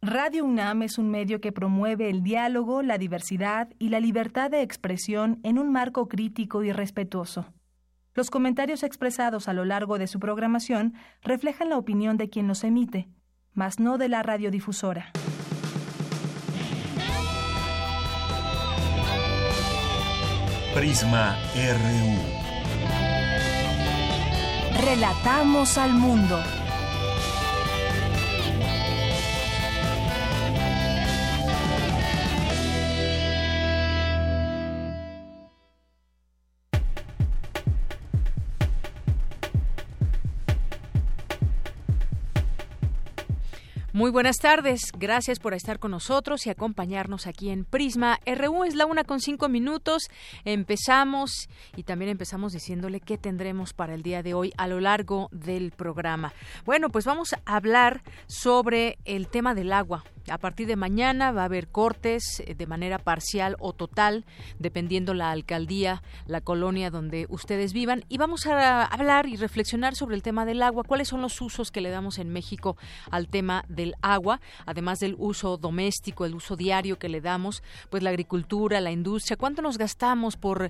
Radio UNAM es un medio que promueve el diálogo, la diversidad y la libertad de expresión en un marco crítico y respetuoso. Los comentarios expresados a lo largo de su programación reflejan la opinión de quien los emite, mas no de la radiodifusora. Prisma RU. Relatamos al mundo. Muy buenas tardes, gracias por estar con nosotros y acompañarnos aquí en Prisma RU. Es la 1:05. Empezamos y también empezamos diciéndole qué tendremos para el día de hoy a lo largo del programa. Bueno, pues vamos a hablar sobre el tema del agua. A partir de mañana va a haber cortes de manera parcial o total, dependiendo la alcaldía, la colonia donde ustedes vivan. Y vamos a hablar y reflexionar sobre el tema del agua. ¿Cuáles son los usos que le damos en México al tema del agua? Además del uso doméstico, el uso diario que le damos, pues la agricultura, la industria. ¿Cuánto nos gastamos por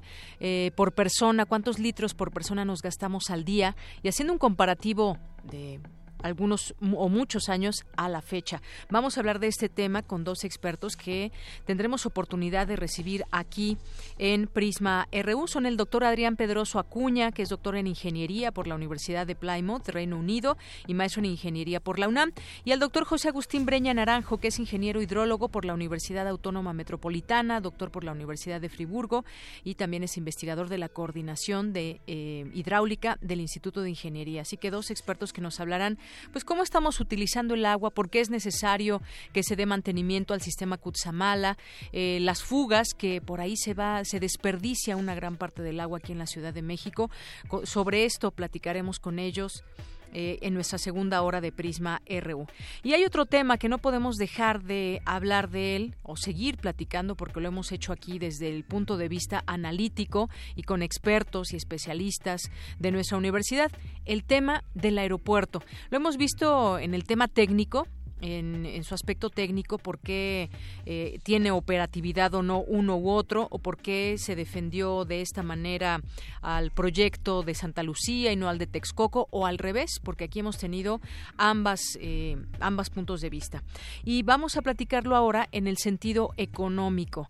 persona? ¿Cuántos litros por persona nos gastamos al día? Y haciendo un comparativo de algunos o muchos años a la fecha. Vamos a hablar de este tema con dos expertos que tendremos oportunidad de recibir aquí en Prisma RU. Son el doctor Adrián Pedroso Acuña, que es doctor en Ingeniería por la Universidad de Plymouth, Reino Unido, y maestro en Ingeniería por la UNAM, y el doctor José Agustín Breña Naranjo, que es ingeniero hidrólogo por la Universidad Autónoma Metropolitana, doctor por la Universidad de Friburgo, y también es investigador de la Coordinación de Hidráulica del Instituto de Ingeniería. Así que dos expertos que nos hablarán pues cómo estamos utilizando el agua, por qué es necesario que se dé mantenimiento al sistema Cutzamala, las fugas, que por ahí se desperdicia una gran parte del agua aquí en la Ciudad de México. Sobre esto platicaremos con ellos en nuestra segunda hora de Prisma RU. Y hay otro tema que no podemos dejar de hablar de él o seguir platicando, porque lo hemos hecho aquí desde el punto de vista analítico y con expertos y especialistas de nuestra universidad, el tema del aeropuerto. Lo hemos visto en el tema técnico, en su aspecto técnico, por qué tiene operatividad o no uno u otro, o por qué se defendió de esta manera al proyecto de Santa Lucía y no al de Texcoco, o al revés, porque aquí hemos tenido ambas puntos de vista. Y vamos a platicarlo ahora en el sentido económico.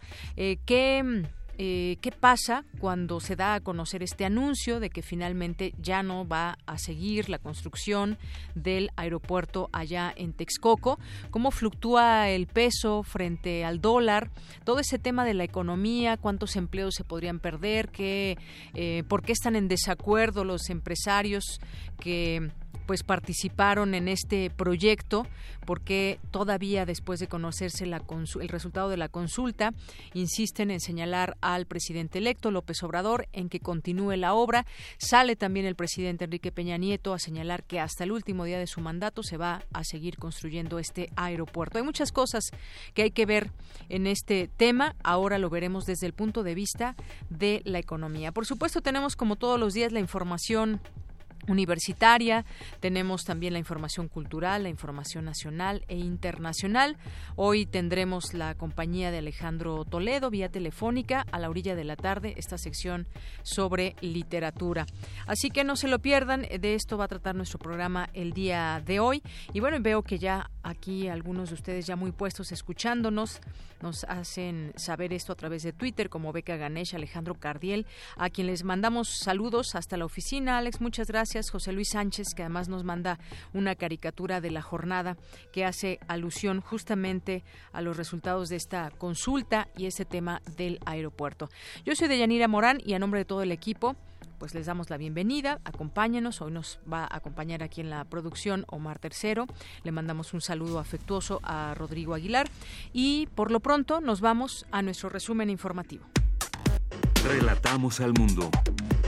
¿Qué pasa cuando se da a conocer este anuncio de que finalmente ya no va a seguir la construcción del aeropuerto allá en Texcoco? ¿Cómo fluctúa el peso frente al dólar? Todo ese tema de la economía, cuántos empleos se podrían perder, por qué están en desacuerdo los empresarios que pues participaron en este proyecto, porque todavía después de conocerse el resultado de la consulta insisten en señalar al presidente electo López Obrador en que continúe la obra. Sale también el presidente Enrique Peña Nieto a señalar que hasta el último día de su mandato se va a seguir construyendo este aeropuerto. Hay muchas cosas que hay que ver en este tema. Ahora lo veremos desde el punto de vista de la economía. Por supuesto, tenemos como todos los días la información universitaria, tenemos también la información cultural, la información nacional e internacional. Hoy tendremos la compañía de Alejandro Toledo vía telefónica a la orilla de la tarde, esta sección sobre literatura. Así que no se lo pierdan, de esto va a tratar nuestro programa el día de hoy. Y bueno, veo que ya aquí algunos de ustedes ya muy puestos escuchándonos, nos hacen saber esto a través de Twitter, como Beca Ganesh, Alejandro Cardiel, a quien les mandamos saludos hasta la oficina. Alex, muchas gracias. José Luis Sánchez, que además nos manda una caricatura de la jornada que hace alusión justamente a los resultados de esta consulta y ese tema del aeropuerto. Yo soy Deyanira Morán y a nombre de todo el equipo pues les damos la bienvenida, acompáñenos. Hoy nos va a acompañar aquí en la producción Omar Tercero. Le mandamos un saludo afectuoso a Rodrigo Aguilar y por lo pronto nos vamos a nuestro resumen informativo. Relatamos al mundo.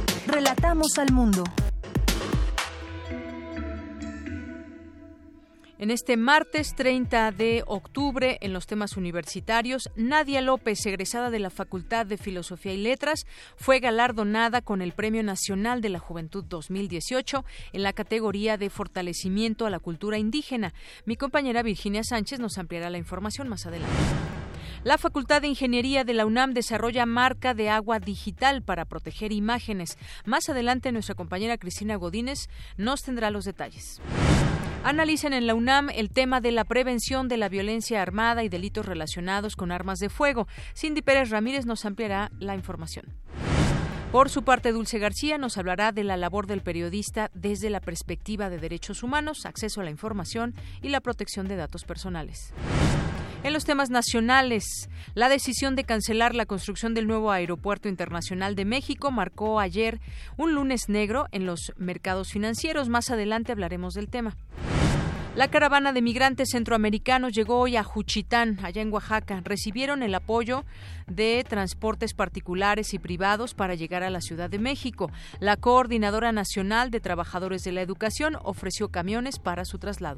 Relatamos al mundo. En este martes 30 de octubre, en los temas universitarios, Nadia López, egresada de la Facultad de Filosofía y Letras, fue galardonada con el Premio Nacional de la Juventud 2018 en la categoría de Fortalecimiento a la Cultura Indígena. Mi compañera Virginia Sánchez nos ampliará la información más adelante. La Facultad de Ingeniería de la UNAM desarrolla marca de agua digital para proteger imágenes. Más adelante, nuestra compañera Cristina Godínez nos tendrá los detalles. Analizan en la UNAM el tema de la prevención de la violencia armada y delitos relacionados con armas de fuego. Cindy Pérez Ramírez nos ampliará la información. Por su parte, Dulce García nos hablará de la labor del periodista desde la perspectiva de derechos humanos, acceso a la información y la protección de datos personales. En los temas nacionales, la decisión de cancelar la construcción del nuevo Aeropuerto Internacional de México marcó ayer un lunes negro en los mercados financieros. Más adelante hablaremos del tema. La caravana de migrantes centroamericanos llegó hoy a Juchitán, allá en Oaxaca. Recibieron el apoyo de transportes particulares y privados para llegar a la Ciudad de México. La Coordinadora Nacional de Trabajadores de la Educación ofreció camiones para su traslado.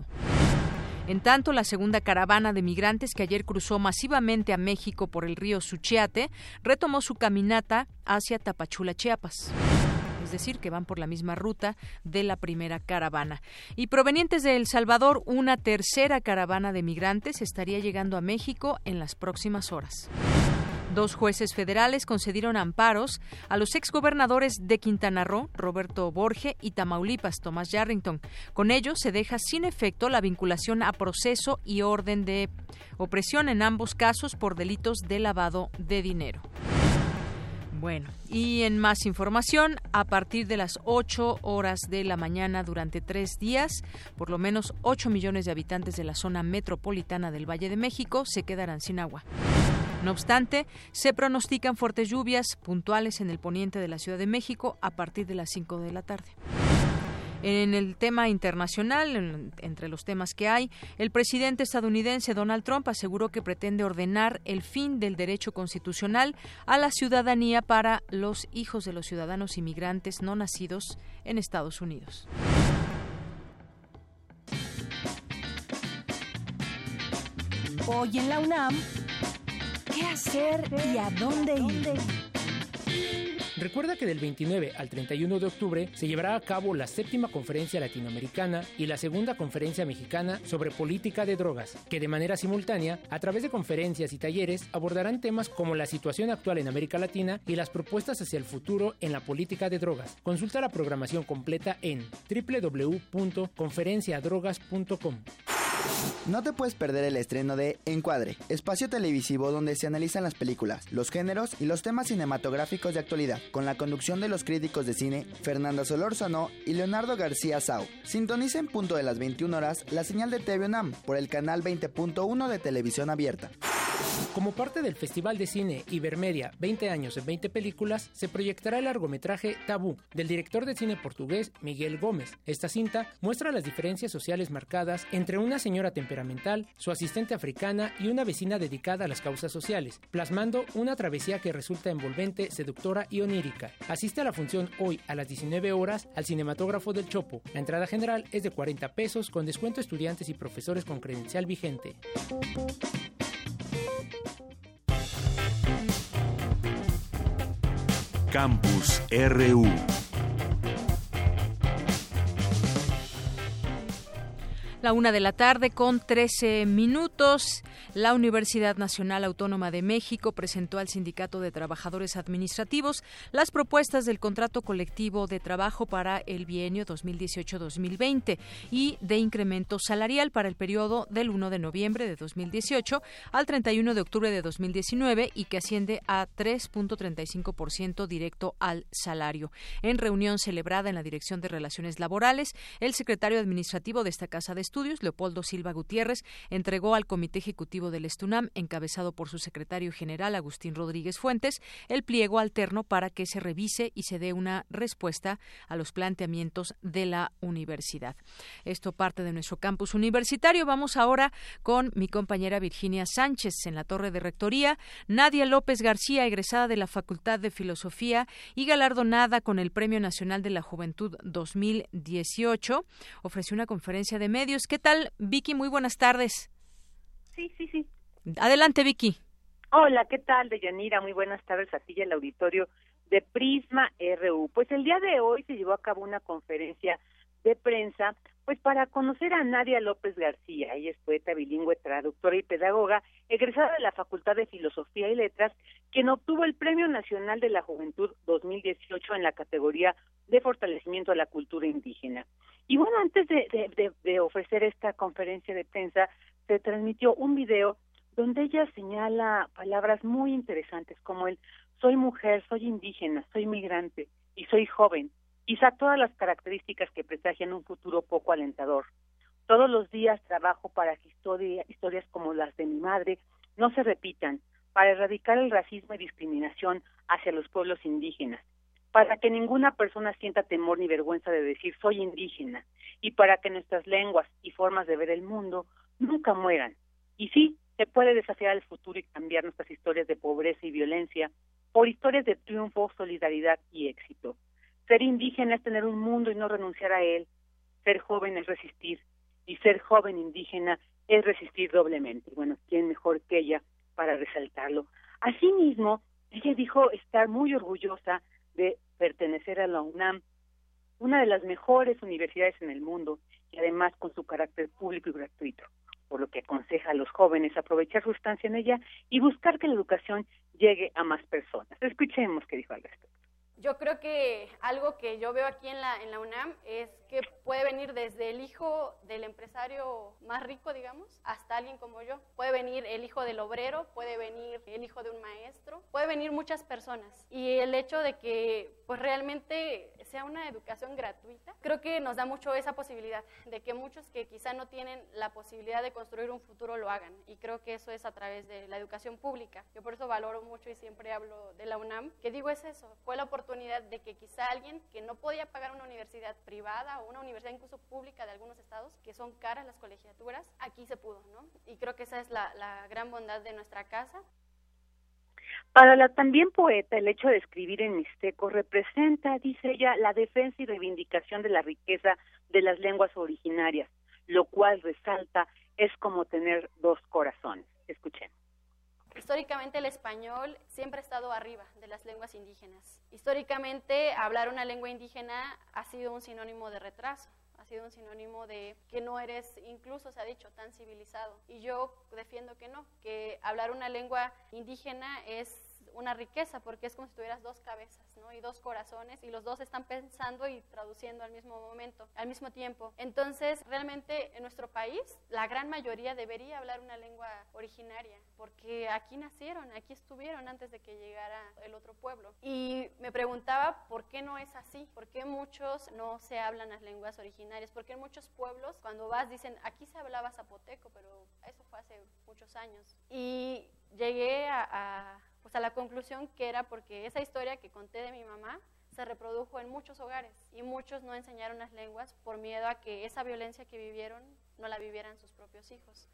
En tanto, la segunda caravana de migrantes que ayer cruzó masivamente a México por el río Suchiate retomó su caminata hacia Tapachula, Chiapas. Es decir, que van por la misma ruta de la primera caravana. Y provenientes de El Salvador, una tercera caravana de migrantes estaría llegando a México en las próximas horas. 2 jueces federales concedieron amparos a los exgobernadores de Quintana Roo, Roberto Borge, y Tamaulipas, Tomás Yarrington. Con ello se deja sin efecto la vinculación a proceso y orden de opresión en ambos casos por delitos de lavado de dinero. Bueno, y en más información, a partir de las 8 horas de la mañana durante 3 días, por lo menos 8 millones de habitantes de la zona metropolitana del Valle de México se quedarán sin agua. No obstante, se pronostican fuertes lluvias puntuales en el poniente de la Ciudad de México a partir de las 5 de la tarde. En el tema internacional, entre los temas que hay, el presidente estadounidense Donald Trump aseguró que pretende ordenar el fin del derecho constitucional a la ciudadanía para los hijos de los ciudadanos inmigrantes no nacidos en Estados Unidos. Hoy en la UNAM, ¿qué hacer y a dónde ir? Recuerda que del 29 al 31 de octubre se llevará a cabo la 7ª Conferencia Latinoamericana y la 2ª Conferencia Mexicana sobre Política de Drogas, que de manera simultánea, a través de conferencias y talleres, abordarán temas como la situación actual en América Latina y las propuestas hacia el futuro en la política de drogas. Consulta la programación completa en www.conferenciadrogas.com. No te puedes perder el estreno de Encuadre, espacio televisivo donde se analizan las películas, los géneros y los temas cinematográficos de actualidad, con la conducción de los críticos de cine Fernanda Solórzano y Leonardo García Sau. Sintoniza en punto de las 21 horas la señal de TV UNAM por el canal 20.1 de televisión abierta. Como parte del Festival de Cine Ibermedia 20 años en 20 películas, se proyectará el largometraje Tabú, del director de cine portugués Miguel Gómez. Esta cinta muestra las diferencias sociales marcadas entre una señora temperamental, su asistente africana y una vecina dedicada a las causas sociales, plasmando una travesía que resulta envolvente, seductora y onírica. Asiste a la función hoy a las 19 horas al Cinematógrafo del Chopo. La entrada general es de 40 pesos con descuento a estudiantes y profesores con credencial vigente. Campus RU. La 1:00 con 13 minutos. La Universidad Nacional Autónoma de México presentó al Sindicato de Trabajadores Administrativos las propuestas del contrato colectivo de trabajo para el bienio 2018-2020 y de incremento salarial para el periodo del 1 de noviembre de 2018 al 31 de octubre de 2019 y que asciende a 3.35% directo al salario. En reunión celebrada en la Dirección de Relaciones Laborales, el secretario administrativo de esta Casa de Estudios, Leopoldo Silva Gutiérrez, entregó al Comité Ejecutivo del Estunam, encabezado por su secretario general Agustín Rodríguez Fuentes, el pliego alterno para que se revise y se dé una respuesta a los planteamientos de la universidad. Esto parte de nuestro campus universitario. Vamos ahora con mi compañera Virginia Sánchez en la Torre de Rectoría. Nadia López García, egresada de la Facultad de Filosofía y galardonada con el Premio Nacional de la Juventud 2018, ofreció una conferencia de medios tenemos. ¿Qué tal, Vicky? Muy buenas tardes. Sí. Adelante, Vicky. Hola, ¿qué tal, Deyanira? Muy buenas tardes a ti y al auditorio de Prisma RU. Pues el día de hoy se llevó a cabo una conferencia de prensa, pues para conocer a Nadia López García. Ella es poeta bilingüe, traductora y pedagoga, egresada de la Facultad de Filosofía y Letras, quien obtuvo el Premio Nacional de la Juventud 2018 en la categoría de fortalecimiento a la cultura indígena. Y bueno, antes de ofrecer esta conferencia de prensa, se transmitió un video donde ella señala palabras muy interesantes como el soy mujer, soy indígena, soy migrante y soy joven. Quizá todas las características que presagian un futuro poco alentador. Todos los días trabajo para que historias como las de mi madre no se repitan, para erradicar el racismo y discriminación hacia los pueblos indígenas, para que ninguna persona sienta temor ni vergüenza de decir soy indígena, y para que nuestras lenguas y formas de ver el mundo nunca mueran. Y sí, se puede desafiar el futuro y cambiar nuestras historias de pobreza y violencia por historias de triunfo, solidaridad y éxito. Ser indígena es tener un mundo y no renunciar a él. Ser joven es resistir, y ser joven indígena es resistir doblemente. Bueno, ¿quién mejor que ella para resaltarlo? Asimismo, ella dijo estar muy orgullosa de pertenecer a la UNAM, una de las mejores universidades en el mundo, y además con su carácter público y gratuito, por lo que aconseja a los jóvenes aprovechar su estancia en ella y buscar que la educación llegue a más personas. Escuchemos qué dijo al respecto. Yo creo que algo que yo veo aquí en la UNAM es que puede venir desde el hijo del empresario más rico, digamos, hasta alguien como yo. Puede venir el hijo del obrero, puede venir el hijo de un maestro, puede venir muchas personas. Y el hecho de que pues realmente sea una educación gratuita, creo que nos da mucho esa posibilidad de que muchos que quizá no tienen la posibilidad de construir un futuro lo hagan. Y creo que eso es a través de la educación pública. Yo por eso valoro mucho y siempre hablo de la UNAM, que digo es eso, fue la oportunidad de que quizá alguien que no podía pagar una universidad privada o una universidad incluso pública de algunos estados, que son caras las colegiaturas, aquí se pudo, ¿no? Y creo que esa es la gran bondad de nuestra casa. Para la también poeta, el hecho de escribir en mixteco representa, dice ella, la defensa y reivindicación de la riqueza de las lenguas originarias, lo cual resalta es como tener dos corazones. Escuchen. Históricamente el español siempre ha estado arriba de las lenguas indígenas. Históricamente hablar una lengua indígena ha sido un sinónimo de retraso, ha sido un sinónimo de que no eres, incluso se ha dicho, tan civilizado. Y yo defiendo que no, que hablar una lengua indígena es una riqueza, porque es como si tuvieras dos cabezas, ¿no? Y dos corazones, y los dos están pensando y traduciendo al mismo momento, al mismo tiempo. Entonces, realmente en nuestro país, la gran mayoría debería hablar una lengua originaria, porque aquí nacieron, aquí estuvieron antes de que llegara el otro pueblo. Y me preguntaba por qué no es así, por qué muchos no se hablan las lenguas originarias, porque en muchos pueblos, cuando vas, dicen, aquí se hablaba zapoteco, pero eso fue hace muchos años. Y llegué a la conclusión que era porque esa historia que conté de mi mamá se reprodujo en muchos hogares y muchos no enseñaron las lenguas por miedo a que esa violencia que vivieron no la vivieran sus propios hijos.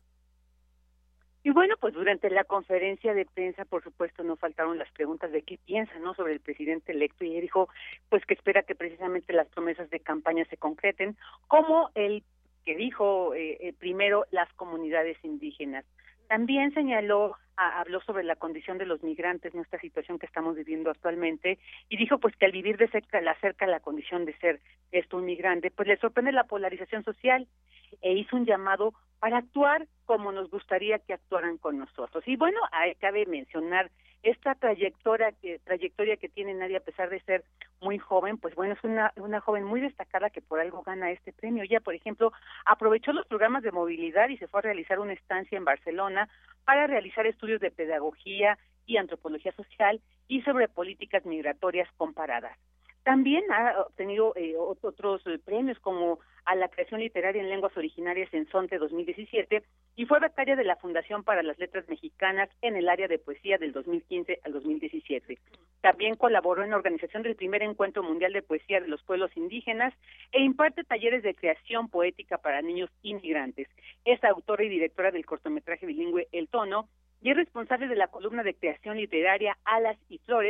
Y bueno, pues durante la conferencia de prensa, por supuesto, no faltaron las preguntas de qué piensa, ¿no?, sobre el presidente electo, y él dijo, pues que espera que precisamente las promesas de campaña se concreten, como el que dijo primero las comunidades indígenas. También habló sobre la condición de los migrantes, nuestra situación que estamos viviendo actualmente, y dijo pues que al vivir de cerca la condición de ser un migrante, pues le sorprende la polarización social, e hizo un llamado para actuar como nos gustaría que actuaran con nosotros. Y bueno, cabe mencionar esta trayectoria que tiene Nadia, a pesar de ser muy joven, pues bueno, es una joven muy destacada que por algo gana este premio. Ella, por ejemplo, aprovechó los programas de movilidad y se fue a realizar una estancia en Barcelona para realizar estudios de pedagogía y antropología social y sobre políticas migratorias comparadas. También ha obtenido otros premios, como a la creación literaria en lenguas originarias en SONTE 2017, y fue becaria de la Fundación para las Letras Mexicanas en el área de poesía del 2015 al 2017. También colaboró en la organización del primer Encuentro Mundial de Poesía de los Pueblos Indígenas e imparte talleres de creación poética para niños inmigrantes. Es autora y directora del cortometraje bilingüe El Tono y es responsable de la columna de creación literaria Alas y Flores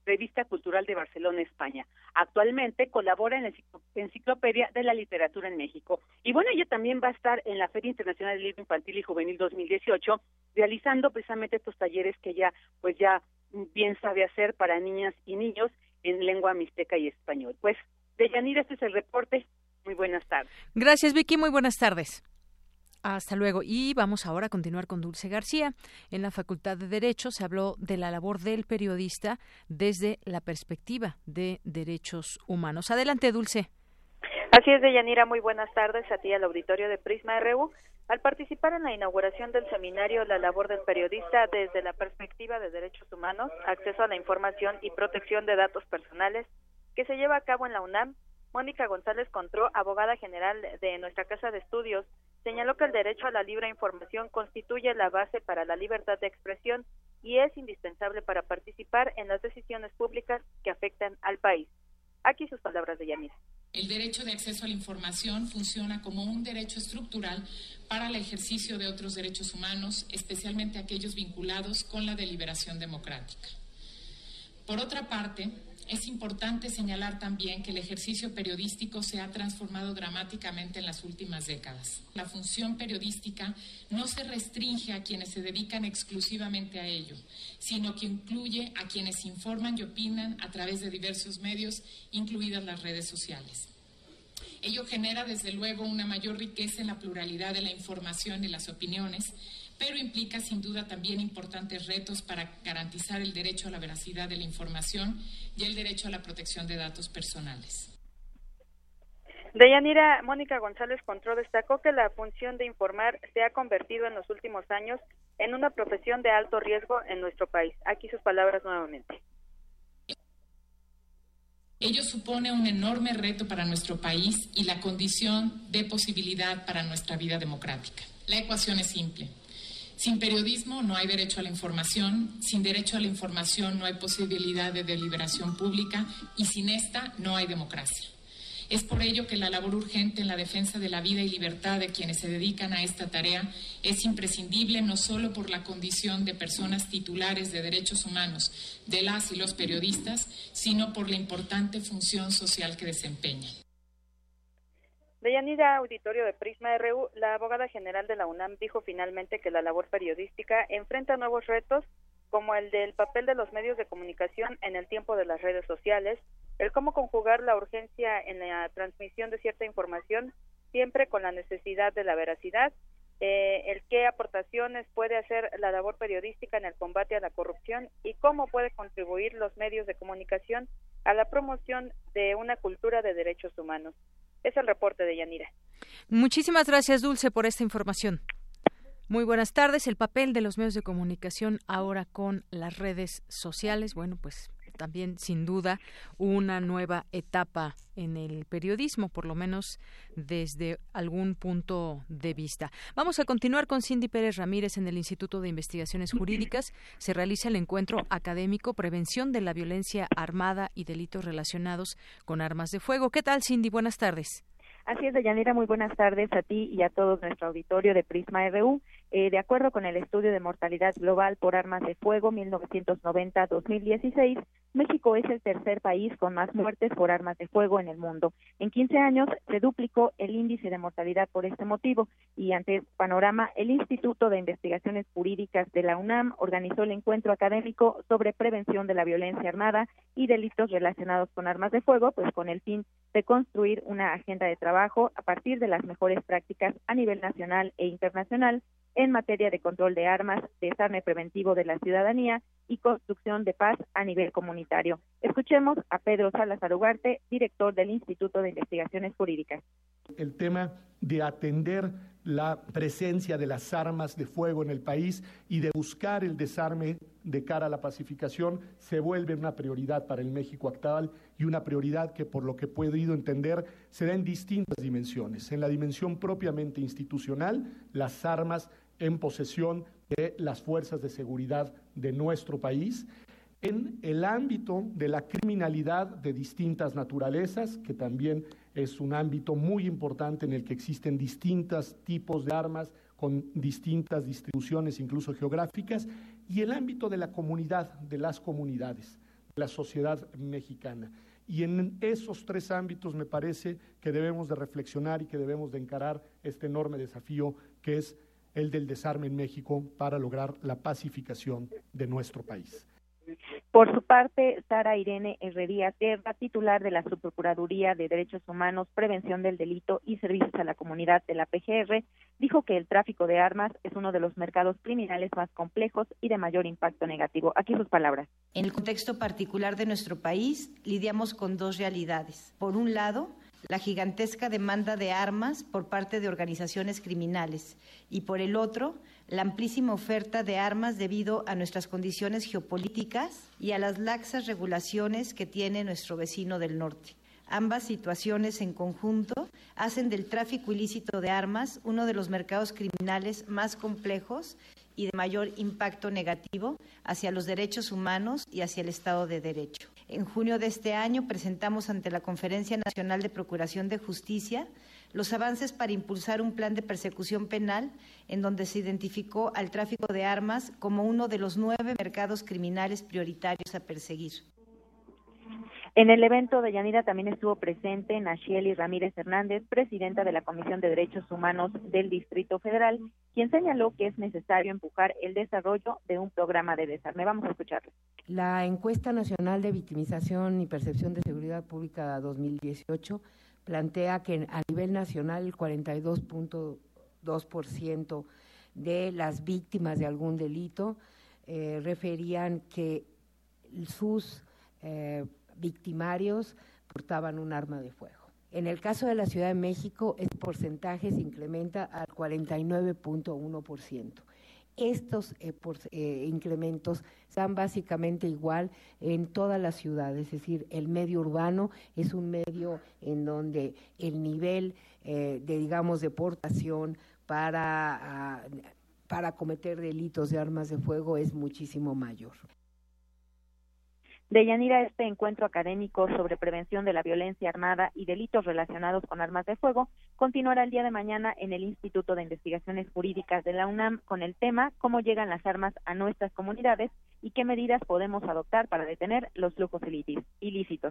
Revista Cultural de Barcelona, España. Actualmente colabora en la Enciclopedia de la Literatura en México. Y bueno, ella también va a estar en la Feria Internacional del Libro Infantil y Juvenil 2018, realizando precisamente estos talleres que ella pues ya bien sabe hacer para niñas y niños en lengua mixteca y español. Pues, Deyanira, este es el reporte. Muy buenas tardes. Gracias, Vicky. Muy buenas tardes. Hasta luego. Y vamos ahora a continuar con Dulce García. En la Facultad de Derecho se habló de la labor del periodista desde la perspectiva de derechos humanos. Adelante, Dulce. Así es, Deyanira. Muy buenas tardes a ti, al auditorio de Prisma RU. Al participar en la inauguración del seminario La labor del periodista desde la perspectiva de derechos humanos, acceso a la información y protección de datos personales, que se lleva a cabo en la UNAM, Mónica González Contró, abogada general de nuestra Casa de Estudios, señaló que el derecho a la libre información constituye la base para la libertad de expresión y es indispensable para participar en las decisiones públicas que afectan al país. Aquí sus palabras de Yanira. El derecho de acceso a la información funciona como un derecho estructural para el ejercicio de otros derechos humanos, especialmente aquellos vinculados con la deliberación democrática. Por otra parte, es importante señalar también que el ejercicio periodístico se ha transformado dramáticamente en las últimas décadas. La función periodística no se restringe a quienes se dedican exclusivamente a ello, sino que incluye a quienes informan y opinan a través de diversos medios, incluidas las redes sociales. Ello genera, desde luego, una mayor riqueza en la pluralidad de la información y las opiniones, pero implica sin duda también importantes retos para garantizar el derecho a la veracidad de la información y el derecho a la protección de datos personales. Deyanira, Mónica González Contró destacó que la función de informar se ha convertido en los últimos años en una profesión de alto riesgo en nuestro país. Aquí sus palabras nuevamente. Ello supone un enorme reto para nuestro país y la condición de posibilidad para nuestra vida democrática. La ecuación es simple. Sin periodismo no hay derecho a la información, sin derecho a la información no hay posibilidad de deliberación pública y sin esta no hay democracia. Es por ello que la labor urgente en la defensa de la vida y libertad de quienes se dedican a esta tarea es imprescindible no solo por la condición de personas titulares de derechos humanos de las y los periodistas, sino por la importante función social que desempeñan. Deyanira, auditorio de Prisma RU, la abogada general de la UNAM dijo finalmente que la labor periodística enfrenta nuevos retos, como el del papel de los medios de comunicación en el tiempo de las redes sociales, el cómo conjugar la urgencia en la transmisión de cierta información, siempre con la necesidad de la veracidad, el qué aportaciones puede hacer la labor periodística en el combate a la corrupción y cómo puede contribuir los medios de comunicación a la promoción de una cultura de derechos humanos. Es el reporte de Yanira. Muchísimas gracias, Dulce, por esta información. Muy buenas tardes. El papel de los medios de comunicación ahora con las redes sociales. Bueno, pues también sin duda una nueva etapa en el periodismo, por lo menos desde algún punto de vista. Vamos a continuar con Cindy Pérez Ramírez en el Instituto de Investigaciones Jurídicas. Se realiza el encuentro académico Prevención de la Violencia Armada y Delitos Relacionados con Armas de Fuego. ¿Qué tal, Cindy? Buenas tardes. Así es, Deyanira, muy buenas tardes a ti y a todo nuestro auditorio de Prisma RU. De acuerdo con el estudio de mortalidad global por armas de fuego 1990-2016, México es el tercer país con más muertes por armas de fuego en el mundo. En 15 años se duplicó el índice de mortalidad por este motivo y ante este panorama, el Instituto de Investigaciones Jurídicas de la UNAM organizó el encuentro académico sobre prevención de la violencia armada y delitos relacionados con armas de fuego, pues con el fin de construir una agenda de trabajo a partir de las mejores prácticas a nivel nacional e internacional en materia de control de armas, desarme preventivo de la ciudadanía y construcción de paz a nivel comunitario. Escuchemos a Pedro Salazar Ugarte, director del Instituto de Investigaciones Jurídicas. El tema de atender la presencia de las armas de fuego en el país y de buscar el desarme de cara a la pacificación se vuelve una prioridad para el México actual y una prioridad que, por lo que he podido entender, se da en distintas dimensiones. En la dimensión propiamente institucional, las armas en posesión de las fuerzas de seguridad de nuestro país, en el ámbito de la criminalidad de distintas naturalezas, que también es un ámbito muy importante en el que existen distintos tipos de armas con distintas distribuciones, incluso geográficas, y el ámbito de la comunidad, de las comunidades, la sociedad mexicana. Y en esos 3 ámbitos me parece que debemos de reflexionar y que debemos de encarar este enorme desafío que es el del desarme en México para lograr la pacificación de nuestro país. Por su parte, Sara Irene Herrerías Guerra, titular de la Subprocuraduría de Derechos Humanos, Prevención del Delito y Servicios a la Comunidad de la PGR, dijo que el tráfico de armas es uno de los mercados criminales más complejos y de mayor impacto negativo. Aquí sus palabras. En el contexto particular de nuestro país, lidiamos con 2 realidades. Por un lado, la gigantesca demanda de armas por parte de organizaciones criminales y por el otro, la amplísima oferta de armas debido a nuestras condiciones geopolíticas y a las laxas regulaciones que tiene nuestro vecino del norte. Ambas situaciones en conjunto hacen del tráfico ilícito de armas uno de los mercados criminales más complejos y de mayor impacto negativo hacia los derechos humanos y hacia el Estado de Derecho. En junio de este año presentamos ante la Conferencia Nacional de Procuración de Justicia los avances para impulsar un plan de persecución penal en donde se identificó al tráfico de armas como uno de los 9 mercados criminales prioritarios a perseguir. En el evento, Deyanira, también estuvo presente Nacheli Ramírez Hernández, presidenta de la Comisión de Derechos Humanos del Distrito Federal, quien señaló que es necesario empujar el desarrollo de un programa de desarme. Vamos a escucharlo. La Encuesta Nacional de Victimización y Percepción de Seguridad Pública 2018 plantea que a nivel nacional el 42.2% de las víctimas de algún delito referían que sus victimarios portaban un arma de fuego. En el caso de la Ciudad de México, ese porcentaje se incrementa al 49.1%. Estos incrementos están básicamente igual en todas las ciudades, es decir, el medio urbano es un medio en donde el nivel de portación para cometer delitos de armas de fuego es muchísimo mayor. Deyanira, este encuentro académico sobre prevención de la violencia armada y delitos relacionados con armas de fuego continuará el día de mañana en el Instituto de Investigaciones Jurídicas de la UNAM con el tema ¿Cómo llegan las armas a nuestras comunidades y qué medidas podemos adoptar para detener los flujos ilícitos?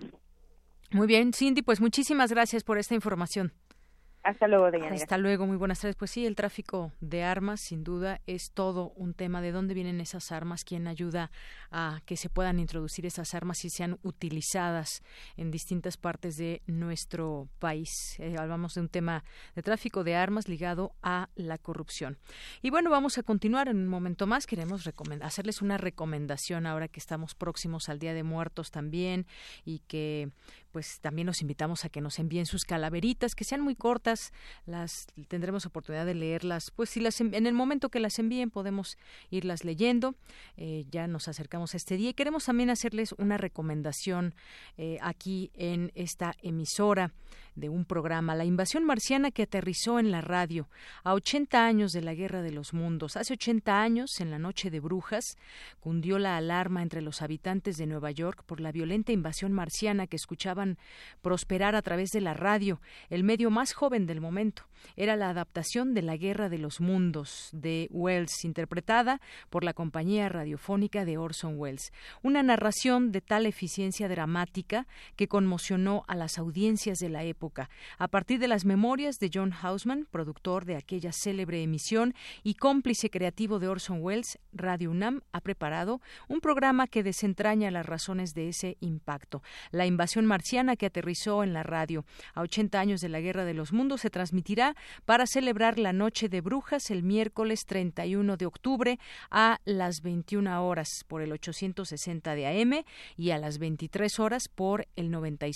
Muy bien, Cindy, pues muchísimas gracias por esta información. Hasta luego, Deyanira. Hasta luego, muy buenas tardes. Pues sí, el tráfico de armas, sin duda, es todo un tema. ¿De dónde vienen esas armas? ¿Quién ayuda a que se puedan introducir esas armas y sean utilizadas en distintas partes de nuestro país? Hablamos de un tema de tráfico de armas ligado a la corrupción. Y bueno, vamos a continuar en un momento más. Queremos hacerles una recomendación ahora que estamos próximos al Día de Muertos también y que pues también los invitamos a que nos envíen sus calaveritas, que sean muy cortas, las tendremos oportunidad de leerlas, pues si en el momento que las envíen podemos irlas leyendo. Ya nos acercamos a este día y queremos también hacerles una recomendación aquí en esta emisora de un programa, La Invasión Marciana que aterrizó en la radio a 80 años de la Guerra de los Mundos. Hace 80 años, en la Noche de Brujas, cundió la alarma entre los habitantes de Nueva York por la violenta invasión marciana que escuchaban prosperar a través de la radio, el medio más joven del momento. Era la adaptación de La Guerra de los Mundos de Welles, interpretada por la compañía radiofónica de Orson Welles. Una narración de tal eficiencia dramática que conmocionó a las audiencias de la época. A partir de las memorias de John Houseman, productor de aquella célebre emisión y cómplice creativo de Orson Welles, Radio UNAM ha preparado un programa que desentraña las razones de ese impacto. La invasión marciana que aterrizó en la radio a 80 años de la Guerra de los Mundos se transmitirá para celebrar la Noche de Brujas el miércoles 31 de octubre a las 21 horas por el 860 de AM y a las 23 horas por el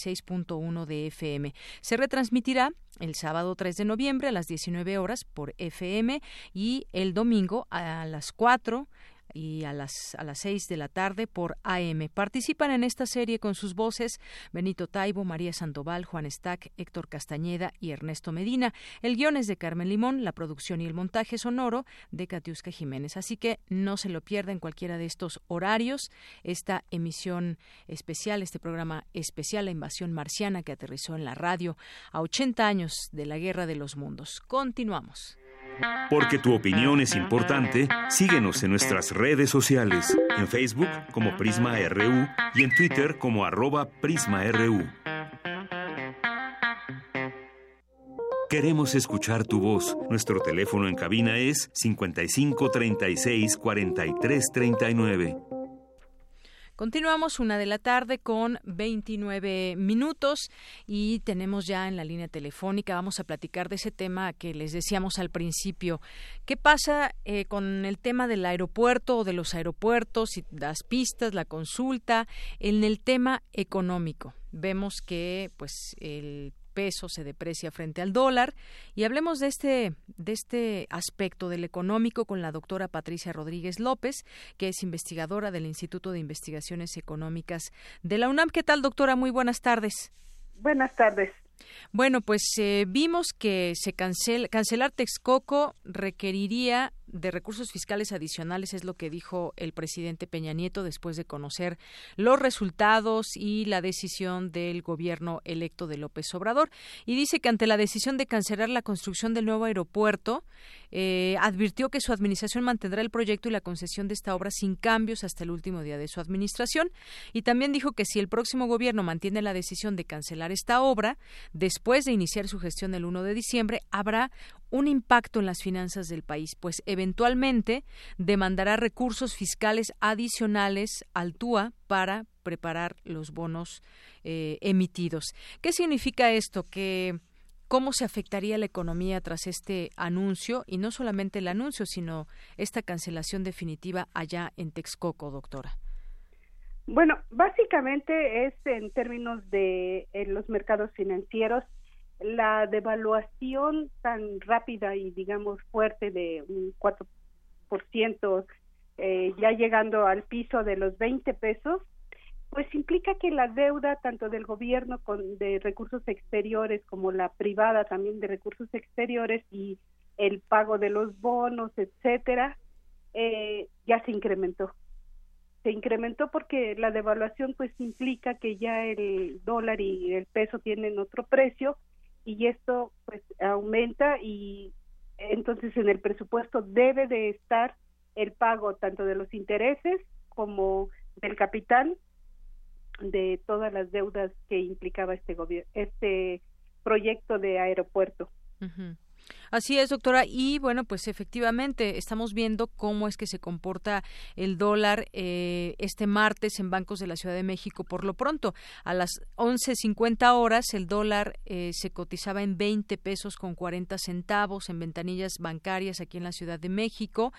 96.1 de FM. Se retransmitirá el sábado 3 de noviembre a las 19 horas por FM y el domingo a las 4 y a las 6 de la tarde por AM. Participan en esta serie con sus voces Benito Taibo, María Sandoval, Juan Stack, Héctor Castañeda y Ernesto Medina. El guión es de Carmen Limón, la producción y el montaje sonoro de Katiuska Jiménez. Así que no se lo pierda en cualquiera de estos horarios esta emisión especial, este programa especial, La Invasión Marciana que aterrizó en la radio a 80 años de la Guerra de los Mundos. Continuamos. Porque tu opinión es importante, síguenos en nuestras redes sociales, en Facebook como Prisma RU y en Twitter como @PrismaRU. Queremos escuchar tu voz. Nuestro teléfono en cabina es 55 36 43 39. Continuamos 1:00 p.m. con 29 minutos y tenemos ya en la línea telefónica, vamos a platicar de ese tema que les decíamos al principio. ¿Qué pasa con el tema del aeropuerto o de los aeropuertos y las pistas, la consulta, en el tema económico? Vemos que pues el peso se deprecia frente al dólar y hablemos de este aspecto del económico con la doctora Patricia Rodríguez López, que es investigadora del Instituto de Investigaciones Económicas de la UNAM. ¿Qué tal, doctora? Muy buenas tardes. Buenas tardes. Bueno, pues vimos que cancelar Texcoco requeriría de recursos fiscales adicionales, es lo que dijo el presidente Peña Nieto después de conocer los resultados y la decisión del gobierno electo de López Obrador. Y dice que ante la decisión de cancelar la construcción del nuevo aeropuerto, advirtió que su administración mantendrá el proyecto y la concesión de esta obra sin cambios hasta el último día de su administración. Y también dijo que si el próximo gobierno mantiene la decisión de cancelar esta obra, después de iniciar su gestión el 1 de diciembre, habrá un impacto en las finanzas del país, pues eventualmente demandará recursos fiscales adicionales al TUA para preparar los bonos emitidos. ¿Qué significa esto? ¿Cómo se afectaría la economía tras este anuncio? Y no solamente el anuncio, sino esta cancelación definitiva allá en Texcoco, doctora. Bueno, básicamente es en términos de los mercados financieros, la devaluación tan rápida y digamos fuerte de un 4%, ya llegando al piso de los 20 pesos, pues implica que la deuda tanto del gobierno de recursos exteriores como la privada también de recursos exteriores y el pago de los bonos, etcétera, ya se incrementó. Se incrementó porque la devaluación pues implica que ya el dólar y el peso tienen otro precio y esto pues aumenta y entonces en el presupuesto debe de estar el pago tanto de los intereses como del capital de todas las deudas que implicaba este proyecto de aeropuerto. Uh-huh. Así es, doctora, y bueno, pues efectivamente estamos viendo cómo es que se comporta el dólar este martes en bancos de la Ciudad de México. Por lo pronto, a las 11:50 horas el dólar se cotizaba en 20 pesos con 40 centavos en ventanillas bancarias aquí en la Ciudad de México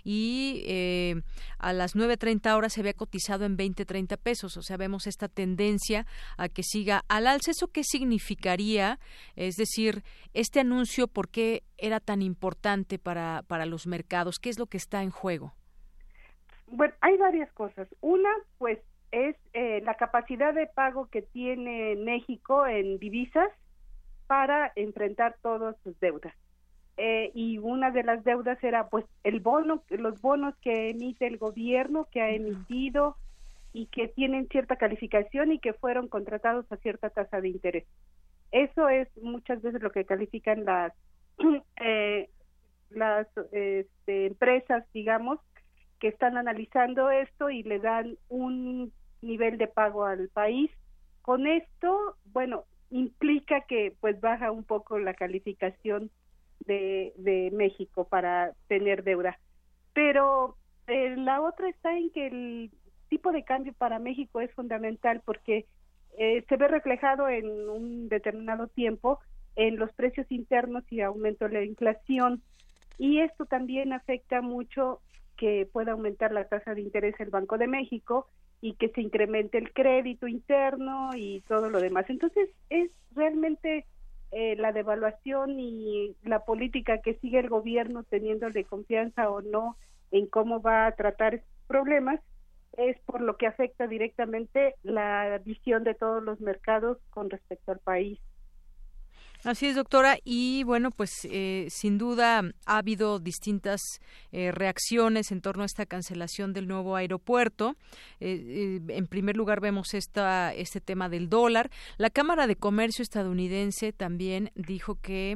y a las 9:30 horas se había cotizado en 20.30 pesos. O sea, vemos esta tendencia a que siga al alza. ¿Eso qué significaría? Es decir, este anuncio, ¿por qué era tan importante para los mercados? ¿Qué es lo que está en juego? Bueno, hay varias cosas. Una, pues, es la capacidad de pago que tiene México en divisas para enfrentar todas sus deudas. Y una de las deudas era, pues, los bonos que emite el gobierno, que ha emitido y que tienen cierta calificación y que fueron contratados a cierta tasa de interés. Eso es muchas veces lo que califican las empresas, digamos, que están analizando esto y le dan un nivel de pago al país. Con esto, bueno, implica que pues baja un poco la calificación de México para tener deuda. Pero la otra está en que el tipo de cambio para México es fundamental porque se ve reflejado en un determinado tiempo en los precios internos y aumento de la inflación, y esto también afecta mucho que pueda aumentar la tasa de interés del Banco de México y que se incremente el crédito interno y todo lo demás. Entonces es realmente la devaluación y la política que sigue el gobierno, teniéndole confianza o no en cómo va a tratar estos problemas, es por lo que afecta directamente la visión de todos los mercados con respecto al país. Así es, doctora, y bueno, pues sin duda ha habido distintas reacciones en torno a esta cancelación del nuevo aeropuerto. En primer lugar vemos este tema del dólar. La Cámara de Comercio estadounidense también dijo que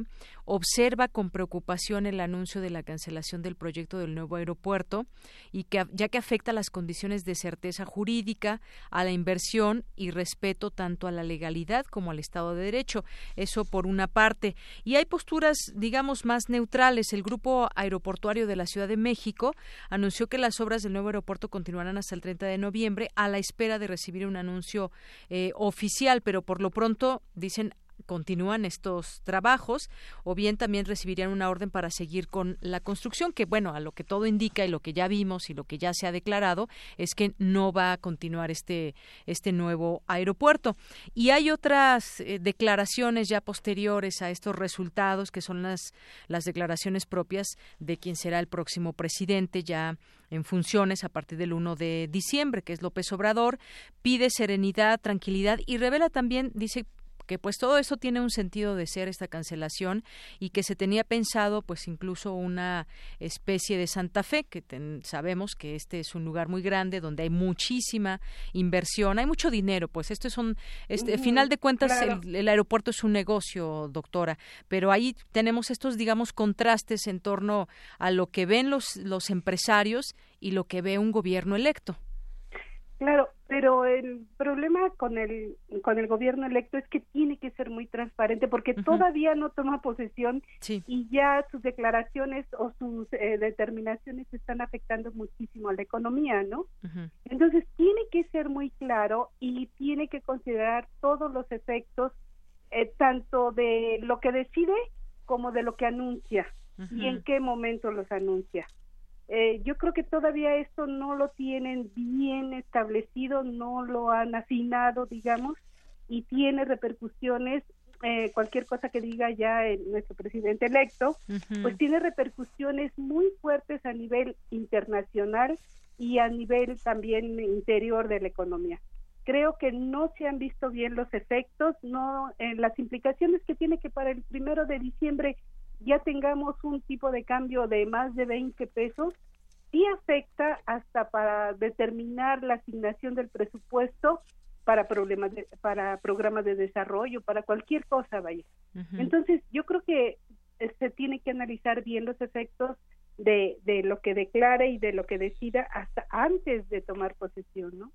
observa con preocupación el anuncio de la cancelación del proyecto del nuevo aeropuerto y que ya que afecta las condiciones de certeza jurídica, a la inversión y respeto tanto a la legalidad como al Estado de Derecho. Eso por una parte. Y hay posturas, digamos, más neutrales. El Grupo Aeroportuario de la Ciudad de México anunció que las obras del nuevo aeropuerto continuarán hasta el 30 de noviembre a la espera de recibir un anuncio oficial, pero por lo pronto dicen continúan estos trabajos o bien también recibirían una orden para seguir con la construcción, que bueno, a lo que todo indica y lo que ya vimos y lo que ya se ha declarado es que no va a continuar este nuevo aeropuerto. Y hay otras declaraciones ya posteriores a estos resultados, que son las declaraciones propias de quien será el próximo presidente ya en funciones a partir del 1 de diciembre, que es López Obrador. Pide serenidad, tranquilidad y revela también, dice, que pues todo eso tiene un sentido de ser, esta cancelación, y que se tenía pensado pues incluso una especie de Santa Fe, que sabemos que este es un lugar muy grande donde hay muchísima inversión, hay mucho dinero, pues final de cuentas claro. el aeropuerto es un negocio, doctora, pero ahí tenemos estos, digamos, contrastes en torno a lo que ven los empresarios y lo que ve un gobierno electo. Claro, pero el problema con el gobierno electo es que tiene que ser muy transparente porque todavía no toma posesión y ya sus declaraciones o sus determinaciones están afectando muchísimo a la economía, ¿no? Entonces tiene que ser muy claro y tiene que considerar todos los efectos, tanto de lo que decide como de lo que anuncia y en qué momento los anuncia. Yo creo que todavía esto no lo tienen bien establecido, no lo han afinado, digamos, y tiene repercusiones, cualquier cosa que diga ya nuestro presidente electo, pues tiene repercusiones muy fuertes a nivel internacional y a nivel también interior de la economía. Creo que no se han visto bien los efectos, las implicaciones que tiene que para el 1 de diciembre ya tengamos un tipo de cambio de más de 20 pesos, sí afecta hasta para determinar la asignación del presupuesto para programas de desarrollo, para cualquier cosa, vaya. Entonces, yo creo que se tiene que analizar bien los efectos de lo que declare y de lo que decida hasta antes de tomar posesión, ¿no?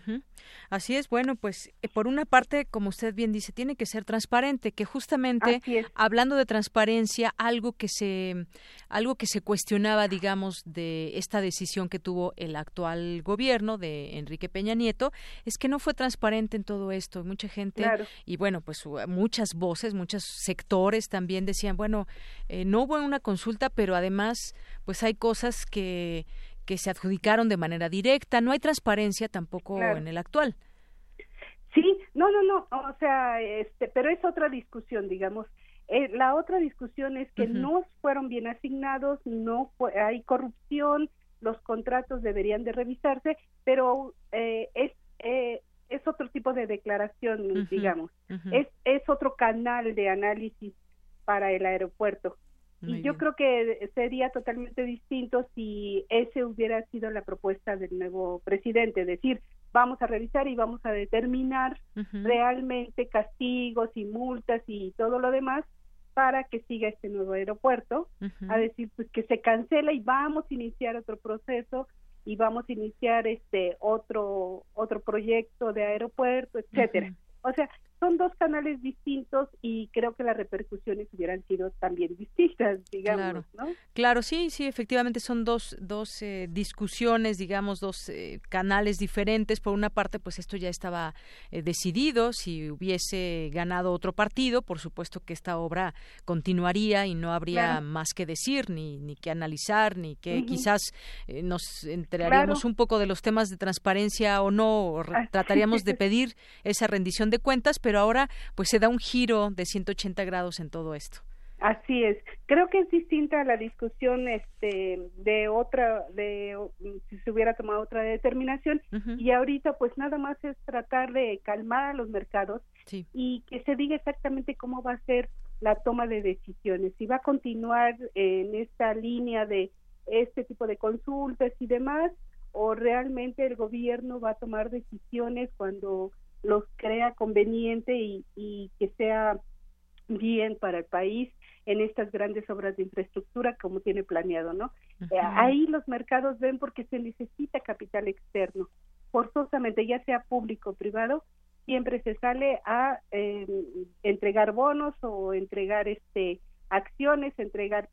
Así es. Bueno, pues por una parte, como usted bien dice, tiene que ser transparente, que justamente hablando de transparencia, algo que se cuestionaba, digamos, de esta decisión que tuvo el actual gobierno de Enrique Peña Nieto, es que no fue transparente en todo esto. Mucha gente y bueno, pues muchas voces, muchos sectores también decían, bueno, no hubo una consulta, pero además pues hay cosas que se adjudicaron de manera directa, no hay transparencia tampoco en el actual. Sí, no, o sea, pero es otra discusión, digamos. La otra discusión es que no fueron bien asignados, hay corrupción, los contratos deberían de revisarse, pero es otro tipo de declaración, digamos. Es otro canal de análisis para el aeropuerto. Y yo creo que sería totalmente distinto si ese hubiera sido la propuesta del nuevo presidente, es decir, vamos a revisar y vamos a determinar realmente castigos y multas y todo lo demás para que siga este nuevo aeropuerto, a decir pues que se cancela y vamos a iniciar otro proceso y vamos a iniciar otro proyecto de aeropuerto, etcétera. O sea, son dos canales distintos y creo que las repercusiones hubieran sido también distintas, digamos, ¿no? Claro, sí, efectivamente son dos discusiones, digamos, dos canales diferentes. Por una parte, pues esto ya estaba decidido. Si hubiese ganado otro partido, por supuesto que esta obra continuaría y no habría más que decir, ni que analizar, ni que quizás nos enteraríamos un poco de los temas de transparencia o no, o trataríamos de pedir esa rendición de cuentas, pero ahora pues se da un giro de 180 grados en todo esto. Así es. Creo que es distinta a la discusión de si se hubiera tomado otra determinación y ahorita pues nada más es tratar de calmar a los mercados y que se diga exactamente cómo va a ser la toma de decisiones, si va a continuar en esta línea de este tipo de consultas y demás, o realmente el gobierno va a tomar decisiones cuando los crea conveniente y que sea bien para el país en estas grandes obras de infraestructura como tiene planeado, ¿no? Ahí los mercados ven porque se necesita capital externo, forzosamente, ya sea público o privado, siempre se sale a entregar bonos o entregar acciones, entregar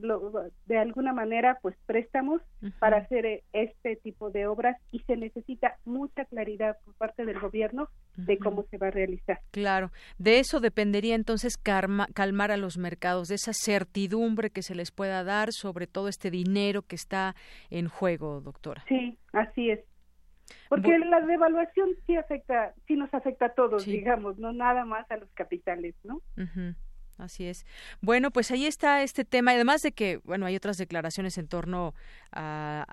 de alguna manera pues préstamos para hacer este tipo de obras, y se necesita mucha claridad por parte del gobierno de cómo se va a realizar. Claro, de eso dependería entonces calmar a los mercados, de esa certidumbre que se les pueda dar sobre todo este dinero que está en juego, doctora. Sí, así es. Porque la devaluación sí nos afecta a todos, digamos, no nada más a los capitales, ¿no? Así es. Bueno, pues ahí está este tema, además de que, bueno, hay otras declaraciones en torno a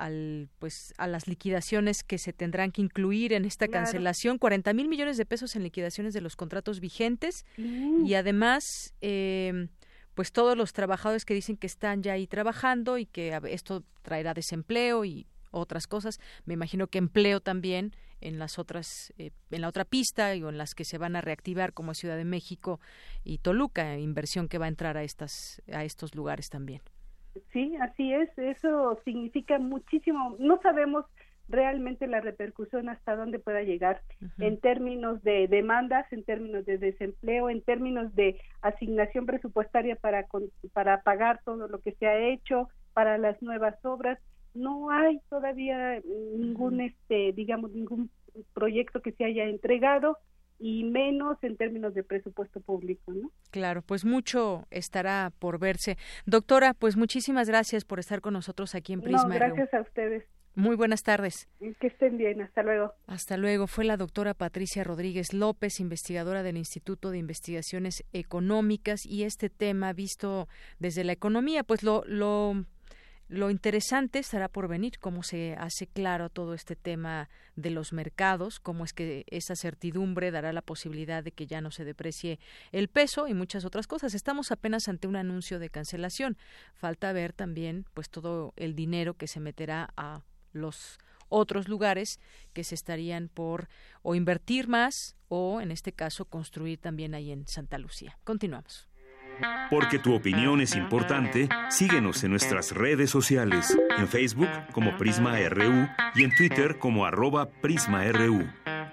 las liquidaciones que se tendrán que incluir en esta cancelación, 40,000 millones de pesos en liquidaciones de los contratos vigentes, y además pues todos los trabajadores que dicen que están ya ahí trabajando y que esto traerá desempleo y otras cosas. Me imagino que empleo también en las otras, en la otra pista o en las que se van a reactivar, como Ciudad de México y Toluca, inversión que va a entrar a estos lugares también. Sí, así es. Eso significa muchísimo. No sabemos realmente la repercusión hasta dónde pueda llegar en términos de demandas, en términos de desempleo, en términos de asignación presupuestaria para pagar todo lo que se ha hecho, para las nuevas obras. No hay todavía ningún ningún proyecto que se haya entregado, y menos en términos de presupuesto público, ¿no? Claro, pues mucho estará por verse. Doctora, pues muchísimas gracias por estar con nosotros aquí en Prisma. No, gracias a ustedes. Muy buenas tardes. Que estén bien, hasta luego. Hasta luego. Fue la doctora Patricia Rodríguez López, investigadora del Instituto de Investigaciones Económicas, y este tema visto desde la economía, pues lo interesante estará por venir, cómo se hace claro todo este tema de los mercados, cómo es que esa certidumbre dará la posibilidad de que ya no se deprecie el peso y muchas otras cosas. Estamos apenas ante un anuncio de cancelación. Falta ver también pues todo el dinero que se meterá a los otros lugares que se estarían por o invertir más o, en este caso, construir también ahí en Santa Lucía. Continuamos. Porque tu opinión es importante, síguenos en nuestras redes sociales, en Facebook como Prisma RU y en Twitter como @PrismaRU.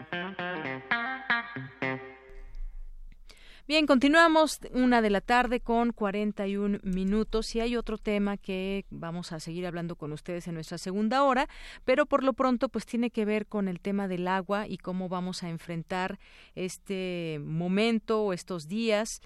Bien, continuamos 1:00 con 41 minutos y hay otro tema que vamos a seguir hablando con ustedes en nuestra segunda hora, pero por lo pronto pues tiene que ver con el tema del agua y cómo vamos a enfrentar este momento o estos días.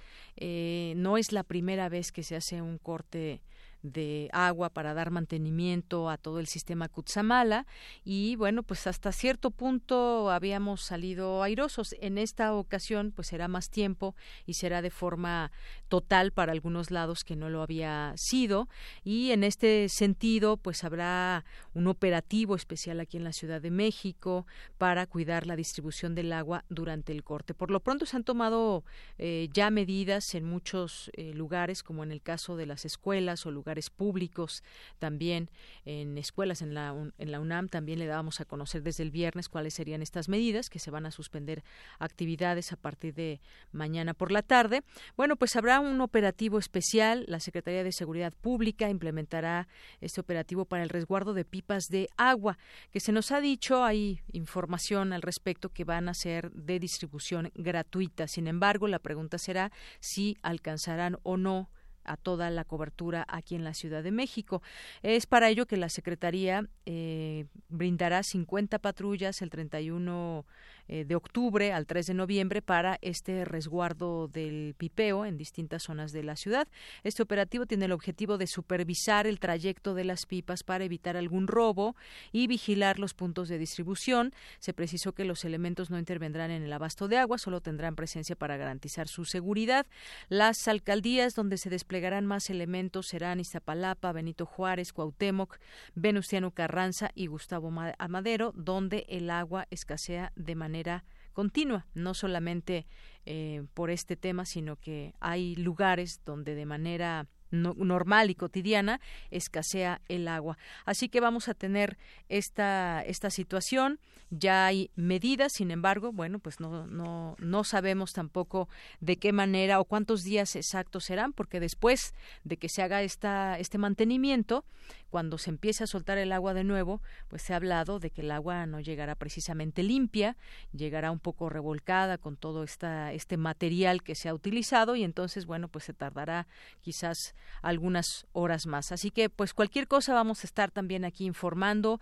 No es la primera vez que se hace un corte de agua para dar mantenimiento a todo el sistema Cutzamala y bueno, pues hasta cierto punto habíamos salido airosos. En esta ocasión pues será más tiempo y será de forma total para algunos lados que no lo había sido, y en este sentido pues habrá un operativo especial aquí en la Ciudad de México para cuidar la distribución del agua durante el corte. Por lo pronto se han tomado ya medidas en muchos lugares, como en el caso de las escuelas o lugares públicos, también en escuelas en la UNAM. También le dábamos a conocer desde el viernes cuáles serían estas medidas, que se van a suspender actividades a partir de mañana por la tarde. Bueno, pues habrá un operativo especial. La Secretaría de Seguridad Pública implementará este operativo para el resguardo de pipas de agua, que se nos ha dicho, hay información al respecto, que van a ser de distribución gratuita. Sin embargo, la pregunta será si alcanzarán o no a toda la cobertura aquí en la Ciudad de México. Es para ello que la Secretaría brindará 50 patrullas el 31 de octubre al 3 de noviembre para este resguardo del pipeo en distintas zonas de la ciudad. Este operativo tiene el objetivo de supervisar el trayecto de las pipas para evitar algún robo y vigilar los puntos de distribución. Se precisó que los elementos no intervendrán en el abasto de agua, solo tendrán presencia para garantizar su seguridad. Las alcaldías donde se desplegarán más elementos serán Iztapalapa, Benito Juárez, Cuauhtémoc, Venustiano Carranza y Gustavo Amadero, donde el agua escasea de manera continua, no solamente por este tema, sino que hay lugares donde de manera normal y cotidiana, escasea el agua. Así que vamos a tener esta situación. Ya hay medidas, sin embargo, bueno, pues no sabemos tampoco de qué manera o cuántos días exactos serán, porque después de que se haga este mantenimiento, cuando se empiece a soltar el agua de nuevo, pues se ha hablado de que el agua no llegará precisamente limpia, llegará un poco revolcada con todo este material que se ha utilizado, y entonces, bueno, pues se tardará quizás algunas horas más. Así que, pues cualquier cosa vamos a estar también aquí informando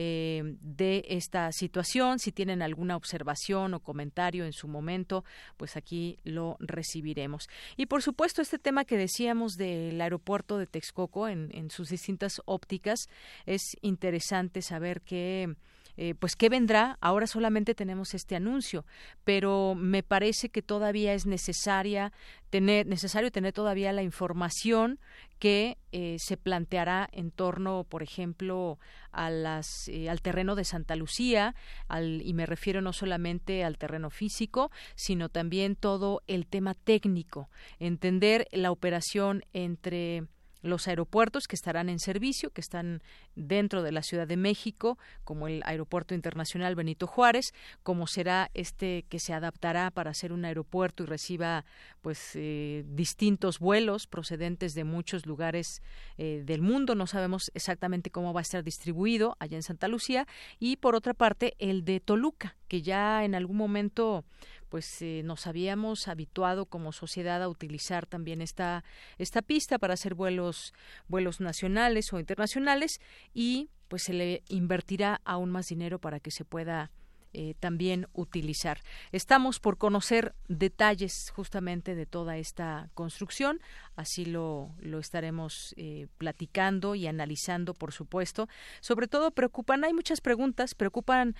de esta situación. Si tienen alguna observación o comentario en su momento, pues aquí lo recibiremos. Y por supuesto, este tema que decíamos del aeropuerto de Texcoco en sus distintas ópticas, es interesante saber que pues qué vendrá. Ahora solamente tenemos este anuncio, pero me parece que todavía es necesario tener todavía la información que se planteará en torno, por ejemplo, al terreno de Santa Lucía, y me refiero no solamente al terreno físico, sino también todo el tema técnico, entender la operación entre los aeropuertos que estarán en servicio, que están dentro de la Ciudad de México, como el Aeropuerto Internacional Benito Juárez, como será que se adaptará para ser un aeropuerto y reciba pues distintos vuelos procedentes de muchos lugares del mundo. No sabemos exactamente cómo va a estar distribuido allá en Santa Lucía. Y por otra parte, el de Toluca, que ya en algún momento pues nos habíamos habituado como sociedad a utilizar también esta pista para hacer vuelos nacionales o internacionales, y pues se le invertirá aún más dinero para que se pueda también utilizar. Estamos por conocer detalles justamente de toda esta construcción, así lo estaremos platicando y analizando, por supuesto. Sobre todo hay muchas preguntas, preocupan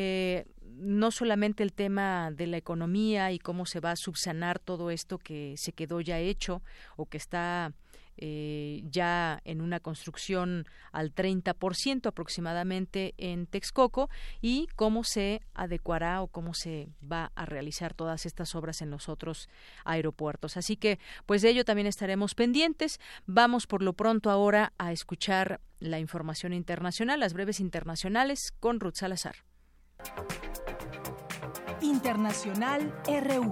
no solamente el tema de la economía y cómo se va a subsanar todo esto que se quedó ya hecho o que está ya en una construcción al 30% aproximadamente en Texcoco, y cómo se adecuará o cómo se va a realizar todas estas obras en los otros aeropuertos. Así que, pues de ello también estaremos pendientes. Vamos por lo pronto ahora a escuchar la información internacional, las breves internacionales con Ruth Salazar. Internacional RU.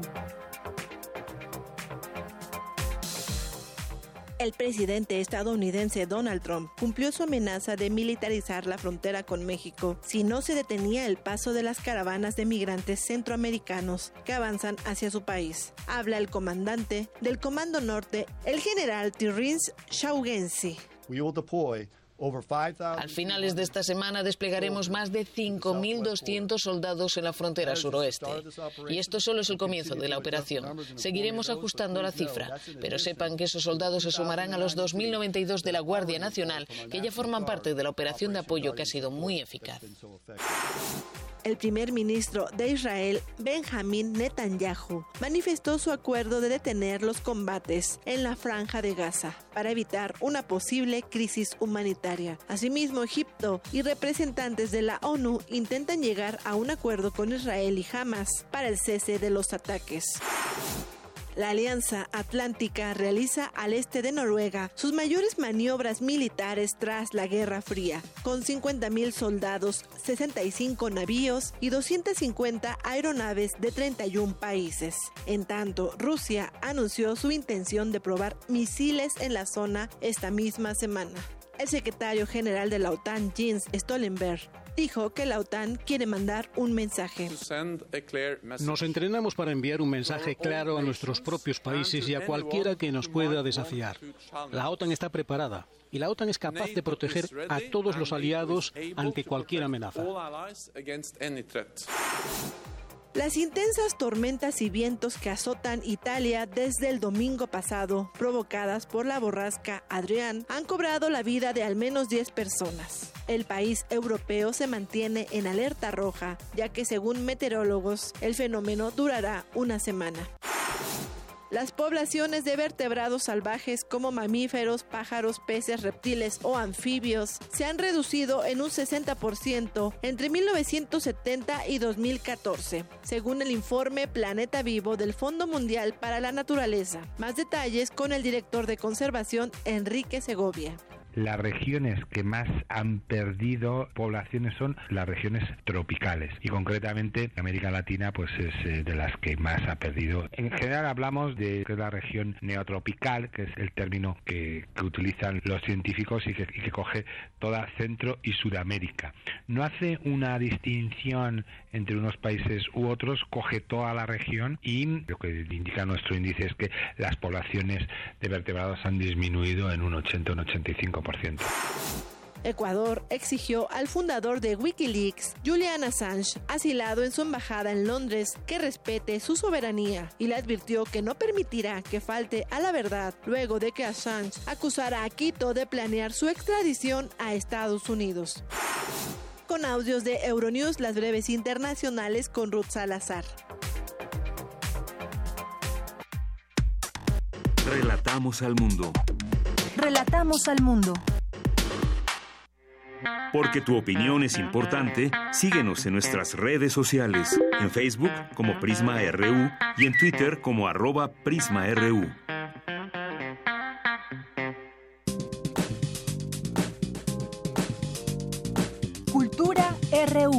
El presidente estadounidense Donald Trump cumplió su amenaza de militarizar la frontera con México si no se detenía el paso de las caravanas de migrantes centroamericanos que avanzan hacia su país. Habla el comandante del Comando Norte, el general Terence Shaugensy. Al finales de esta semana desplegaremos más de 5.200 soldados en la frontera suroeste. Y esto solo es el comienzo de la operación. Seguiremos ajustando la cifra, pero sepan que esos soldados se sumarán a los 2.092 de la Guardia Nacional, que ya forman parte de la operación de apoyo que ha sido muy eficaz. El primer ministro de Israel, Benjamín Netanyahu, manifestó su acuerdo de detener los combates en la Franja de Gaza para evitar una posible crisis humanitaria. Asimismo, Egipto y representantes de la ONU intentan llegar a un acuerdo con Israel y Hamas para el cese de los ataques. La Alianza Atlántica realiza al este de Noruega sus mayores maniobras militares tras la Guerra Fría, con 50.000 soldados, 65 navíos y 250 aeronaves de 31 países. En tanto, Rusia anunció su intención de probar misiles en la zona esta misma semana. El secretario general de la OTAN, Jens Stoltenberg, dijo que la OTAN quiere mandar un mensaje. Nos entrenamos para enviar un mensaje claro a nuestros propios países y a cualquiera que nos pueda desafiar. La OTAN está preparada y la OTAN es capaz de proteger a todos los aliados ante cualquier amenaza. Las intensas tormentas y vientos que azotan Italia desde el domingo pasado, provocadas por la borrasca Adrián, han cobrado la vida de al menos 10 personas. El país europeo se mantiene en alerta roja, ya que según meteorólogos, el fenómeno durará una semana. Las poblaciones de vertebrados salvajes como mamíferos, pájaros, peces, reptiles o anfibios se han reducido en un 60% entre 1970 y 2014, según el informe Planeta Vivo del Fondo Mundial para la Naturaleza. Más detalles con el director de conservación, Enrique Segovia. Las regiones que más han perdido poblaciones son las regiones tropicales y concretamente América Latina pues es de las que más ha perdido. En general hablamos de la región neotropical, que es el término que utilizan los científicos y que coge toda Centro y Sudamérica. No hace una distinción entre unos países u otros, coge toda la región y lo que indica nuestro índice es que las poblaciones de vertebrados han disminuido en un 80 o un 85%. Ecuador exigió al fundador de Wikileaks, Julian Assange, asilado en su embajada en Londres, que respete su soberanía y le advirtió que no permitirá que falte a la verdad luego de que Assange acusara a Quito de planear su extradición a Estados Unidos. Con audios de Euronews, las breves internacionales con Ruth Salazar. Relatamos al mundo. Relatamos al mundo. Porque tu opinión es importante, síguenos en nuestras redes sociales, en Facebook como Prisma RU y en Twitter como @PrismaRU. Cultura RU.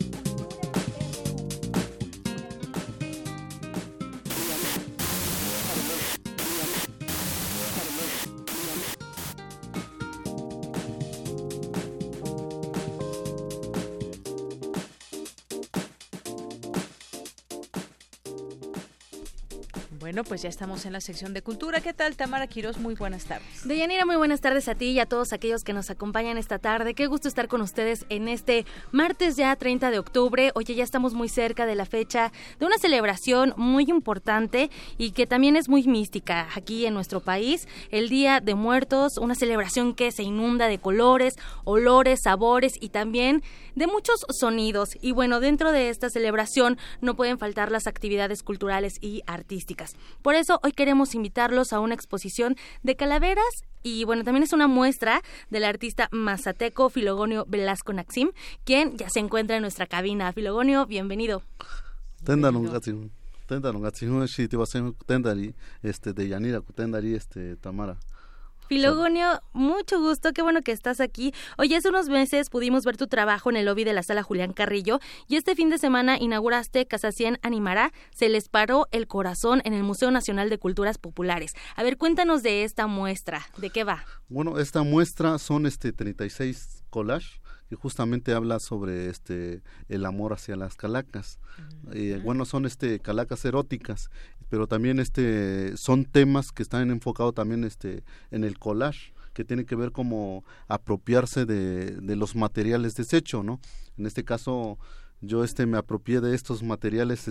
Bueno, pues ya estamos en la sección de cultura. ¿Qué tal, Tamara Quirós? Muy buenas tardes. Deyanira, muy buenas tardes a ti y a todos aquellos que nos acompañan esta tarde. Qué gusto estar con ustedes en este martes ya 30 de octubre. Oye, ya estamos muy cerca de la fecha de una celebración muy importante y que también es muy mística aquí en nuestro país. El Día de Muertos, una celebración que se inunda de colores, olores, sabores y también de muchos sonidos. Y bueno, dentro de esta celebración no pueden faltar las actividades culturales y artísticas. Por eso hoy queremos invitarlos a una exposición de calaveras y bueno, también es una muestra del artista mazateco Filogonio Velasco Naxim, quien ya se encuentra en nuestra cabina. Filogonio, bienvenido. Tamara. Filogonio, mucho gusto, qué bueno que estás aquí. Oye, hace unos meses pudimos ver tu trabajo en el lobby de la Sala Julián Carrillo y este fin de semana inauguraste Casa 100 Animará, se les paró el corazón en el Museo Nacional de Culturas Populares. A ver, cuéntanos de esta muestra, ¿de qué va? Bueno, esta muestra son 36 collages que justamente habla sobre el amor hacia las calacas. Bueno, son calacas eróticas, pero también son temas que están enfocados también en el collage, que tiene que ver como apropiarse de los materiales desecho, ¿no? En este caso yo me apropié de estos materiales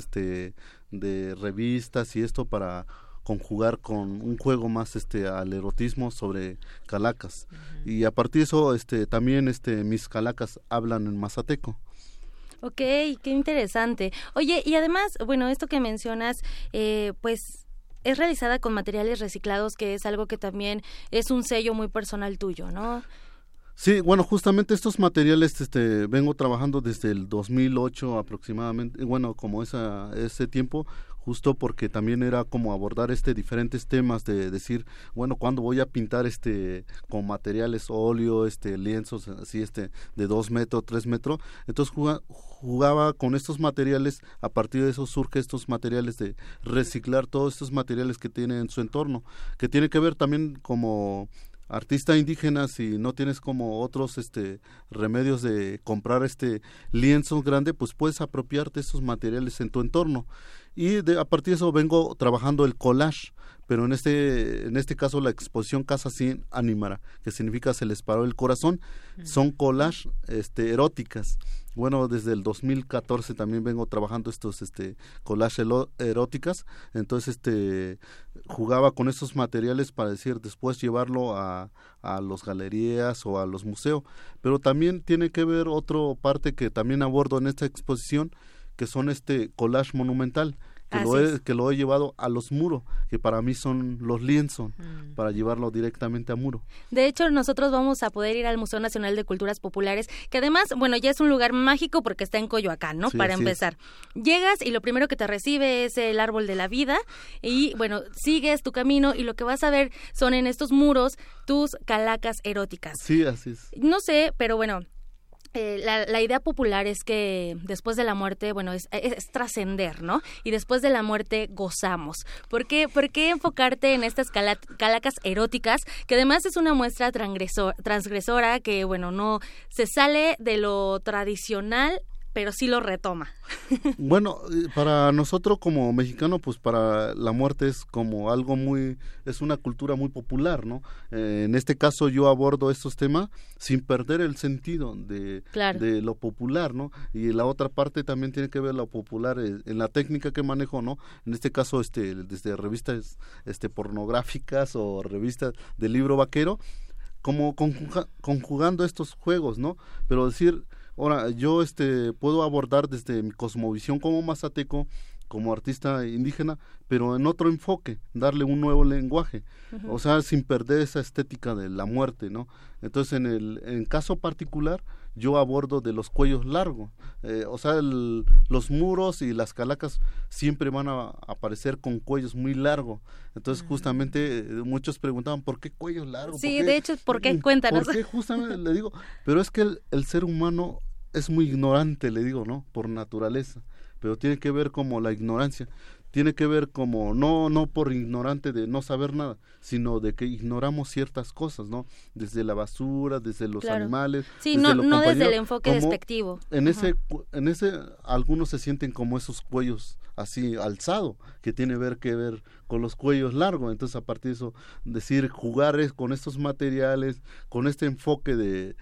de revistas y esto para conjugar con un juego más al erotismo sobre calacas. Y a partir de eso también mis calacas hablan en mazateco. Ok, qué interesante. Oye, y además, bueno, esto que mencionas, pues es realizada con materiales reciclados, que es algo que también es un sello muy personal tuyo, ¿no? Sí, bueno, justamente estos materiales vengo trabajando desde el 2008 aproximadamente, bueno, como ese tiempo, justo porque también era como abordar diferentes temas de decir, bueno, cuando voy a pintar con materiales óleo, lienzos así de 2 metros, 3 metros, entonces jugaba con estos materiales, a partir de eso surge estos materiales de reciclar todos estos materiales que tienen en su entorno, que tiene que ver también como artista indígena, si no tienes como otros remedios de comprar lienzo grande, pues puedes apropiarte esos materiales en tu entorno. Y a partir de eso vengo trabajando el collage, pero en este caso la exposición Casa 100 Animará, que significa se les paró el corazón, son collage eróticas. Bueno, desde el 2014 también vengo trabajando estos collage eróticas, entonces jugaba con estos materiales para decir después llevarlo a los galerías o a los museos, pero también tiene que ver otra parte que también abordo en esta exposición, que son collage monumental, que lo he llevado a los muros, que para mí son los lienzos, para llevarlo directamente a muro. De hecho, nosotros vamos a poder ir al Museo Nacional de Culturas Populares, que además, bueno, ya es un lugar mágico porque está en Coyoacán, ¿no? Sí, para empezar. Llegas y lo primero que te recibe es el árbol de la vida y, bueno, sigues tu camino y lo que vas a ver son en estos muros tus calacas eróticas. Sí, así es. No sé, pero bueno... La idea popular es que después de la muerte, bueno, es trascender, ¿no? Y después de la muerte gozamos. ¿Por qué enfocarte en estas calacas eróticas? Que además es una muestra transgresora que, bueno, no se sale de lo tradicional, pero sí lo retoma. Bueno, para nosotros como mexicanos, pues para la muerte es como algo es una cultura muy popular, ¿no? En este caso yo abordo estos temas sin perder el sentido de lo popular, ¿no? Y la otra parte también tiene que ver lo popular en la técnica que manejo, ¿no? En este caso, desde revistas pornográficas o revistas de libro vaquero, como conjugando estos juegos, ¿no? Pero decir... Ahora, yo puedo abordar desde mi cosmovisión como mazateco, como artista indígena, pero en otro enfoque, darle un nuevo lenguaje, o sea, sin perder esa estética de la muerte, ¿no? Entonces, en caso particular, yo abordo de los cuellos largos, o sea, los muros y las calacas siempre van a aparecer con cuellos muy largos, entonces justamente muchos preguntaban, ¿por qué cuellos largos? Sí, de hecho, ¿por qué? Cuéntanos. ¿Por qué? Justamente le digo, pero es que el ser humano es muy ignorante, le digo, ¿no? Por naturaleza, pero tiene que ver como la ignorancia, tiene que ver como, no por ignorante de no saber nada, sino de que ignoramos ciertas cosas, ¿no? Desde la basura, desde los animales. Sí, no desde el enfoque despectivo. En ese, algunos se sienten como esos cuellos así alzados, que tiene que ver con los cuellos largos, entonces a partir de eso, jugar con estos materiales, con este enfoque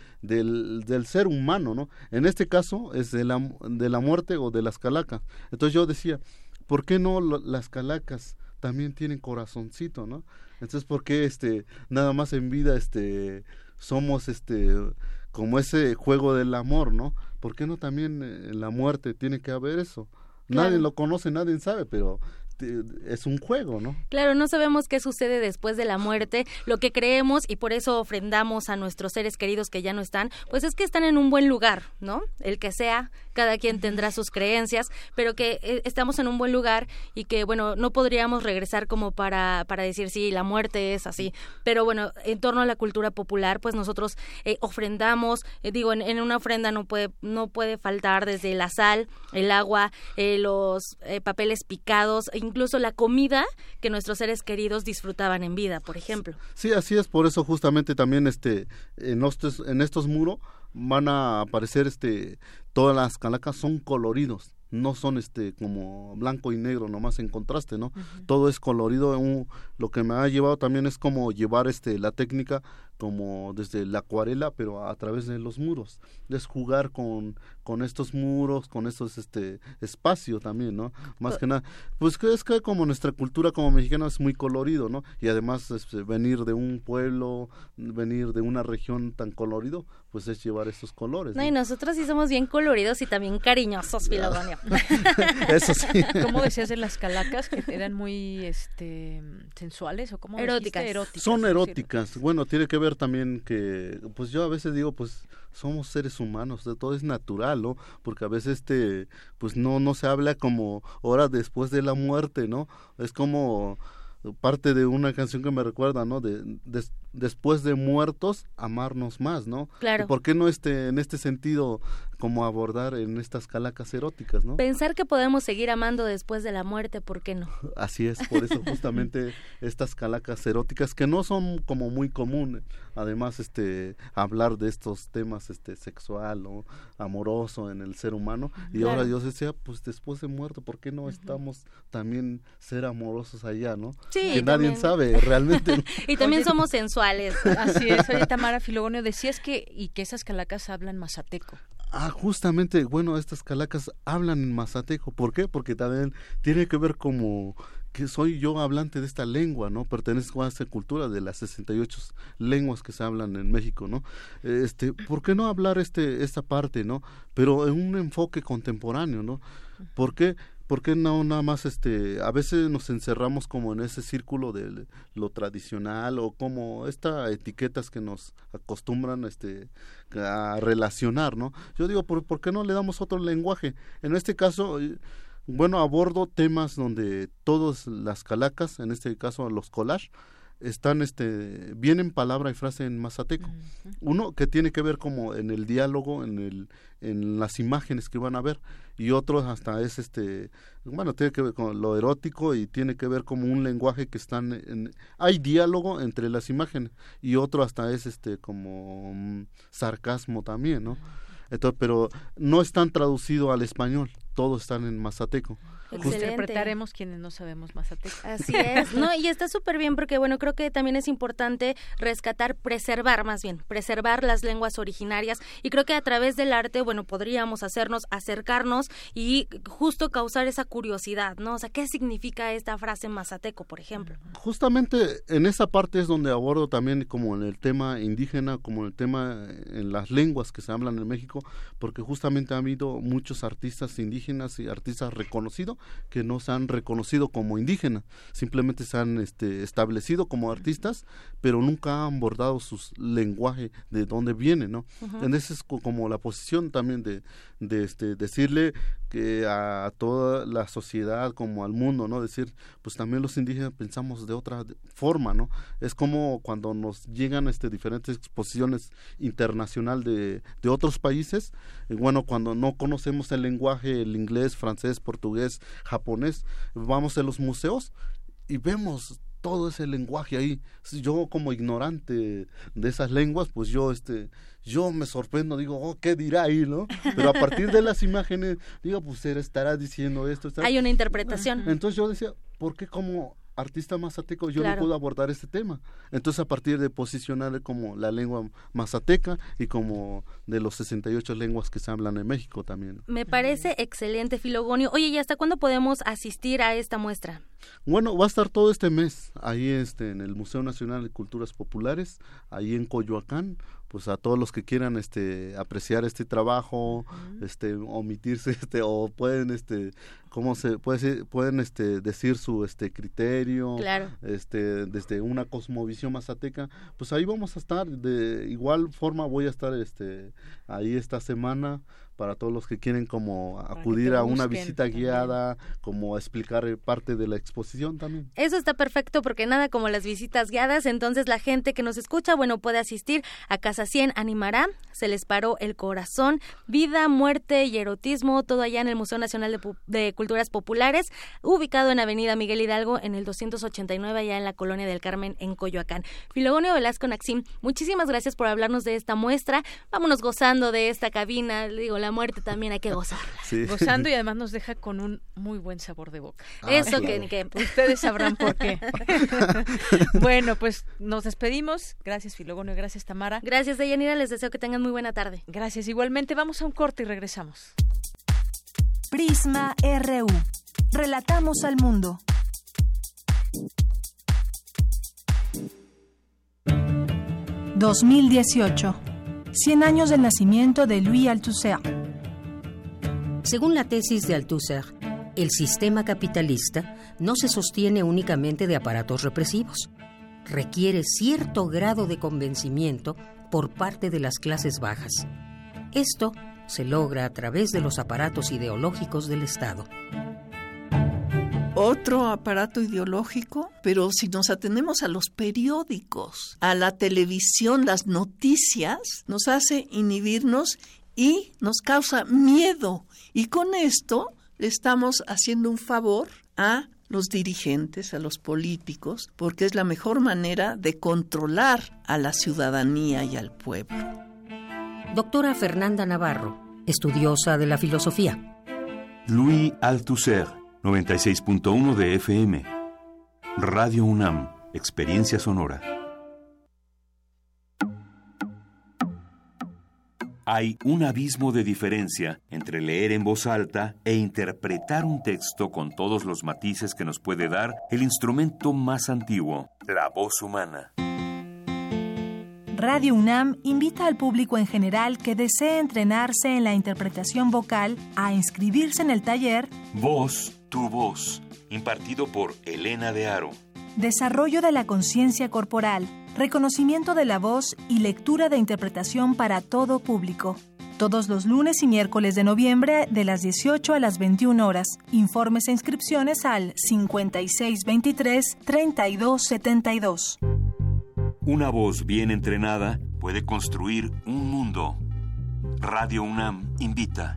del ser humano, ¿no? En este caso es de la muerte o de las calacas. Entonces yo decía, ¿por qué no las calacas también tienen corazoncito, no? Entonces, ¿por qué nada más en vida somos como ese juego del amor, ¿no? ¿Por qué no también en la muerte tiene que haber eso? Claro. Nadie lo conoce, nadie sabe, pero es un juego, ¿no? Claro, no sabemos qué sucede después de la muerte. Lo que creemos, y por eso ofrendamos a nuestros seres queridos que ya no están, pues es que están en un buen lugar, ¿no? El que sea, cada quien tendrá sus creencias, pero que estamos en un buen lugar y que, bueno, no podríamos regresar como para decir, sí, la muerte es así. Pero bueno, en torno a la cultura popular, pues nosotros ofrendamos, en una ofrenda no puede faltar desde la sal, el agua, los papeles picados, incluso la comida que nuestros seres queridos disfrutaban en vida, por ejemplo. Sí, así es, por eso justamente también en estos muros van a aparecer todas las calacas son coloridos, no son como blanco y negro nomás en contraste, ¿no? Uh-huh. Todo es colorido. Lo que me ha llevado también es como llevar la técnica como desde la acuarela, pero a través de los muros, es jugar con estos muros, con estos espacio también, ¿no? Más que nada, pues es que como nuestra cultura como mexicana es muy colorido, ¿no? Y además venir de un pueblo, venir de una región tan colorido, pues es llevar estos colores, ¿no? Y nosotros sí somos bien coloridos y también cariñosos, Filodonio. Eso sí. ¿Cómo decías de las calacas que eran muy sensuales o cómo eróticas? Eróticas. Son eróticas. Bueno, tiene que ver también que, pues yo a veces digo, pues somos seres humanos, todo es natural, ¿no? Porque a veces pues no se habla como horas después de la muerte, ¿no? Es como parte de una canción que me recuerda, ¿no? Después de muertos, amarnos más, ¿no? Claro. ¿Por qué no en este sentido como abordar en estas calacas eróticas, ¿no? Pensar que podemos seguir amando después de la muerte, ¿por qué no? Así es, por eso justamente estas calacas eróticas que no son como muy comunes, además hablar de estos temas sexual o amoroso en el ser humano, y claro. Ahora yo decía, pues después de muerto, ¿por qué no estamos también ser amorosos allá, ¿no? Sí, que nadie sabe realmente. Y también somos sensuales. Así es. Oye, Tamara Filogóneo, decías que esas calacas hablan mazateco. Justamente, bueno, estas calacas hablan en mazateco. ¿Por qué? Porque también tiene que ver como que soy yo hablante de esta lengua, ¿no? Pertenezco a esta cultura de las 68 lenguas que se hablan en México, ¿no? ¿Por qué no hablar esta parte, ¿no? Pero en un enfoque contemporáneo, ¿no? ¿Por qué? ¿por qué no nada más a veces nos encerramos como en ese círculo de lo tradicional o como estas etiquetas que nos acostumbran a relacionar, ¿no? Yo digo, ¿por qué no le damos otro lenguaje? En este caso, bueno, abordo temas donde todas las calacas, en este caso los collage, están vienen palabra y frase en mazateco. Uno que tiene que ver como en el diálogo, en las imágenes que van a ver, y otro hasta es bueno, tiene que ver con lo erótico y tiene que ver como un lenguaje que hay diálogo entre las imágenes, y otro hasta es como sarcasmo también, ¿no? Entonces, pero no están traducidos al español, todos están en mazateco. Interpretaremos quienes no sabemos mazateco. Así es, no, y está súper bien porque, bueno, creo que también es importante preservar las lenguas originarias, y creo que a través del arte, bueno, podríamos acercarnos y justo causar esa curiosidad, ¿no? O sea, ¿qué significa esta frase mazateco, por ejemplo? Justamente en esa parte es donde abordo también como en el tema indígena, como en el tema en las lenguas que se hablan en México, porque justamente ha habido muchos artistas indígenas y artistas reconocidos que no se han reconocido como indígenas, simplemente se han establecido como artistas, pero nunca han abordado su lenguaje de dónde viene, ¿no? En esa es como la posición también de decirle que a toda la sociedad, como al mundo, ¿no? Decir, pues también los indígenas pensamos de otra forma, ¿no? Es como cuando nos llegan diferentes exposiciones internacionales de otros países, bueno, cuando no conocemos el lenguaje, el inglés, francés, portugués, japonés, vamos a los museos y vemos todo ese lenguaje ahí. Yo como ignorante de esas lenguas, pues yo me sorprendo, digo, ¿qué dirá ahí, no? Pero a partir de las imágenes, digo, pues estará diciendo esto. Hay una interpretación. Entonces yo decía, ¿por qué como artista mazateco yo no puedo abordar este tema? Entonces a partir de posicionar como la lengua mazateca y como de los 68 lenguas que se hablan en México también. Me parece excelente, Filogonio. Oye, ¿y hasta cuándo podemos asistir a esta muestra? Bueno, va a estar todo este mes ahí en el Museo Nacional de Culturas Populares, ahí en Coyoacán. Pues a todos los que quieran apreciar este trabajo, omitirse o pueden ¿cómo se puede decir? Pueden decir su criterio, claro, desde una cosmovisión mazateca, pues ahí vamos a estar. De igual forma voy a estar ahí esta semana para todos los que quieren como acudir a una visita guiada, como explicar parte de la exposición también. Eso está perfecto porque nada como las visitas guiadas, entonces la gente que nos escucha, bueno, puede asistir a Casa 100 Animará, Se les paró el corazón, Vida, Muerte y Erotismo, todo allá en el Museo Nacional de Culturas Populares, ubicado en Avenida Miguel Hidalgo, en el 289, allá en la Colonia del Carmen, en Coyoacán. Filogonio Velasco Naxim, muchísimas gracias por hablarnos de esta muestra, vámonos gozando de esta cabina, digo, la muerte también hay que gozarla. Sí. Gozando, y además nos deja con un muy buen sabor de boca. Eso claro. que ustedes sabrán por qué. Bueno, pues nos despedimos. Gracias, Filogonio, gracias, Tamara. Gracias, Deyanira, les deseo que tengan muy buena tarde. Gracias, igualmente. Vamos a un corte y regresamos. Prisma RU. Relatamos al mundo. ...2018... 100 años del nacimiento de Louis Althusser. Según la tesis de Althusser, el sistema capitalista no se sostiene únicamente de aparatos represivos. Requiere cierto grado de convencimiento por parte de las clases bajas. Esto se logra a través de los aparatos ideológicos del Estado. Otro aparato ideológico, pero si nos atenemos a los periódicos, a la televisión, las noticias, nos hace inhibirnos y nos causa miedo. Y con esto le estamos haciendo un favor a los dirigentes, a los políticos, porque es la mejor manera de controlar a la ciudadanía y al pueblo. Doctora Fernanda Navarro, estudiosa de la filosofía. Louis Althusser, 96.1 de FM. Radio UNAM, experiencia sonora. Hay un abismo de diferencia entre leer en voz alta e interpretar un texto con todos los matices que nos puede dar el instrumento más antiguo, la voz humana. Radio UNAM invita al público en general que desee entrenarse en la interpretación vocal a inscribirse en el taller Voz, Tu voz, impartido por Elena de Haro. Desarrollo de la conciencia corporal, reconocimiento de la voz y lectura de interpretación para todo público. Todos los lunes y miércoles de noviembre de las 18 a las 21 horas. Informes e inscripciones al 5623-3272. Una voz bien entrenada puede construir un mundo. Radio UNAM invita.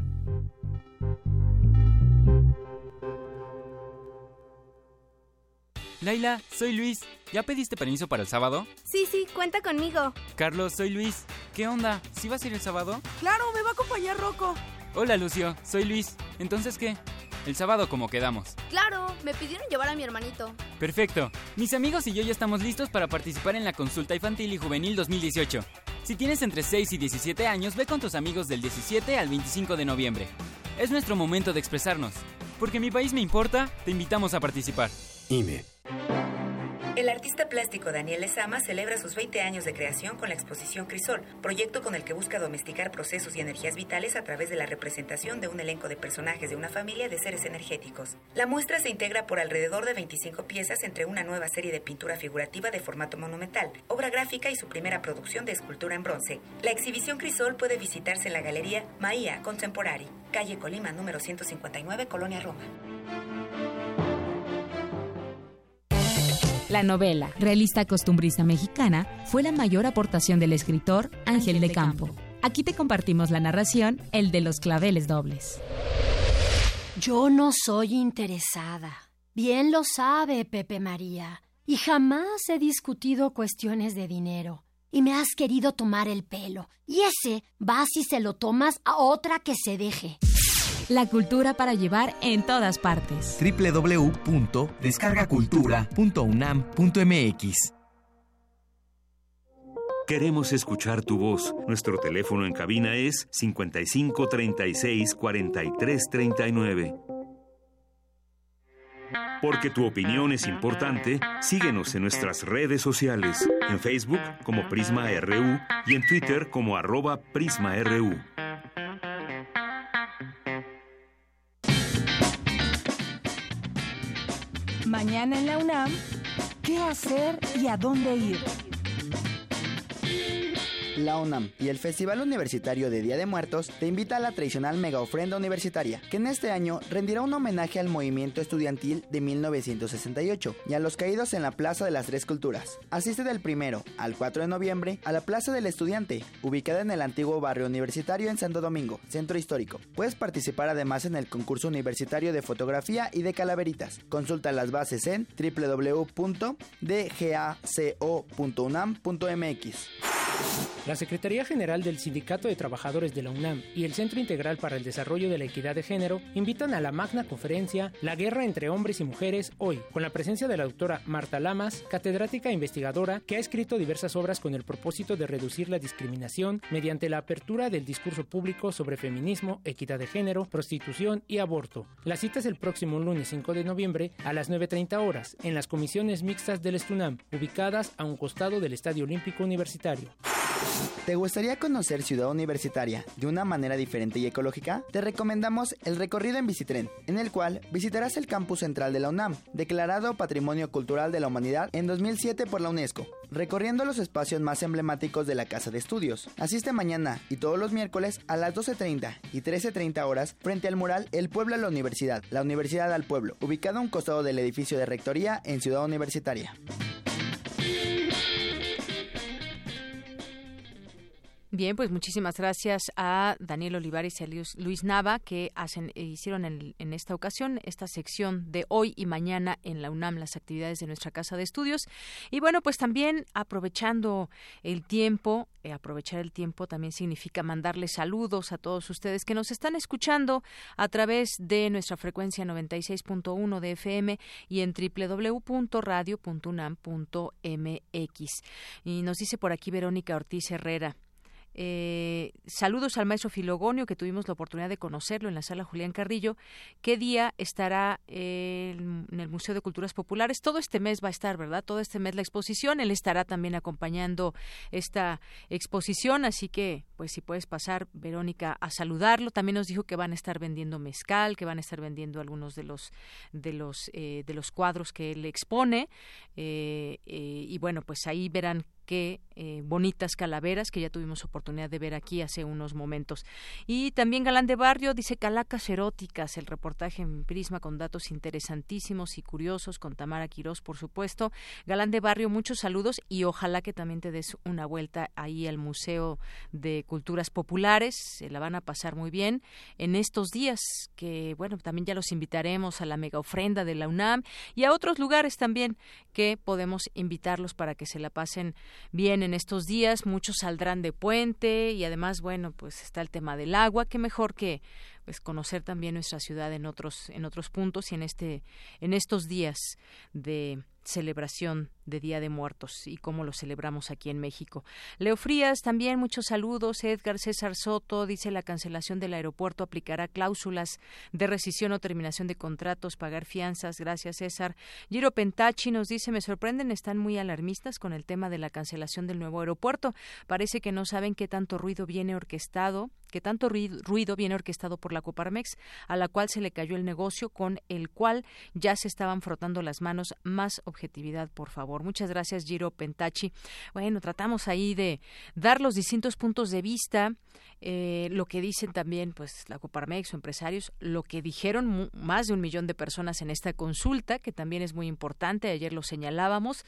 Laila, soy Luis. ¿Ya pediste permiso para el sábado? Sí, cuenta conmigo. Carlos, soy Luis. ¿Qué onda? ¿Sí vas a ir el sábado? Claro, me va a acompañar Rocco. Hola, Lucio. Soy Luis. ¿Entonces qué? El sábado como quedamos. Claro, me pidieron llevar a mi hermanito. Perfecto. Mis amigos y yo ya estamos listos para participar en la Consulta Infantil y Juvenil 2018. Si tienes entre 6 y 17 años, ve con tus amigos del 17 al 25 de noviembre. Es nuestro momento de expresarnos. Porque mi país me importa, te invitamos a participar. IME. El artista plástico Daniel Lezama celebra sus 20 años de creación con la exposición Crisol, proyecto con el que busca domesticar procesos y energías vitales a través de la representación de un elenco de personajes de una familia de seres energéticos. La muestra se integra por alrededor de 25 piezas entre una nueva serie de pintura figurativa de formato monumental, obra gráfica y su primera producción de escultura en bronce. La exhibición Crisol puede visitarse en la Galería Maia Contemporary, calle Colima, número 159, Colonia Roma. La novela realista costumbrista mexicana fue la mayor aportación del escritor Ángel de Campo. Aquí te compartimos la narración, el de los claveles dobles. Yo no soy interesada. Bien lo sabe, Pepe María. Y jamás he discutido cuestiones de dinero. Y me has querido tomar el pelo. Y ese vas y se lo tomas a otra que se deje. La cultura para llevar en todas partes. www.descargacultura.unam.mx. Queremos escuchar tu voz. Nuestro teléfono en cabina es 55 36 43 39. Porque tu opinión es importante, síguenos en nuestras redes sociales. En Facebook como Prisma RU y en Twitter como @PrismaRU. Mañana en la UNAM, ¿qué hacer y a dónde ir? La UNAM y el Festival Universitario de Día de Muertos te invita a la tradicional mega ofrenda universitaria, que en este año rendirá un homenaje al movimiento estudiantil de 1968 y a los caídos en la Plaza de las Tres Culturas. Asiste del 1 al 4 de noviembre a la Plaza del Estudiante, ubicada en el antiguo barrio universitario en Santo Domingo, centro histórico. Puedes participar además en el concurso universitario de fotografía y de calaveritas. Consulta las bases en www.dgaco.unam.mx. La Secretaría General del Sindicato de Trabajadores de la UNAM y el Centro Integral para el Desarrollo de la Equidad de Género invitan a la magna conferencia La Guerra entre Hombres y Mujeres hoy, con la presencia de la doctora Marta Lamas, catedrática e investigadora que ha escrito diversas obras con el propósito de reducir la discriminación mediante la apertura del discurso público sobre feminismo, equidad de género, prostitución y aborto. La cita es el próximo lunes 5 de noviembre a las 9:30 horas en las comisiones mixtas del Estunam, ubicadas a un costado del Estadio Olímpico Universitario. ¿Te gustaría conocer Ciudad Universitaria de una manera diferente y ecológica? Te recomendamos el recorrido en bicitren, en el cual visitarás el campus central de la UNAM, declarado Patrimonio Cultural de la Humanidad en 2007 por la UNESCO, recorriendo los espacios más emblemáticos de la Casa de Estudios. Asiste mañana y todos los miércoles a las 12:30 y 13:30 horas frente al mural El Pueblo a la Universidad, la Universidad al Pueblo, ubicado a un costado del edificio de Rectoría en Ciudad Universitaria. Bien, pues muchísimas gracias a Daniel Olivares y a Luis Nava que hicieron en esta ocasión esta sección de hoy y mañana en la UNAM, las actividades de nuestra casa de estudios. Y bueno, pues también aprovechando el tiempo, aprovechar el tiempo también significa mandarles saludos a todos ustedes que nos están escuchando a través de nuestra frecuencia 96.1 de FM y en www.radio.unam.mx. Y nos dice por aquí Verónica Ortiz Herrera, Saludos al maestro Filogonio, que tuvimos la oportunidad de conocerlo en la sala Julián Carrillo. ¿Qué día estará en el Museo de Culturas Populares? Todo este mes va a estar, ¿verdad? Todo este mes la exposición. Él estará también acompañando esta exposición, así que, pues, si puedes pasar, Verónica, a saludarlo. También nos dijo que van a estar vendiendo mezcal, que van a estar vendiendo algunos de los cuadros que él expone. Y bueno, pues ahí verán qué bonitas calaveras que ya tuvimos oportunidad de ver aquí hace unos momentos. Y también Galán de Barrio dice calacas eróticas, el reportaje en Prisma con datos interesantísimos y curiosos, con Tamara Quirós, por supuesto. Galán de Barrio, muchos saludos y ojalá que también te des una vuelta ahí al Museo de Culturas Populares. Se la van a pasar muy bien en estos días, que bueno, también ya los invitaremos a la mega ofrenda de la UNAM y a otros lugares también que podemos invitarlos para que se la pasen bien en estos días. Muchos saldrán de puente y además, bueno, pues está el tema del agua. Qué mejor que pues conocer también nuestra ciudad en otros puntos y en estos días de celebración de Día de Muertos y cómo lo celebramos aquí en México. Leo Frías, también muchos saludos. Edgar César Soto dice la cancelación del aeropuerto aplicará cláusulas de rescisión o terminación de contratos, pagar fianzas. Gracias, César. Giro Pentachi nos dice, me sorprenden, están muy alarmistas con el tema de la cancelación del nuevo aeropuerto. Parece que no saben qué tanto ruido viene orquestado por la Coparmex, a la cual se le cayó el negocio con el cual ya se estaban frotando las manos. Más objetividad, por favor. Muchas gracias, Giro Pentachi. Bueno, tratamos ahí de dar los distintos puntos de vista, lo que dicen también pues la Coparmex o empresarios, lo que dijeron más de 1 millón de personas en esta consulta, que también es muy importante, ayer lo señalábamos,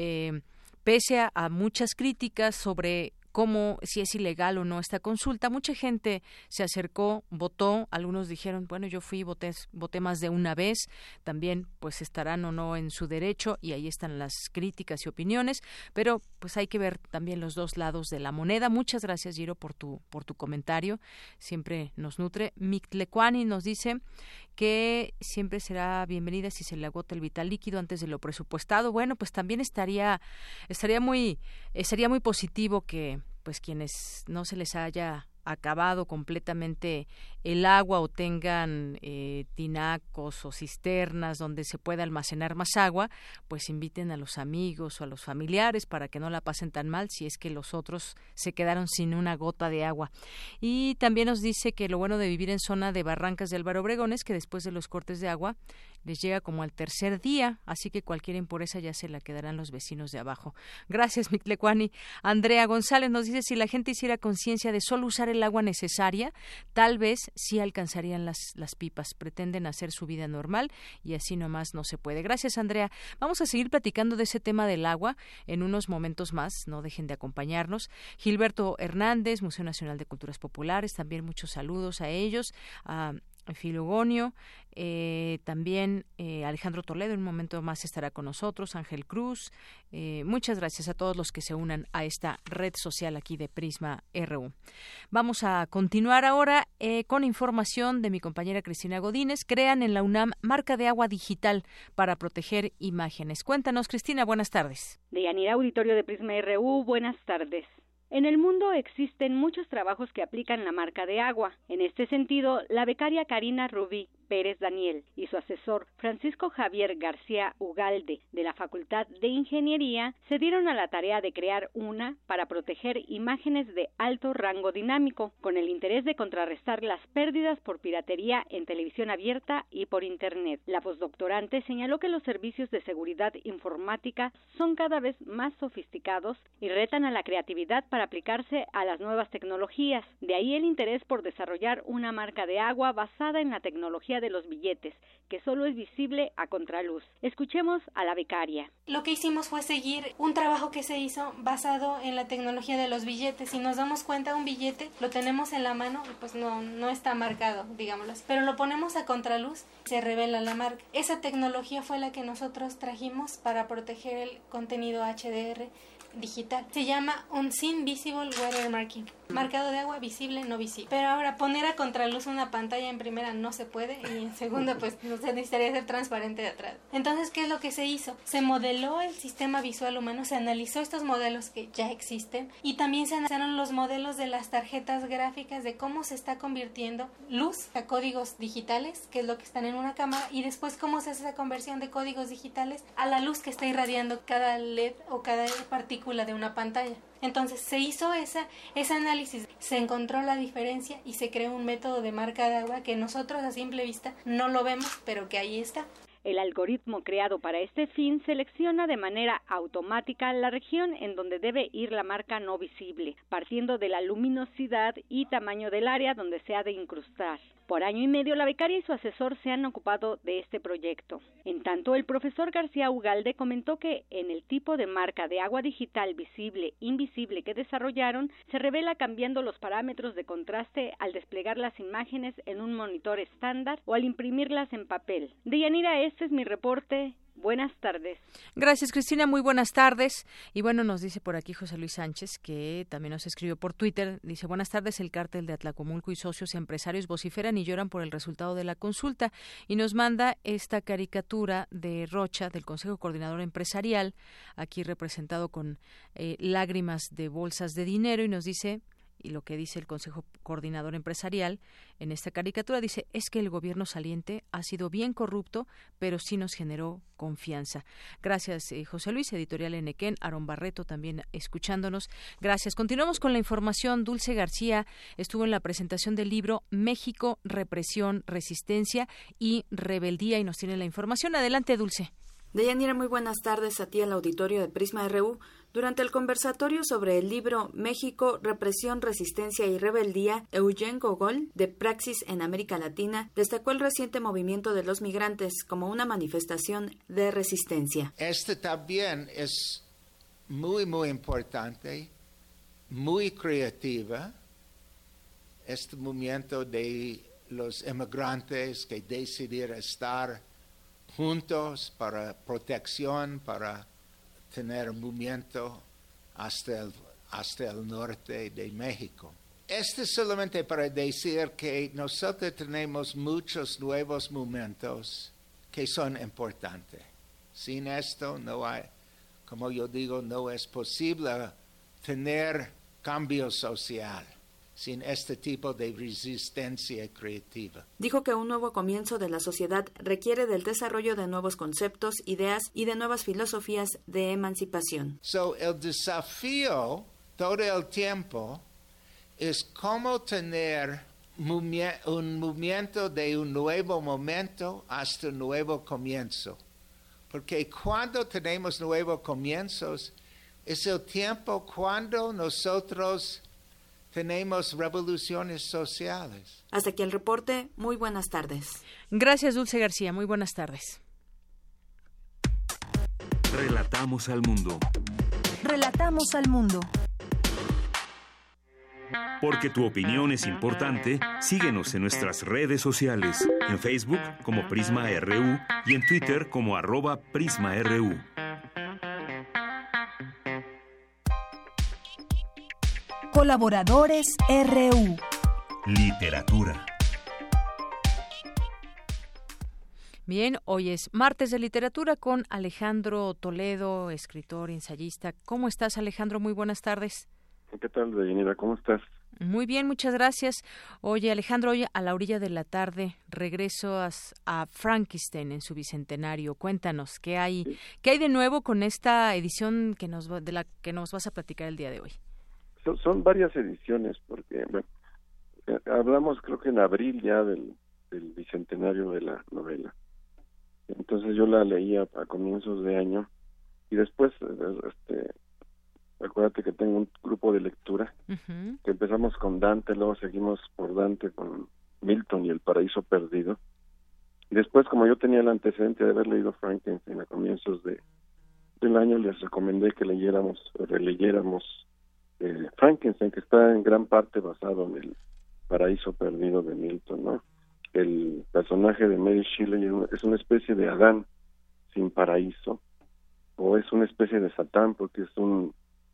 pese a muchas críticas sobre si es ilegal o no esta consulta. Mucha gente se acercó, votó, algunos dijeron, bueno, yo fui, voté más de una vez, también pues estarán o no en su derecho, y ahí están las críticas y opiniones, pero pues hay que ver también los dos lados de la moneda. Muchas gracias, Giro, por tu comentario, siempre nos nutre. Mictlecuani nos dice que siempre será bienvenida si se le agota el vital líquido antes de lo presupuestado. Bueno, pues también estaría muy positivo que pues quienes no se les haya acabado completamente el agua o tengan tinacos o cisternas donde se pueda almacenar más agua, pues inviten a los amigos o a los familiares para que no la pasen tan mal si es que los otros se quedaron sin una gota de agua. Y también nos dice que lo bueno de vivir en zona de Barrancas de Álvaro Obregón es que después de los cortes de agua les llega como al tercer día, así que cualquier impureza ya se la quedarán los vecinos de abajo. Gracias, Mictlecuani. Andrea González nos dice, si la gente hiciera conciencia de solo usar el agua necesaria, tal vez sí alcanzarían las pipas. Pretenden hacer su vida normal y así nomás no se puede. Gracias, Andrea. Vamos a seguir platicando de ese tema del agua en unos momentos más. No dejen de acompañarnos. Gilberto Hernández, Museo Nacional de Culturas Populares, también muchos saludos a ellos. Filogonio, también Alejandro Toledo, en un momento más estará con nosotros, Ángel Cruz. Muchas gracias a todos los que se unan a esta red social aquí de Prisma RU. Vamos a continuar ahora con información de mi compañera Cristina Godínez. Crean en la UNAM marca de agua digital para proteger imágenes. Cuéntanos, Cristina, buenas tardes. Deyanira, auditorio de Prisma RU, buenas tardes. En el mundo existen muchos trabajos que aplican la marca de agua. En este sentido, la becaria Karina Rubí Pérez Daniel y su asesor Francisco Javier García Ugalde de la Facultad de Ingeniería se dieron a la tarea de crear una para proteger imágenes de alto rango dinámico, con el interés de contrarrestar las pérdidas por piratería en televisión abierta y por Internet. La postdoctorante señaló que los servicios de seguridad informática son cada vez más sofisticados y retan a la creatividad para aplicarse a las nuevas tecnologías. De ahí el interés por desarrollar una marca de agua basada en la tecnología de los billetes, que solo es visible a contraluz. Escuchemos a la becaria. Lo que hicimos fue seguir un trabajo que se hizo basado en la tecnología de los billetes. Si nos damos cuenta, un billete lo tenemos en la mano y pues no está marcado, digámoslo así. Pero lo ponemos a contraluz, se revela la marca. Esa tecnología fue la que nosotros trajimos para proteger el contenido HDR digital. Se llama Unseen Visible Watermarking, marcado de agua visible, no visible. Pero ahora poner a contraluz una pantalla en primera no se puede y en segunda pues no se necesitaría ser transparente de atrás. Entonces, ¿qué es lo que se hizo? Se modeló el sistema visual humano, se analizó estos modelos que ya existen y también se analizaron los modelos de las tarjetas gráficas de cómo se está convirtiendo luz a códigos digitales, que es lo que están en una cámara, y después cómo se hace esa conversión de códigos digitales a la luz que está irradiando cada LED o cada partícula de una pantalla. Entonces se hizo ese análisis, se encontró la diferencia y se creó un método de marca de agua que nosotros a simple vista no lo vemos, pero que ahí está. El algoritmo creado para este fin selecciona de manera automática la región en donde debe ir la marca no visible, partiendo de la luminosidad y tamaño del área donde se ha de incrustar. Por año y medio, la becaria y su asesor se han ocupado de este proyecto. En tanto, el profesor García Ugalde comentó que en el tipo de marca de agua digital visible-invisible que desarrollaron, se revela cambiando los parámetros de contraste al desplegar las imágenes en un monitor estándar o al imprimirlas en papel. Deyanira, este es mi reporte. Buenas tardes. Gracias, Cristina. Muy buenas tardes. Y bueno, nos dice por aquí José Luis Sánchez, que también nos escribió por Twitter. Dice, buenas tardes, el cártel de Atlacomulco y socios empresarios vociferan y lloran por el resultado de la consulta. Y nos manda esta caricatura de Rocha, del Consejo Coordinador Empresarial, aquí representado con lágrimas de bolsas de dinero, y nos dice... Y lo que dice el Consejo Coordinador Empresarial en esta caricatura dice, es que el gobierno saliente ha sido bien corrupto, pero sí nos generó confianza. Gracias, José Luis, editorial Enequén, Aarón Barreto también escuchándonos. Gracias. Continuamos con la información. Dulce García estuvo en la presentación del libro México, Represión, Resistencia y Rebeldía y nos tiene la información. Adelante, Dulce. Deyanira, muy buenas tardes a ti al auditorio de Prisma RU. Durante el conversatorio sobre el libro México, Represión, Resistencia y Rebeldía, Eugene Gogol, de Praxis en América Latina, destacó el reciente movimiento de los migrantes como una manifestación de resistencia. Este también es muy importante, muy creativa, este movimiento de los emigrantes que decidieron estar juntos para protección, para tener un movimiento hasta el norte de México. Esto es solamente para decir que nosotros tenemos muchos nuevos momentos que son importantes. Sin esto no hay, como yo digo, no es posible tener cambio social sin este tipo de resistencia creativa. Dijo que un nuevo comienzo de la sociedad requiere del desarrollo de nuevos conceptos, ideas y de nuevas filosofías de emancipación. El desafío todo el tiempo es cómo tener un movimiento de un nuevo momento hasta un nuevo comienzo. Porque cuando tenemos nuevos comienzos, es el tiempo cuando nosotros tenemos revoluciones sociales. Hasta aquí el reporte. Muy buenas tardes. Gracias, Dulce García. Muy buenas tardes. Relatamos al mundo. Relatamos al mundo. Porque tu opinión es importante, síguenos en nuestras redes sociales. En Facebook como Prisma RU y en Twitter como @PrismaRU. Colaboradores RU. Literatura. Bien, hoy es martes de literatura con Alejandro Toledo, escritor, ensayista. ¿Cómo estás, Alejandro? Muy buenas tardes. ¿Qué tal, Deyanira? ¿Cómo estás? Muy bien, muchas gracias. Oye, Alejandro, hoy a la orilla de la tarde regreso a Frankenstein en su bicentenario. Cuéntanos, ¿qué hay de nuevo con esta edición de la que nos vas a platicar el día de hoy? Son varias ediciones, porque hablamos creo que en abril ya del bicentenario de la novela. Entonces yo la leía a comienzos de año y después, acuérdate que tengo un grupo de lectura, que empezamos con Dante, luego seguimos por Dante con Milton y El Paraíso Perdido. Y después, como yo tenía el antecedente de haber leído Frankenstein a comienzos del año, les recomendé que releyéramos Frankenstein, que está en gran parte basado en El Paraíso Perdido de Milton, ¿no? El personaje de Mary Shelley es una especie de Adán sin paraíso, o es una especie de Satán, porque es un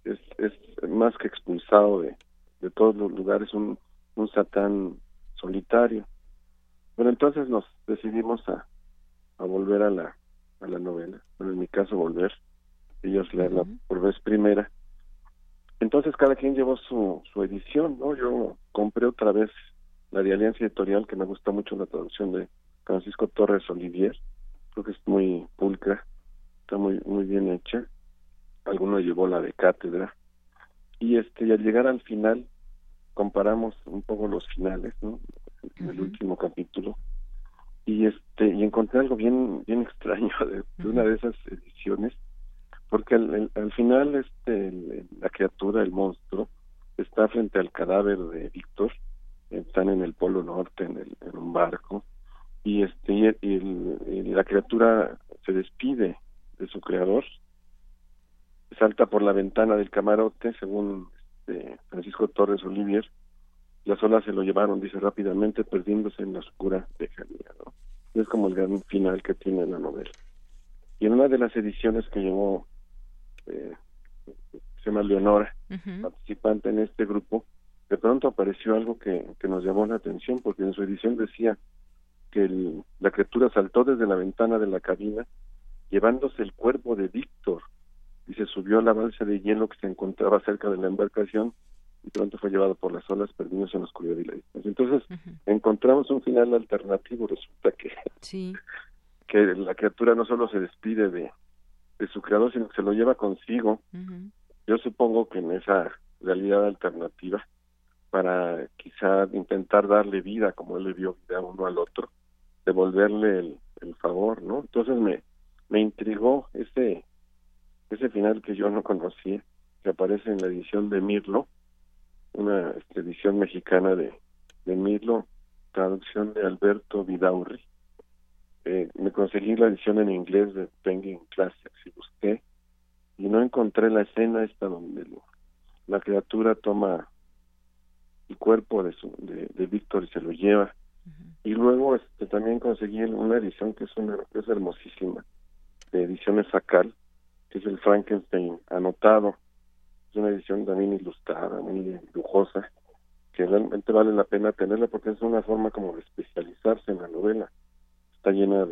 es más que expulsado de todos los lugares, un Satán solitario. Bueno, entonces nos decidimos a volver a la novela. Bueno, en mi caso volver, ellos leerla por vez primera. Entonces cada quien llevó su edición, ¿no? Yo compré otra vez la de Alianza Editorial, que me gusta mucho la traducción de Francisco Torres Olivier. Creo que es muy pulcra, está muy bien hecha. Alguno llevó la de Cátedra. Y al llegar al final, comparamos un poco los finales, ¿no? En el último capítulo. Y encontré algo bien extraño de una de esas ediciones, porque al final la criatura, el monstruo, está frente al cadáver de Víctor. Están en el Polo Norte en un barco, y la criatura se despide de su creador, salta por la ventana del camarote, según Francisco Torres Olivier. Las olas se lo llevaron, dice, rápidamente, perdiéndose en la oscura lejanía, ¿no? Es como el gran final que tiene la novela. Y en una de las ediciones que llevó, se llama Leonora, participante en este grupo, de pronto apareció algo que nos llamó la atención, porque en su edición decía que la criatura saltó desde la ventana de la cabina, llevándose el cuerpo de Víctor, y se subió a la balsa de hielo que se encontraba cerca de la embarcación, y pronto fue llevado por las olas, perdiéndose en la oscuridad y la distancia. Entonces encontramos un final alternativo. Resulta que la criatura no solo se despide de su creador, sino que se lo lleva consigo. Yo supongo que en esa realidad alternativa, para quizá intentar darle vida, como él le dio vida uno al otro, devolverle el favor, ¿no? Entonces me intrigó ese final que yo no conocía, que aparece en la edición de Mirlo, una edición mexicana de Mirlo, traducción de Alberto Vidaurri. Me conseguí la edición en inglés de Penguin Classics y busqué, y no encontré la escena esta donde la criatura toma el cuerpo de Víctor y se lo lleva. Y luego también conseguí una edición que es hermosísima, de Ediciones Sacal, que es el Frankenstein anotado. Es una edición también ilustrada, muy lujosa, que realmente vale la pena tenerla porque es una forma como de especializarse en la novela. Está llena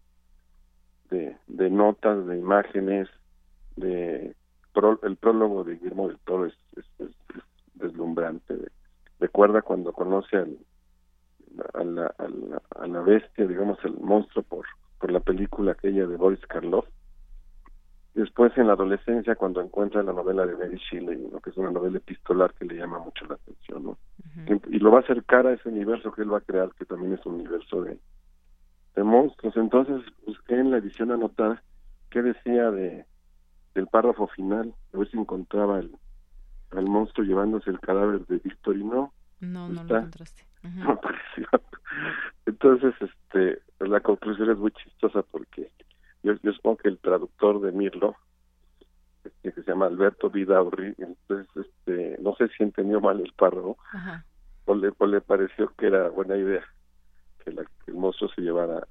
de notas, de imágenes, el prólogo de Guillermo del Toro es deslumbrante. Recuerda cuando conoce a la bestia, digamos, el monstruo por la película aquella de Boris Karloff. Después, en la adolescencia, cuando encuentra la novela de Mary Shelley, ¿no? Que es una novela epistolar que le llama mucho la atención, ¿no? Y lo va a acercar a ese universo que él va a crear, que también es un universo de monstruos. Entonces busqué en la edición anotada qué decía del párrafo final, a ver si encontraba al monstruo llevándose el cadáver de Víctor, y no lo encontraste. No apareció. Entonces, la conclusión es muy chistosa porque yo supongo que el traductor de Mirlo, que se llama Alberto Vidaurri, entonces no sé si entendió mal el párrafo, o le pareció que era buena idea que el monstruo se llevara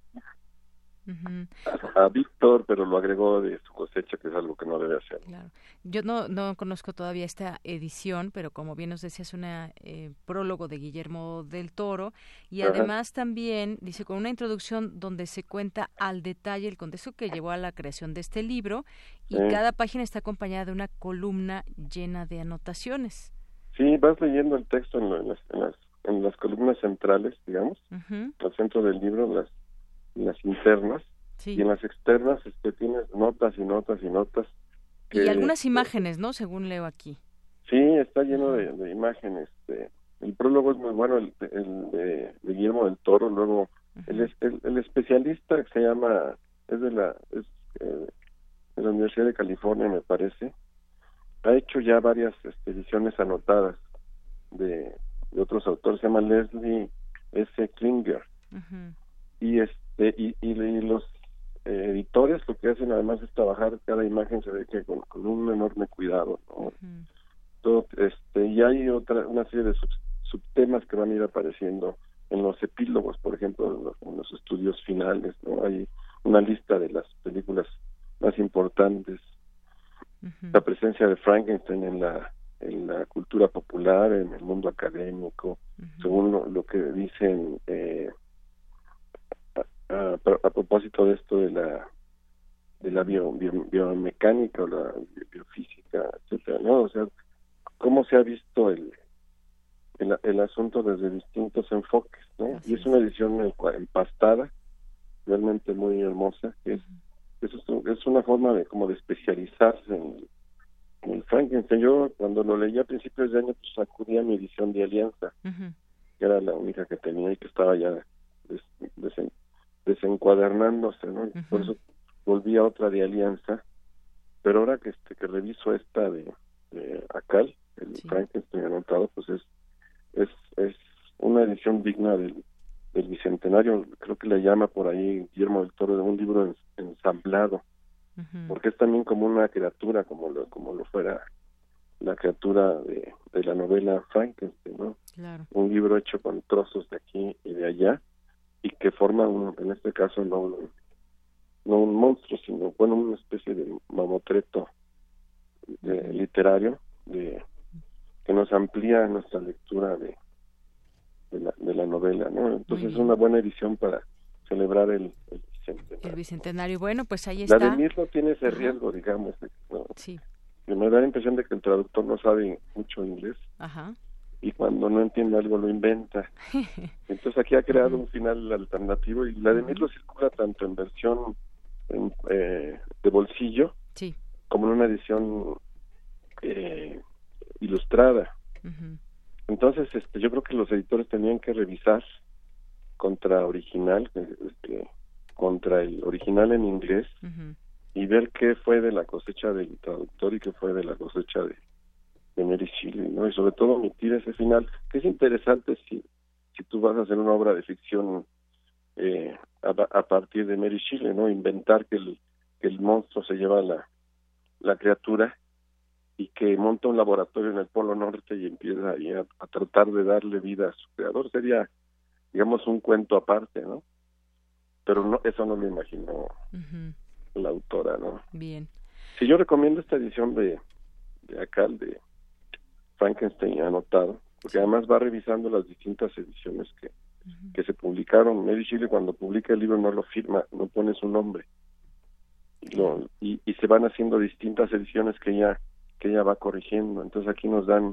a Víctor, pero lo agregó de su cosecha, que es algo que no debe hacer. Claro. Yo no conozco todavía esta edición, pero como bien nos decías, una prólogo de Guillermo del Toro, y además también, dice, con una introducción donde se cuenta al detalle el contexto que llevó a la creación de este libro, y cada página está acompañada de una columna llena de anotaciones. Sí, vas leyendo el texto en las columnas centrales, digamos, al centro del libro, las internas, y en las externas tienes notas y notas y notas. Y algunas imágenes, ¿no? Según leo aquí. Sí, está lleno de imágenes. El prólogo es muy bueno, el de Guillermo del Toro. Luego, el especialista que se llama, es de la Universidad de California, me parece, ha hecho ya varias ediciones anotadas de otros autores. Se llama Leslie S. Klinger. Y los editores lo que hacen además es trabajar cada imagen, se ve que con un enorme cuidado, ¿no? Todo, y hay una serie de subtemas que van a ir apareciendo en los epílogos, por ejemplo, en los estudios finales, ¿no? Hay una lista de las películas más importantes la presencia de Frankenstein en la cultura popular, en el mundo académico, según lo que dicen a propósito de esto de la biomecánica o la biofísica, etcétera, ¿no? O sea, cómo se ha visto el asunto desde distintos enfoques, ¿no? Y es una edición empastada, realmente muy hermosa, que es una forma de como de especializarse en el Frankenstein. Yo cuando lo leí a principios de año, pues acudí a mi edición de Alianza, que era la única que tenía y que estaba ya desencuadernándose, ¿no? Y por eso volví a otra de Alianza, pero ahora que reviso esta de Akal, el Frankenstein anotado, pues es una edición digna del bicentenario. Creo que le llama por ahí Guillermo del Toro, de un libro ensamblado, porque es también como una criatura, como lo fuera la criatura de la novela Frankenstein, ¿no? Claro. Un libro hecho con trozos de aquí y de allá, y que forma en este caso no un monstruo, sino una especie de mamotreto literario que nos amplía nuestra lectura de la novela, ¿no? Entonces es una buena edición para celebrar el bicentenario. El bicentenario, bueno, pues ahí está. La de Mirlo tiene ese riesgo, digamos, ¿no? Sí. Que me da la impresión de que el traductor no sabe mucho inglés. Ajá. Y cuando no entiende algo lo inventa. Entonces aquí ha creado un final alternativo, y la de Mirlo circula tanto en versión de bolsillo, sí, como en una edición ilustrada. Entonces yo creo que los editores tenían que revisar contra el original en inglés, y ver qué fue de la cosecha del traductor y qué fue de la cosecha de Mary Shelley, ¿no? Y sobre todo omitir ese final, que es interesante si tú vas a hacer una obra de ficción a partir de Mary Shelley, ¿no? Inventar que el monstruo se lleva la criatura y que monta un laboratorio en el Polo Norte y empieza ahí a tratar de darle vida a su creador. Sería, digamos, un cuento aparte, ¿no? Pero no, eso no me imaginó la autora, ¿no? Bien. Sí, yo recomiendo esta edición de Akal, de Frankenstein anotado, porque además va revisando las distintas ediciones que se publicaron. Mary Shelley, cuando publica el libro, no lo firma, no pone su nombre, y se van haciendo distintas ediciones que ella va corrigiendo. Entonces aquí nos dan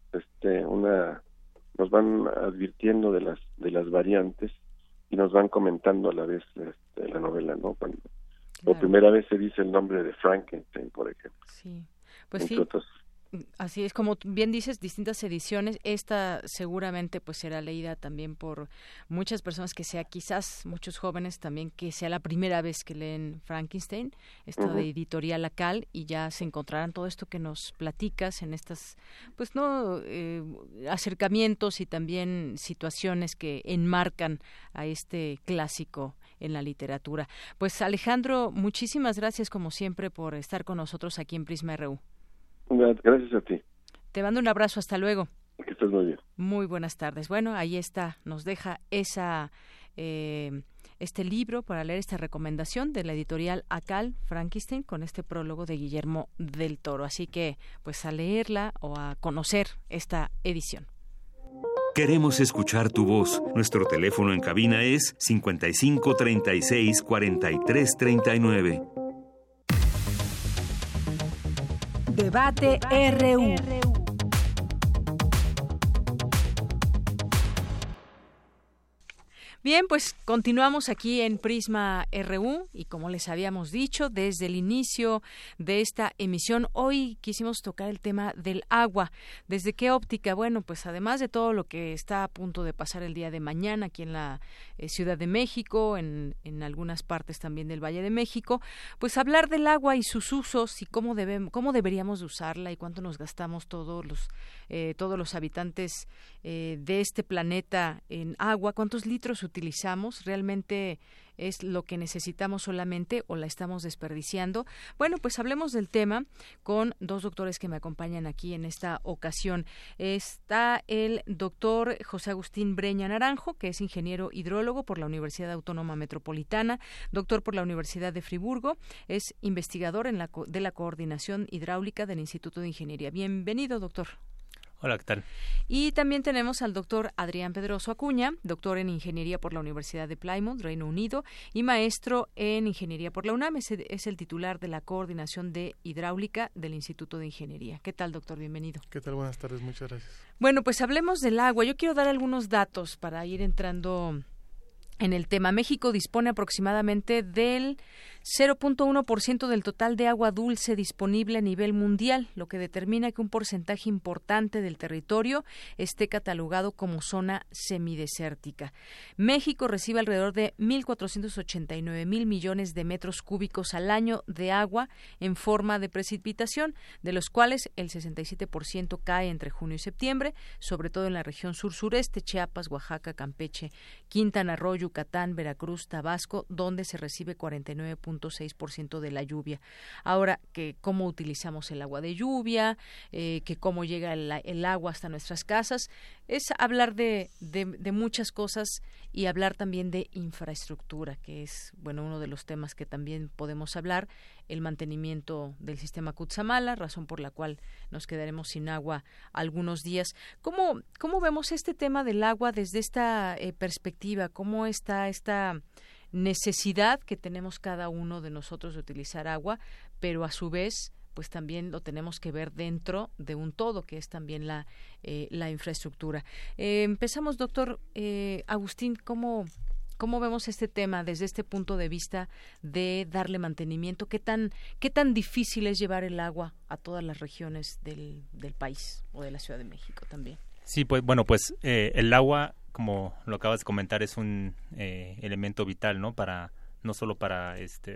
nos van advirtiendo de las variantes y nos van comentando a la vez la novela, ¿no? Cuando por primera vez se dice el nombre de Frankenstein, por ejemplo. Sí, pues entre sí. otros. Así es, como bien dices, distintas ediciones. Esta seguramente pues será leída también por muchas personas, que sea quizás muchos jóvenes también, que sea la primera vez que leen Frankenstein, esta de Editorial Akal, y ya se encontrarán todo esto que nos platicas en estas, pues acercamientos y también situaciones que enmarcan a este clásico en la literatura. Pues Alejandro, muchísimas gracias como siempre por estar con nosotros aquí en Prisma RU. Gracias a ti. Te mando un abrazo, hasta luego. Que estés muy bien. Muy buenas tardes. Bueno, ahí está, nos deja este libro para leer, esta recomendación de la editorial Akal, Frankenstein, con este prólogo de Guillermo del Toro. Así que, pues a leerla o a conocer esta edición. Queremos escuchar tu voz. Nuestro teléfono en cabina es 55 36 43 39. Debate RU. Bien, pues continuamos aquí en Prisma RU y como les habíamos dicho desde el inicio de esta emisión, hoy quisimos tocar el tema del agua. ¿Desde qué óptica? Bueno, pues además de todo lo que está a punto de pasar el día de mañana aquí en la Ciudad de México, en algunas partes también del Valle de México, pues hablar del agua y sus usos y cómo deberíamos de usarla y cuánto nos gastamos todos los habitantes de este planeta en agua, cuántos litros utilizamos? ¿Realmente es lo que necesitamos solamente o la estamos desperdiciando? Bueno, pues hablemos del tema con dos doctores que me acompañan aquí en esta ocasión. Está el doctor José Agustín Breña Naranjo, que es ingeniero hidrólogo por la Universidad Autónoma Metropolitana, doctor por la Universidad de Friburgo, es investigador de la Coordinación Hidráulica del Instituto de Ingeniería. Bienvenido, doctor. Hola, ¿qué tal? Y también tenemos al doctor Adrián Pedroso Acuña, doctor en Ingeniería por la Universidad de Plymouth, Reino Unido, y maestro en Ingeniería por la UNAM. Es el titular de la Coordinación de Hidráulica del Instituto de Ingeniería. ¿Qué tal, doctor? Bienvenido. ¿Qué tal? Buenas tardes, muchas gracias. Bueno, pues hablemos del agua. Yo quiero dar algunos datos para ir entrando en el tema. México dispone aproximadamente del 0.1% del total de agua dulce disponible a nivel mundial, lo que determina que un porcentaje importante del territorio esté catalogado como zona semidesértica. México recibe alrededor de 1.489.000 millones de metros cúbicos al año de agua en forma de precipitación, de los cuales el 67% cae entre junio y septiembre, sobre todo en la región sur-sureste, Chiapas, Oaxaca, Campeche, Quintana Roo, Yucatán, Veracruz, Tabasco, donde se recibe 49.6% de la lluvia. Ahora, que cómo utilizamos el agua de lluvia, que cómo llega el agua hasta nuestras casas, es hablar de muchas cosas y hablar también de infraestructura, que es uno de los temas que también podemos hablar, el mantenimiento del sistema Cutzamala, razón por la cual nos quedaremos sin agua algunos días. ¿Cómo vemos este tema del agua desde esta perspectiva? ¿Cómo está esta necesidad que tenemos cada uno de nosotros de utilizar agua, pero a su vez pues también lo tenemos que ver dentro de un todo, que es también la infraestructura? Empezamos, doctor Agustín, ¿cómo vemos este tema desde este punto de vista de darle mantenimiento? ¿Qué tan difícil es llevar el agua a todas las regiones del país o de la Ciudad de México también? Sí, pues el agua, como lo acabas de comentar, es un elemento vital, ¿no? No solo para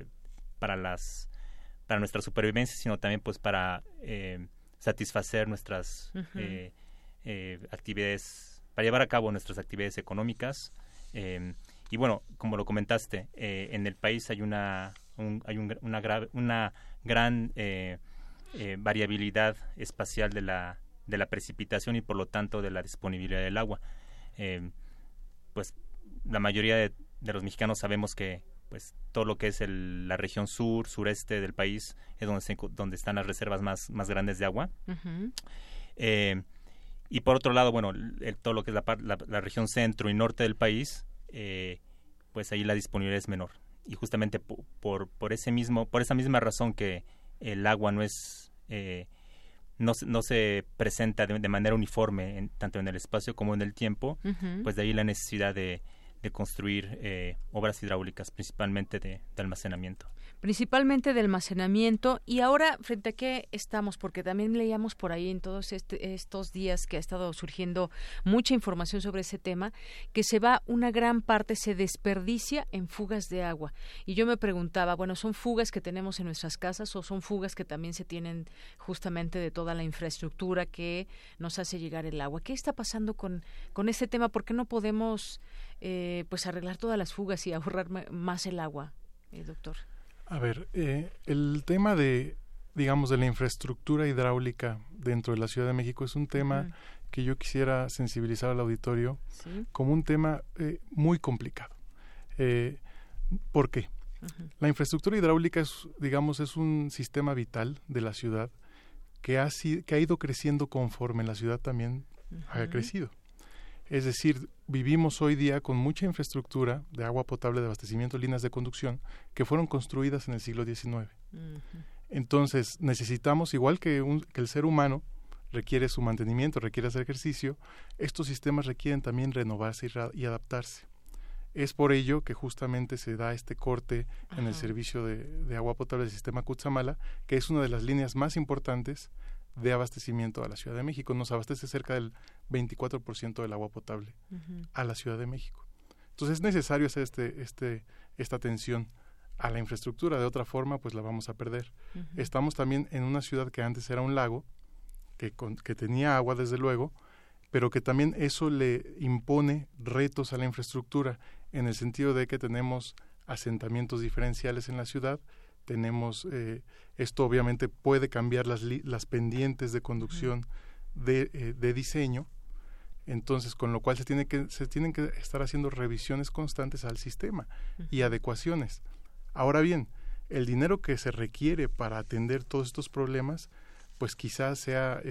nuestra supervivencia, sino también pues para satisfacer nuestras actividades, para llevar a cabo nuestras actividades económicas. Y bueno, como lo comentaste, en el país hay una gran variabilidad espacial de la precipitación y por lo tanto de la disponibilidad del agua. Pues la mayoría de los mexicanos sabemos que pues todo lo que es la región sureste del país es donde están las reservas más grandes de agua. Uh-huh. Y por otro lado, todo lo que es la región centro y norte del país, pues ahí la disponibilidad es menor. Y justamente por esa misma razón que el agua no se presenta de manera uniforme tanto en el espacio como en el tiempo, uh-huh. Pues de ahí la necesidad de construir obras hidráulicas, principalmente de almacenamiento. Principalmente de almacenamiento. Y ahora, ¿frente a qué estamos? Porque también leíamos por ahí en todos estos días que ha estado surgiendo mucha información sobre ese tema, que una gran parte se desperdicia en fugas de agua. Y yo me preguntaba, ¿son fugas que tenemos en nuestras casas o son fugas que también se tienen justamente de toda la infraestructura que nos hace llegar el agua? ¿Qué está pasando con este tema? ¿Por qué no podemos pues arreglar todas las fugas y ahorrar más el agua, doctor? A ver, el tema de la infraestructura hidráulica dentro de la Ciudad de México es un tema uh-huh. que yo quisiera sensibilizar al auditorio, ¿sí? Como un tema muy complicado. ¿Por qué? Uh-huh. La infraestructura hidráulica es un sistema vital de la ciudad que ha ido creciendo conforme la ciudad también uh-huh. ha crecido. Es decir, vivimos hoy día con mucha infraestructura de agua potable, de abastecimiento, líneas de conducción, que fueron construidas en el siglo XIX. Uh-huh. Entonces, necesitamos, igual que el ser humano requiere su mantenimiento, requiere hacer ejercicio, estos sistemas requieren también renovarse y adaptarse. Es por ello que justamente se da este corte uh-huh. en el servicio de agua potable del sistema Cutzamala, que es una de las líneas más importantes de abastecimiento a la Ciudad de México. Nos abastece cerca del 24% del agua potable uh-huh. a la Ciudad de México. Entonces es necesario hacer esta atención a la infraestructura, de otra forma pues la vamos a perder. Uh-huh. Estamos también en una ciudad que antes era un lago, que tenía agua desde luego, pero que también eso le impone retos a la infraestructura. en el sentido de que tenemos asentamientos diferenciales en la ciudad, tenemos, esto obviamente puede cambiar las pendientes de conducción de diseño, entonces con lo cual se tienen que estar haciendo revisiones constantes al sistema y adecuaciones. Ahora bien, el dinero que se requiere para atender todos estos problemas, pues quizás sea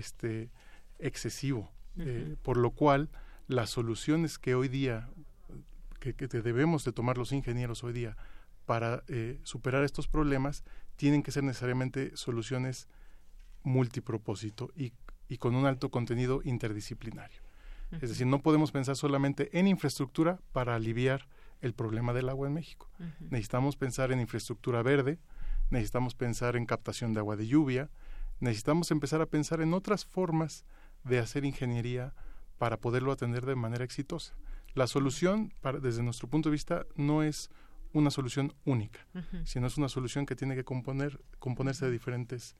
excesivo, por lo cual las soluciones que hoy día, que debemos de tomar los ingenieros hoy día para superar estos problemas, tienen que ser necesariamente soluciones multipropósito y con un alto contenido interdisciplinario. Es decir, no podemos pensar solamente en infraestructura para aliviar el problema del agua en México. Necesitamos pensar en infraestructura verde, necesitamos pensar en captación de agua de lluvia, necesitamos empezar a pensar en otras formas de hacer ingeniería para poderlo atender de manera exitosa. La solución, desde nuestro punto de vista, no es una solución única, sino es una solución que tiene que componerse de diferentes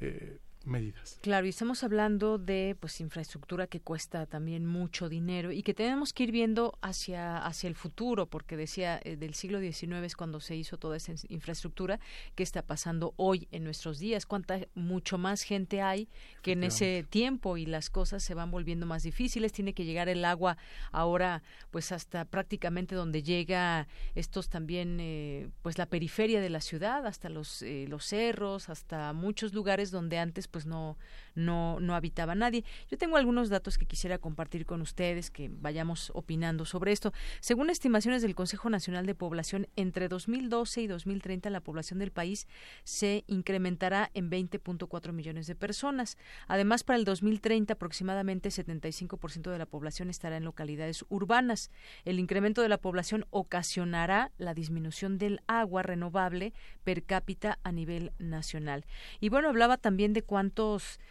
medidas. Claro, y estamos hablando de infraestructura que cuesta también mucho dinero y que tenemos que ir viendo hacia el futuro, porque decía del siglo XIX es cuando se hizo toda esa infraestructura. ¿Qué está pasando hoy en nuestros días? Mucho más gente hay que en ese tiempo, y las cosas se van volviendo más difíciles. Tiene que llegar el agua ahora hasta prácticamente donde llega estos también la periferia de la ciudad, hasta los cerros, hasta muchos lugares donde antes no habitaba nadie. Yo tengo algunos datos que quisiera compartir con ustedes, que vayamos opinando sobre esto. Según estimaciones del Consejo Nacional de Población, entre 2012 y 2030 la población del país se incrementará en 20.4 millones de personas. Además, para el 2030 aproximadamente 75% de la población estará en localidades urbanas. El incremento de la población ocasionará la disminución del agua renovable per cápita a nivel nacional. Y bueno, hablaba también de cuántos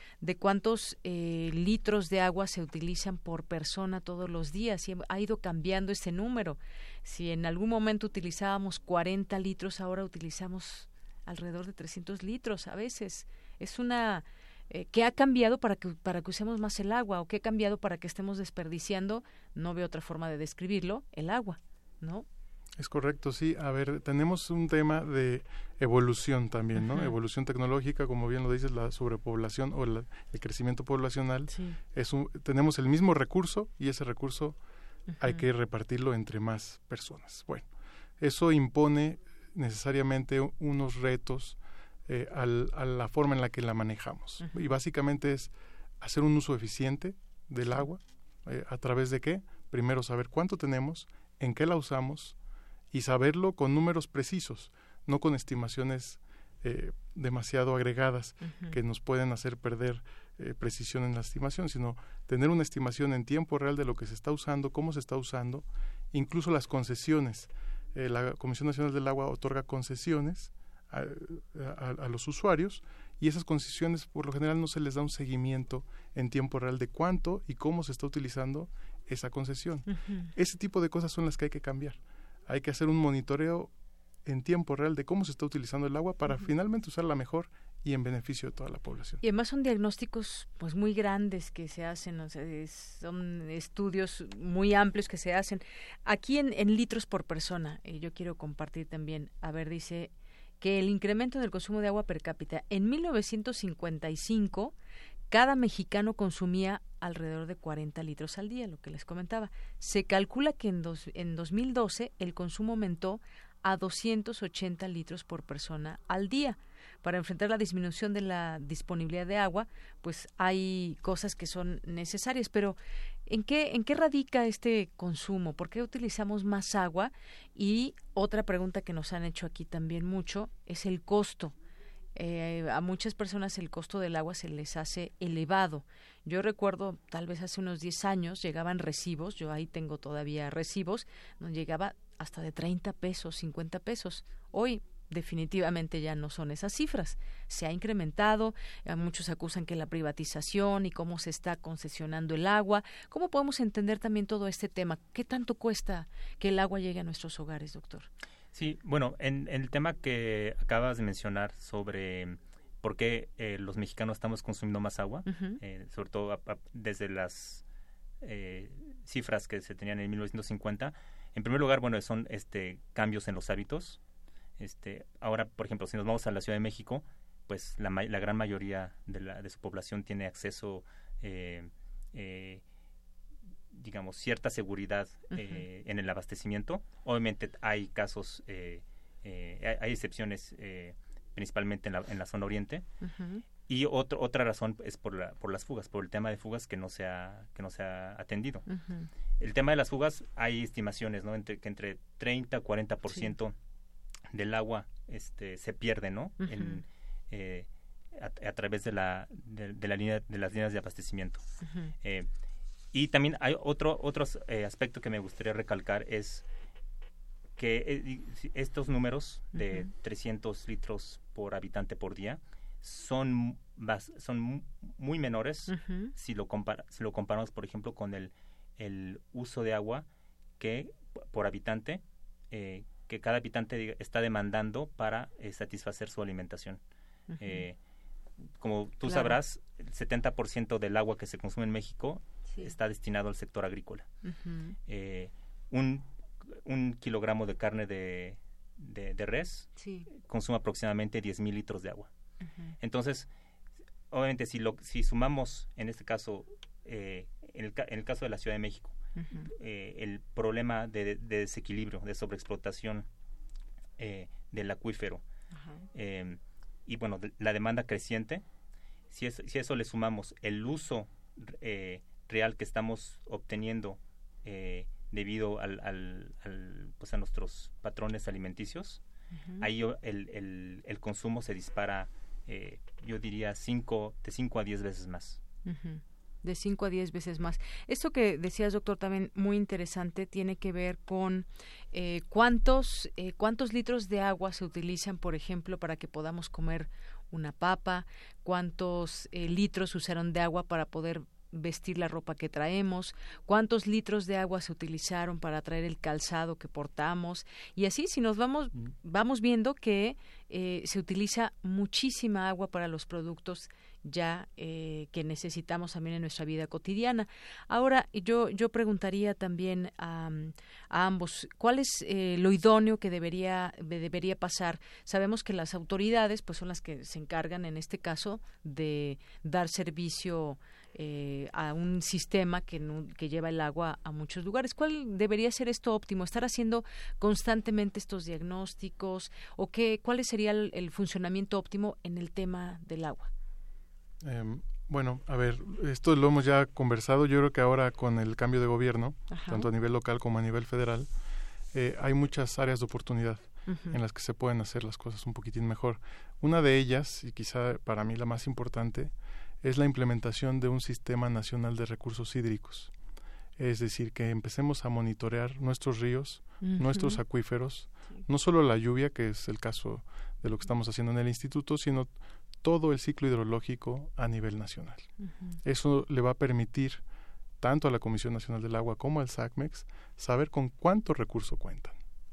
litros de agua se utilizan por persona todos los días, y ha ido cambiando este número. Si en algún momento utilizábamos 40 litros, ahora utilizamos alrededor de 300 litros a veces. Es una ¿qué ha cambiado para que usemos más el agua, o qué ha cambiado para que estemos desperdiciando? No veo otra forma de describirlo, el agua, ¿no? Es correcto, sí. A ver, tenemos un tema de evolución también, ¿no? Evolución tecnológica, como bien lo dices, la sobrepoblación o el crecimiento poblacional. Sí. Tenemos el mismo recurso, y ese recurso hay que repartirlo entre más personas. Bueno, eso impone necesariamente unos retos a la forma en la que la manejamos. Y básicamente es hacer un uso eficiente del agua. ¿A través de qué? Primero, saber cuánto tenemos, en qué la usamos, y saberlo con números precisos, no con estimaciones demasiado agregadas que nos pueden hacer perder precisión en la estimación, sino tener una estimación en tiempo real de lo que se está usando, cómo se está usando, incluso las concesiones. La Comisión Nacional del Agua otorga concesiones a los usuarios, y esas concesiones por lo general no se les da un seguimiento en tiempo real de cuánto y cómo se está utilizando esa concesión. Ese tipo de cosas son las que hay que cambiar. Hay que hacer un monitoreo en tiempo real de cómo se está utilizando el agua para finalmente usarla mejor y en beneficio de toda la población. Y además son diagnósticos muy grandes que se hacen, o sea, son estudios muy amplios que se hacen. Aquí en litros por persona, yo quiero compartir también, dice que el incremento del consumo de agua per cápita en 1955 cada mexicano consumía alrededor de 40 litros al día, lo que les comentaba. Se calcula que en 2012 el consumo aumentó a 280 litros por persona al día. Para enfrentar la disminución de la disponibilidad de agua, pues hay cosas que son necesarias, pero ¿en qué radica este consumo? ¿Por qué utilizamos más agua? Y otra pregunta que nos han hecho aquí también mucho es el costo. A muchas personas el costo del agua se les hace elevado. Yo recuerdo, tal vez hace unos 10 años, llegaban recibos, yo ahí tengo todavía recibos, nos llegaba hasta de 30 pesos, 50 pesos. Hoy definitivamente ya no son esas cifras. Se ha incrementado, muchos acusan que la privatización y cómo se está concesionando el agua. ¿Cómo podemos entender también todo este tema? ¿Qué tanto cuesta que el agua llegue a nuestros hogares, doctor? Sí, bueno, en el tema que acabas de mencionar sobre por qué los mexicanos estamos consumiendo más agua, sobre todo desde las cifras que se tenían en 1950, En primer lugar, bueno, son cambios en los hábitos. Ahora, por ejemplo, si nos vamos a la Ciudad de México, pues la gran mayoría de su población tiene acceso, digamos, cierta seguridad en el abastecimiento. Obviamente hay casos, hay excepciones, principalmente en la zona oriente. Y otra razón es por las fugas, por el tema de fugas que no se ha atendido. El tema de las fugas, hay estimaciones, ¿no? Que entre 30 y 40% del agua se pierde, ¿no? A través de las líneas de abastecimiento. Y también hay otro aspecto que me gustaría recalcar, es que estos números de 300 litros por habitante por día son muy menores si lo comparamos, por ejemplo, con el uso de agua que por habitante, que cada habitante está demandando para satisfacer su alimentación. Como tú sabrás, el 70% del agua que se consume en México está destinado al sector agrícola. Un kilogramo de carne de res consume aproximadamente 10,000 litros de agua. Entonces, obviamente, si sumamos, en este caso, en el caso de la Ciudad de México, el problema de desequilibrio, de sobreexplotación del acuífero, y bueno, la demanda creciente, si a eso le sumamos el uso real que estamos obteniendo debido a nuestros patrones alimenticios, ahí el consumo se dispara, yo diría, de 5 a 10 veces más. De 5 a 10 veces más. Esto que decías, doctor, también muy interesante, tiene que ver con cuántos litros de agua se utilizan, por ejemplo, para que podamos comer una papa, cuántos litros usaron de agua para poder vestir la ropa que traemos, cuántos litros de agua se utilizaron para traer el calzado que portamos, y así si nos vamos viendo que se utiliza muchísima agua para los productos ya que necesitamos también en nuestra vida cotidiana. Ahora, yo preguntaría también a ambos, ¿cuál es lo idóneo que debería pasar? Sabemos que las autoridades pues son las que se encargan en este caso de dar servicio a un sistema que lleva el agua a muchos lugares. ¿Cuál debería ser esto óptimo? ¿Estar haciendo constantemente estos diagnósticos? ¿O cuál sería el funcionamiento óptimo en el tema del agua? Bueno, a ver, esto lo hemos ya conversado. Yo creo que ahora con el cambio de gobierno, tanto a nivel local como a nivel federal, hay muchas áreas de oportunidad en las que se pueden hacer las cosas un poquitín mejor. Una de ellas, y quizá para mí la más importante, es la implementación de un sistema nacional de recursos hídricos. Es decir, que empecemos a monitorear nuestros ríos, nuestros acuíferos, no solo la lluvia, que es el caso de lo que estamos haciendo en el instituto, sino todo el ciclo hidrológico a nivel nacional. Eso le va a permitir tanto a la Comisión Nacional del Agua como al SACMEX saber con cuánto recurso cuentan.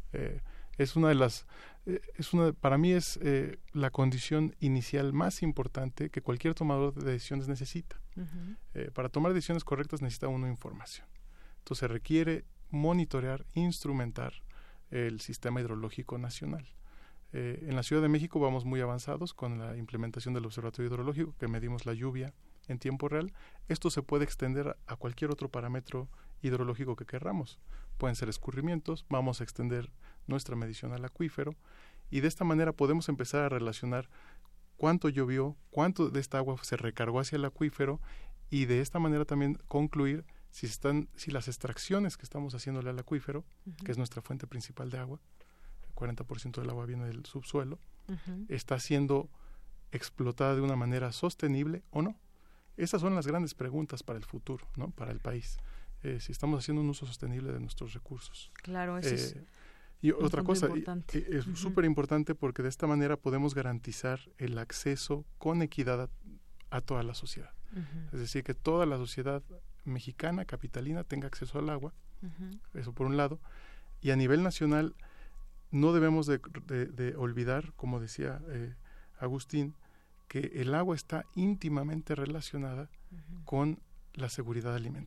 Para mí es la condición inicial más importante que cualquier tomador de decisiones necesita. Para tomar decisiones correctas necesita uno información. Entonces requiere monitorear, instrumentar el sistema hidrológico nacional. En la Ciudad de México vamos muy avanzados con la implementación del Observatorio Hidrológico, que medimos la lluvia en tiempo real. Esto se puede extender a cualquier otro parámetro hidrológico que querramos. Pueden ser escurrimientos, vamos a extender nuestra medición al acuífero, y de esta manera podemos empezar a relacionar cuánto llovió, cuánto de esta agua se recargó hacia el acuífero, y de esta manera también concluir si las extracciones que estamos haciéndole al acuífero, que es nuestra fuente principal de agua, 40% del agua viene del subsuelo, está siendo explotada de una manera sostenible o no. Esas son las grandes preguntas para el futuro, ¿no? Para el país. Si estamos haciendo un uso sostenible de nuestros recursos. Claro, eso es. Y otra cosa, es súper importante porque de esta manera podemos garantizar el acceso con equidad a toda la sociedad. Es decir, que toda la sociedad mexicana, capitalina, tenga acceso al agua. Eso por un lado. Y a nivel nacional, no debemos de olvidar, como decía Agustín, que el agua está íntimamente relacionada con la seguridad alimentaria.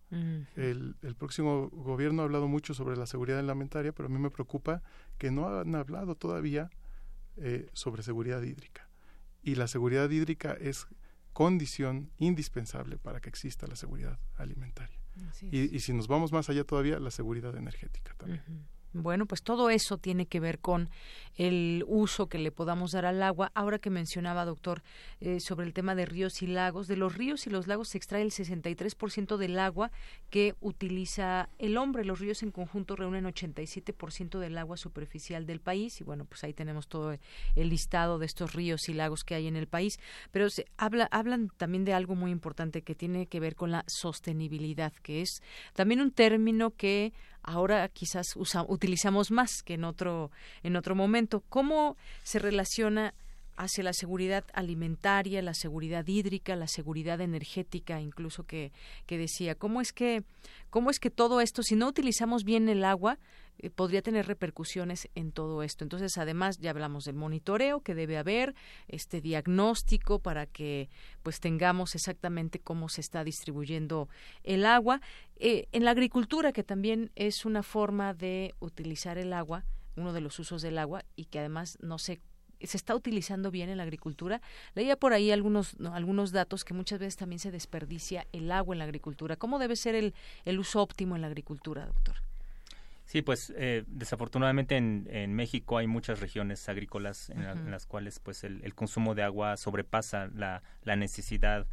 El próximo gobierno ha hablado mucho sobre la seguridad alimentaria, pero a mí me preocupa que no han hablado todavía sobre seguridad hídrica. Y la seguridad hídrica es condición indispensable para que exista la seguridad alimentaria. Y si nos vamos más allá todavía, la seguridad energética también. Bueno, pues todo eso tiene que ver con el uso que le podamos dar al agua. Ahora que mencionaba, doctor, sobre el tema de ríos y lagos, de los ríos y los lagos se extrae el 63% del agua que utiliza el hombre. Los ríos en conjunto reúnen 87% del agua superficial del país y bueno, pues ahí tenemos todo el listado de estos ríos y lagos que hay en el país. Pero hablan también de algo muy importante que tiene que ver con la sostenibilidad, que es también un término que ahora quizás utilizamos más que en otro momento. ¿Cómo se relaciona hacia la seguridad alimentaria, la seguridad hídrica, la seguridad energética, incluso que decía? ¿Cómo es que todo esto, si no utilizamos bien el agua, podría tener repercusiones en todo esto? Entonces, además, ya hablamos del monitoreo que debe haber, este diagnóstico para que pues tengamos exactamente cómo se está distribuyendo el agua. En la agricultura, que también es una forma de utilizar el agua, uno de los usos del agua, y que además se está utilizando bien en la agricultura. Leía por ahí algunos datos que muchas veces también se desperdicia el agua en la agricultura. ¿Cómo debe ser el uso óptimo en la agricultura, doctor? Sí, pues desafortunadamente en México hay muchas regiones agrícolas en las cuales pues el consumo de agua sobrepasa la necesidad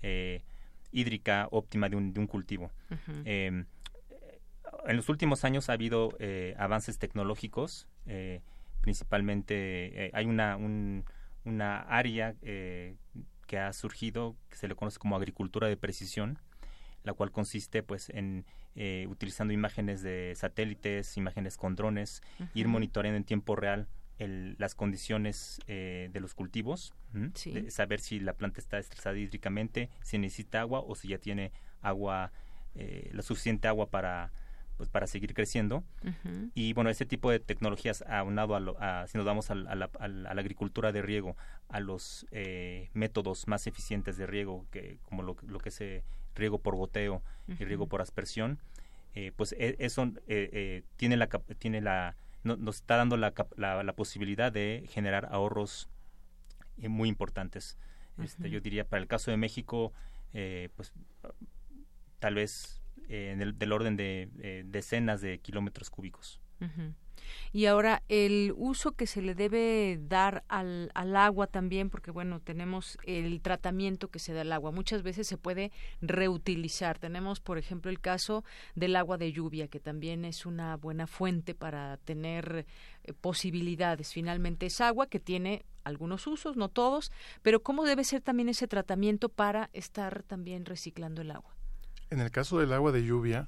hídrica óptima de un cultivo. En los últimos años ha habido avances tecnológicos, principalmente hay una área que ha surgido que se le conoce como agricultura de precisión, la cual consiste pues en utilizando imágenes de satélites, imágenes con drones, ir monitoreando en tiempo real las condiciones de los cultivos, de saber si la planta está estresada hídricamente, si necesita agua o si ya tiene agua, la suficiente agua para seguir creciendo. Y bueno, ese tipo de tecnologías aunado si nos vamos a la agricultura de riego, a los métodos más eficientes de riego, como lo que es riego por goteo y riego por aspersión, pues eso nos está dando la posibilidad de generar ahorros muy importantes. Yo diría, para el caso de México, pues tal vez del orden de decenas de kilómetros cúbicos. Y ahora, el uso que se le debe dar al agua también, porque bueno, tenemos el tratamiento que se da al agua. Muchas veces se puede reutilizar. Tenemos, por ejemplo, el caso del agua de lluvia, que también es una buena fuente para tener posibilidades. Finalmente es agua que tiene algunos usos, no todos, pero ¿cómo debe ser también ese tratamiento para estar también reciclando el agua? En el caso del agua de lluvia,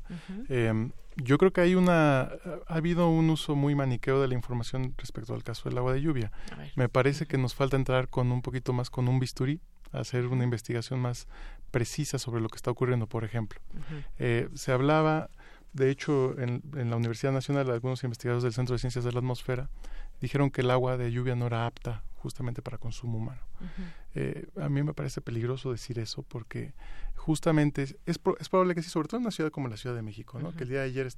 yo creo que ha habido un uso muy maniqueo de la información respecto al caso del agua de lluvia. Me parece que nos falta entrar con un bisturí, hacer una investigación más precisa sobre lo que está ocurriendo, por ejemplo. Se hablaba, de hecho, en la Universidad Nacional, algunos investigadores del Centro de Ciencias de la Atmósfera dijeron que el agua de lluvia no era apta justamente para consumo humano. A mí me parece peligroso decir eso porque justamente es probable que sí, sobre todo en una ciudad como la Ciudad de México, ¿no? Que el día de ayer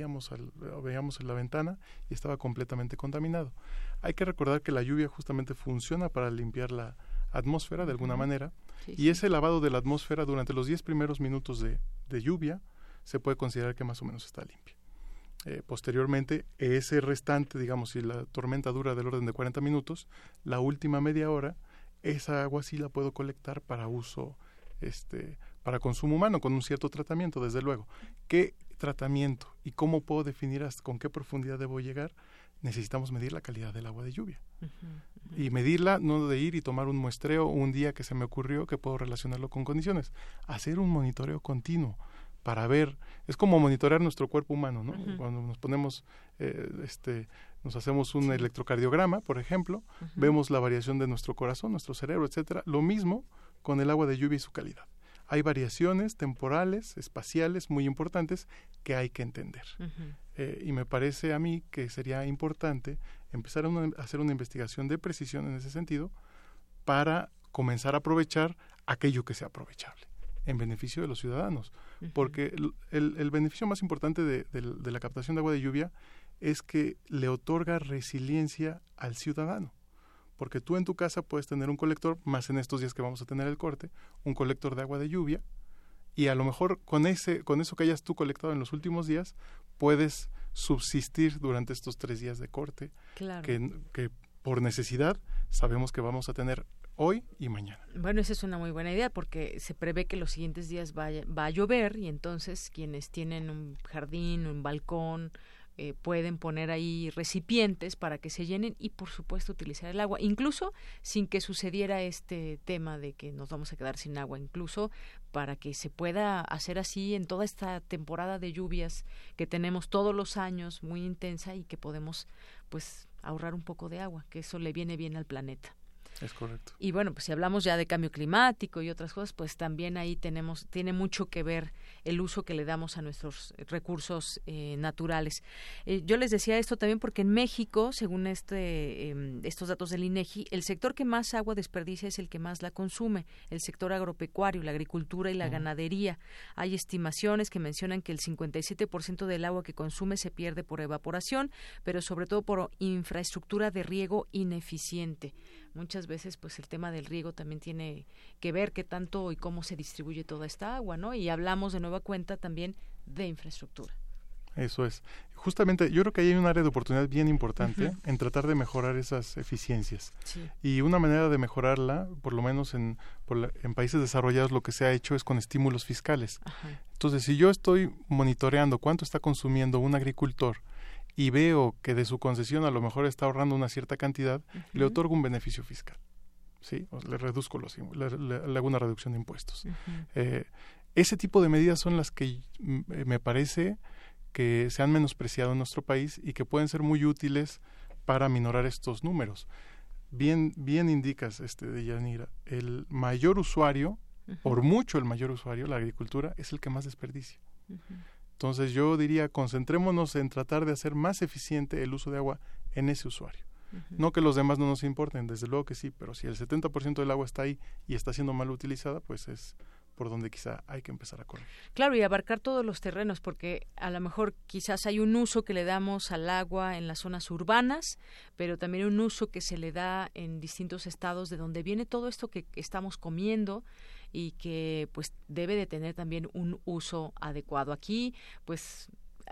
veíamos en la ventana y estaba completamente contaminado. Hay que recordar que la lluvia justamente funciona para limpiar la atmósfera de alguna manera, y ese lavado de la atmósfera durante los 10 primeros minutos de lluvia se puede considerar que más o menos está limpia. Posteriormente, ese restante, digamos, si la tormenta dura del orden de 40 minutos, la última media hora, esa agua sí la puedo colectar para uso, para consumo humano, con un cierto tratamiento, desde luego. ¿Qué tratamiento y cómo puedo definir con qué profundidad debo llegar? Necesitamos medir la calidad del agua de lluvia. Y medirla, no de ir y tomar un muestreo un día que se me ocurrió que puedo relacionarlo con condiciones. Hacer un monitoreo continuo para ver, es como monitorear nuestro cuerpo humano, ¿no? Cuando nos ponemos, nos hacemos un electrocardiograma, por ejemplo, vemos la variación de nuestro corazón, nuestro cerebro, etcétera. Lo mismo con el agua de lluvia y su calidad. Hay variaciones temporales, espaciales muy importantes que hay que entender. Y me parece a mí que sería importante empezar a hacer una investigación de precisión en ese sentido para comenzar a aprovechar aquello que sea aprovechable. en beneficio de los ciudadanos, porque el beneficio más importante de la captación de agua de lluvia es que le otorga resiliencia al ciudadano, porque tú en tu casa puedes tener un colector, más en estos días que vamos a tener el corte, un colector de agua de lluvia, y a lo mejor con eso que hayas tú colectado en los últimos días, puedes subsistir durante estos 3 días de corte, claro, que por necesidad sabemos que vamos a tener hoy y mañana. Bueno, esa es una muy buena idea porque se prevé que los siguientes días va a llover y entonces quienes tienen un jardín, un balcón, pueden poner ahí recipientes para que se llenen y por supuesto utilizar el agua, incluso sin que sucediera este tema de que nos vamos a quedar sin agua, incluso para que se pueda hacer así en toda esta temporada de lluvias que tenemos todos los años muy intensa y que podemos pues ahorrar un poco de agua, que eso le viene bien al planeta. Es correcto. Y bueno, pues si hablamos ya de cambio climático y otras cosas, pues también ahí tiene mucho que ver el uso que le damos a nuestros recursos naturales. Yo les decía esto también porque en México, según estos datos del INEGI, el sector que más agua desperdicia es el que más la consume, el sector agropecuario, la agricultura y la ganadería. Hay estimaciones que mencionan que el 57% del agua que consume se pierde por evaporación, pero sobre todo por infraestructura de riego ineficiente. Muchas veces pues el tema del riego también tiene que ver qué tanto y cómo se distribuye toda esta agua, ¿no? Y hablamos de nueva cuenta también de infraestructura. Eso es. Justamente yo creo que hay un área de oportunidad bien importante en tratar de mejorar esas eficiencias. Sí. Y una manera de mejorarla, por lo menos en países desarrollados, lo que se ha hecho es con estímulos fiscales. Ajá. Entonces, si yo estoy monitoreando cuánto está consumiendo un agricultor y veo que de su concesión a lo mejor está ahorrando una cierta cantidad, le otorgo un beneficio fiscal, ¿sí? O le reduzco le hago una reducción de impuestos. Ese tipo de medidas son las que me parece que se han menospreciado en nuestro país y que pueden ser muy útiles para minorar estos números. Bien indicas, Deyanira, el mayor usuario, por mucho el mayor usuario, la agricultura, es el que más desperdicia. Entonces yo diría, concentrémonos en tratar de hacer más eficiente el uso de agua en ese usuario. No que los demás no nos importen, desde luego que sí, pero si el 70% del agua está ahí y está siendo mal utilizada, pues es por donde quizá hay que empezar a correr. Claro, y abarcar todos los terrenos, porque a lo mejor quizás hay un uso que le damos al agua en las zonas urbanas, pero también un uso que se le da en distintos estados de donde viene todo esto que estamos comiendo y que pues debe de tener también un uso adecuado. Aquí pues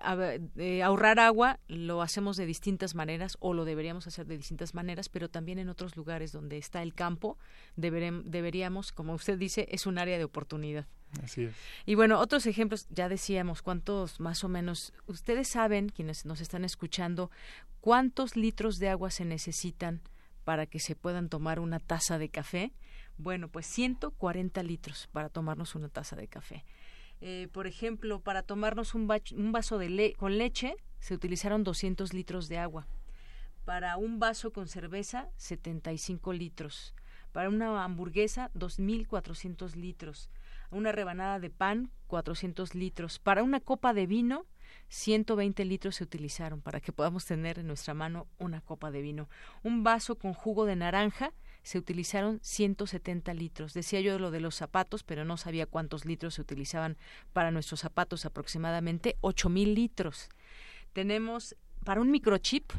ahorrar agua lo hacemos de distintas maneras o lo deberíamos hacer de distintas maneras, pero también en otros lugares donde está el campo deberíamos, como usted dice, es un área de oportunidad. Así es. Y bueno, otros ejemplos, ya decíamos, ¿cuántos más o menos? Ustedes saben, quienes nos están escuchando, ¿cuántos litros de agua se necesitan para que se puedan tomar una taza de café? Bueno, pues 140 litros para tomarnos una taza de café. Por ejemplo, para tomarnos un vaso con leche se utilizaron 200 litros de agua. Para un vaso con cerveza, 75 litros. Para una hamburguesa, 2.400 litros. Una rebanada de pan, 400 litros. Para una copa de vino, 120 litros se utilizaron para que podamos tener en nuestra mano una copa de vino. Un vaso con jugo de naranja, se utilizaron 170 litros. Decía yo lo de los zapatos, pero no sabía cuántos litros se utilizaban para nuestros zapatos, aproximadamente 8,000 litros. Tenemos para un microchip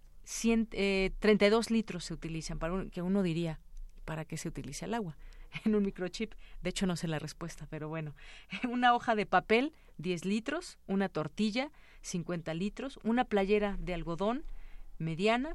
32 litros se utilizan, que uno diría, ¿para qué se utiliza el agua en un microchip? De hecho no sé la respuesta, pero bueno. Una hoja de papel, 10 litros, una tortilla, 50 litros, una playera de algodón mediana,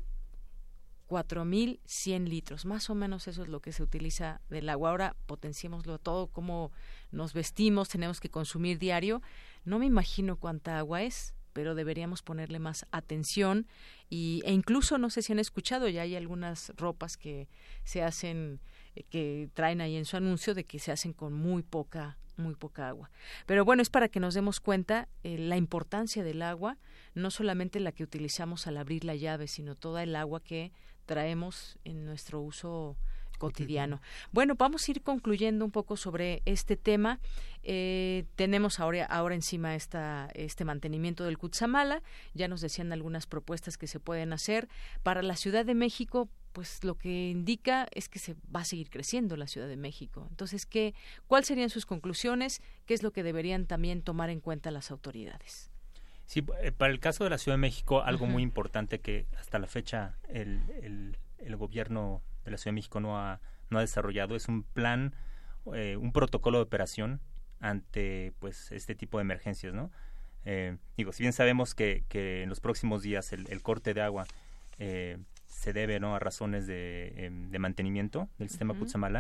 4,100 litros, más o menos eso es lo que se utiliza del agua. Ahora potenciémoslo todo, cómo nos vestimos, tenemos que consumir diario. No me imagino cuánta agua es, pero deberíamos ponerle más atención e incluso, no sé si han escuchado, ya hay algunas ropas que se hacen, que traen ahí en su anuncio de que se hacen con muy poca agua. Pero bueno, es para que nos demos cuenta la importancia del agua, no solamente la que utilizamos al abrir la llave, sino toda el agua que traemos en nuestro uso cotidiano. Bueno, vamos a ir concluyendo un poco sobre este tema. Tenemos ahora encima este mantenimiento del Cutzamala. Ya nos decían algunas propuestas que se pueden hacer. Para la Ciudad de México, pues lo que indica es que se va a seguir creciendo la Ciudad de México. Entonces, ¿cuáles serían sus conclusiones? ¿Qué es lo que deberían también tomar en cuenta las autoridades? Sí, para el caso de la Ciudad de México, algo muy importante que hasta la fecha el gobierno de la Ciudad de México no ha desarrollado es un plan, un protocolo de operación ante pues este tipo de emergencias, ¿no? Si bien sabemos que en los próximos días el corte de agua se debe, ¿no?, a razones de mantenimiento del sistema Cutzamala,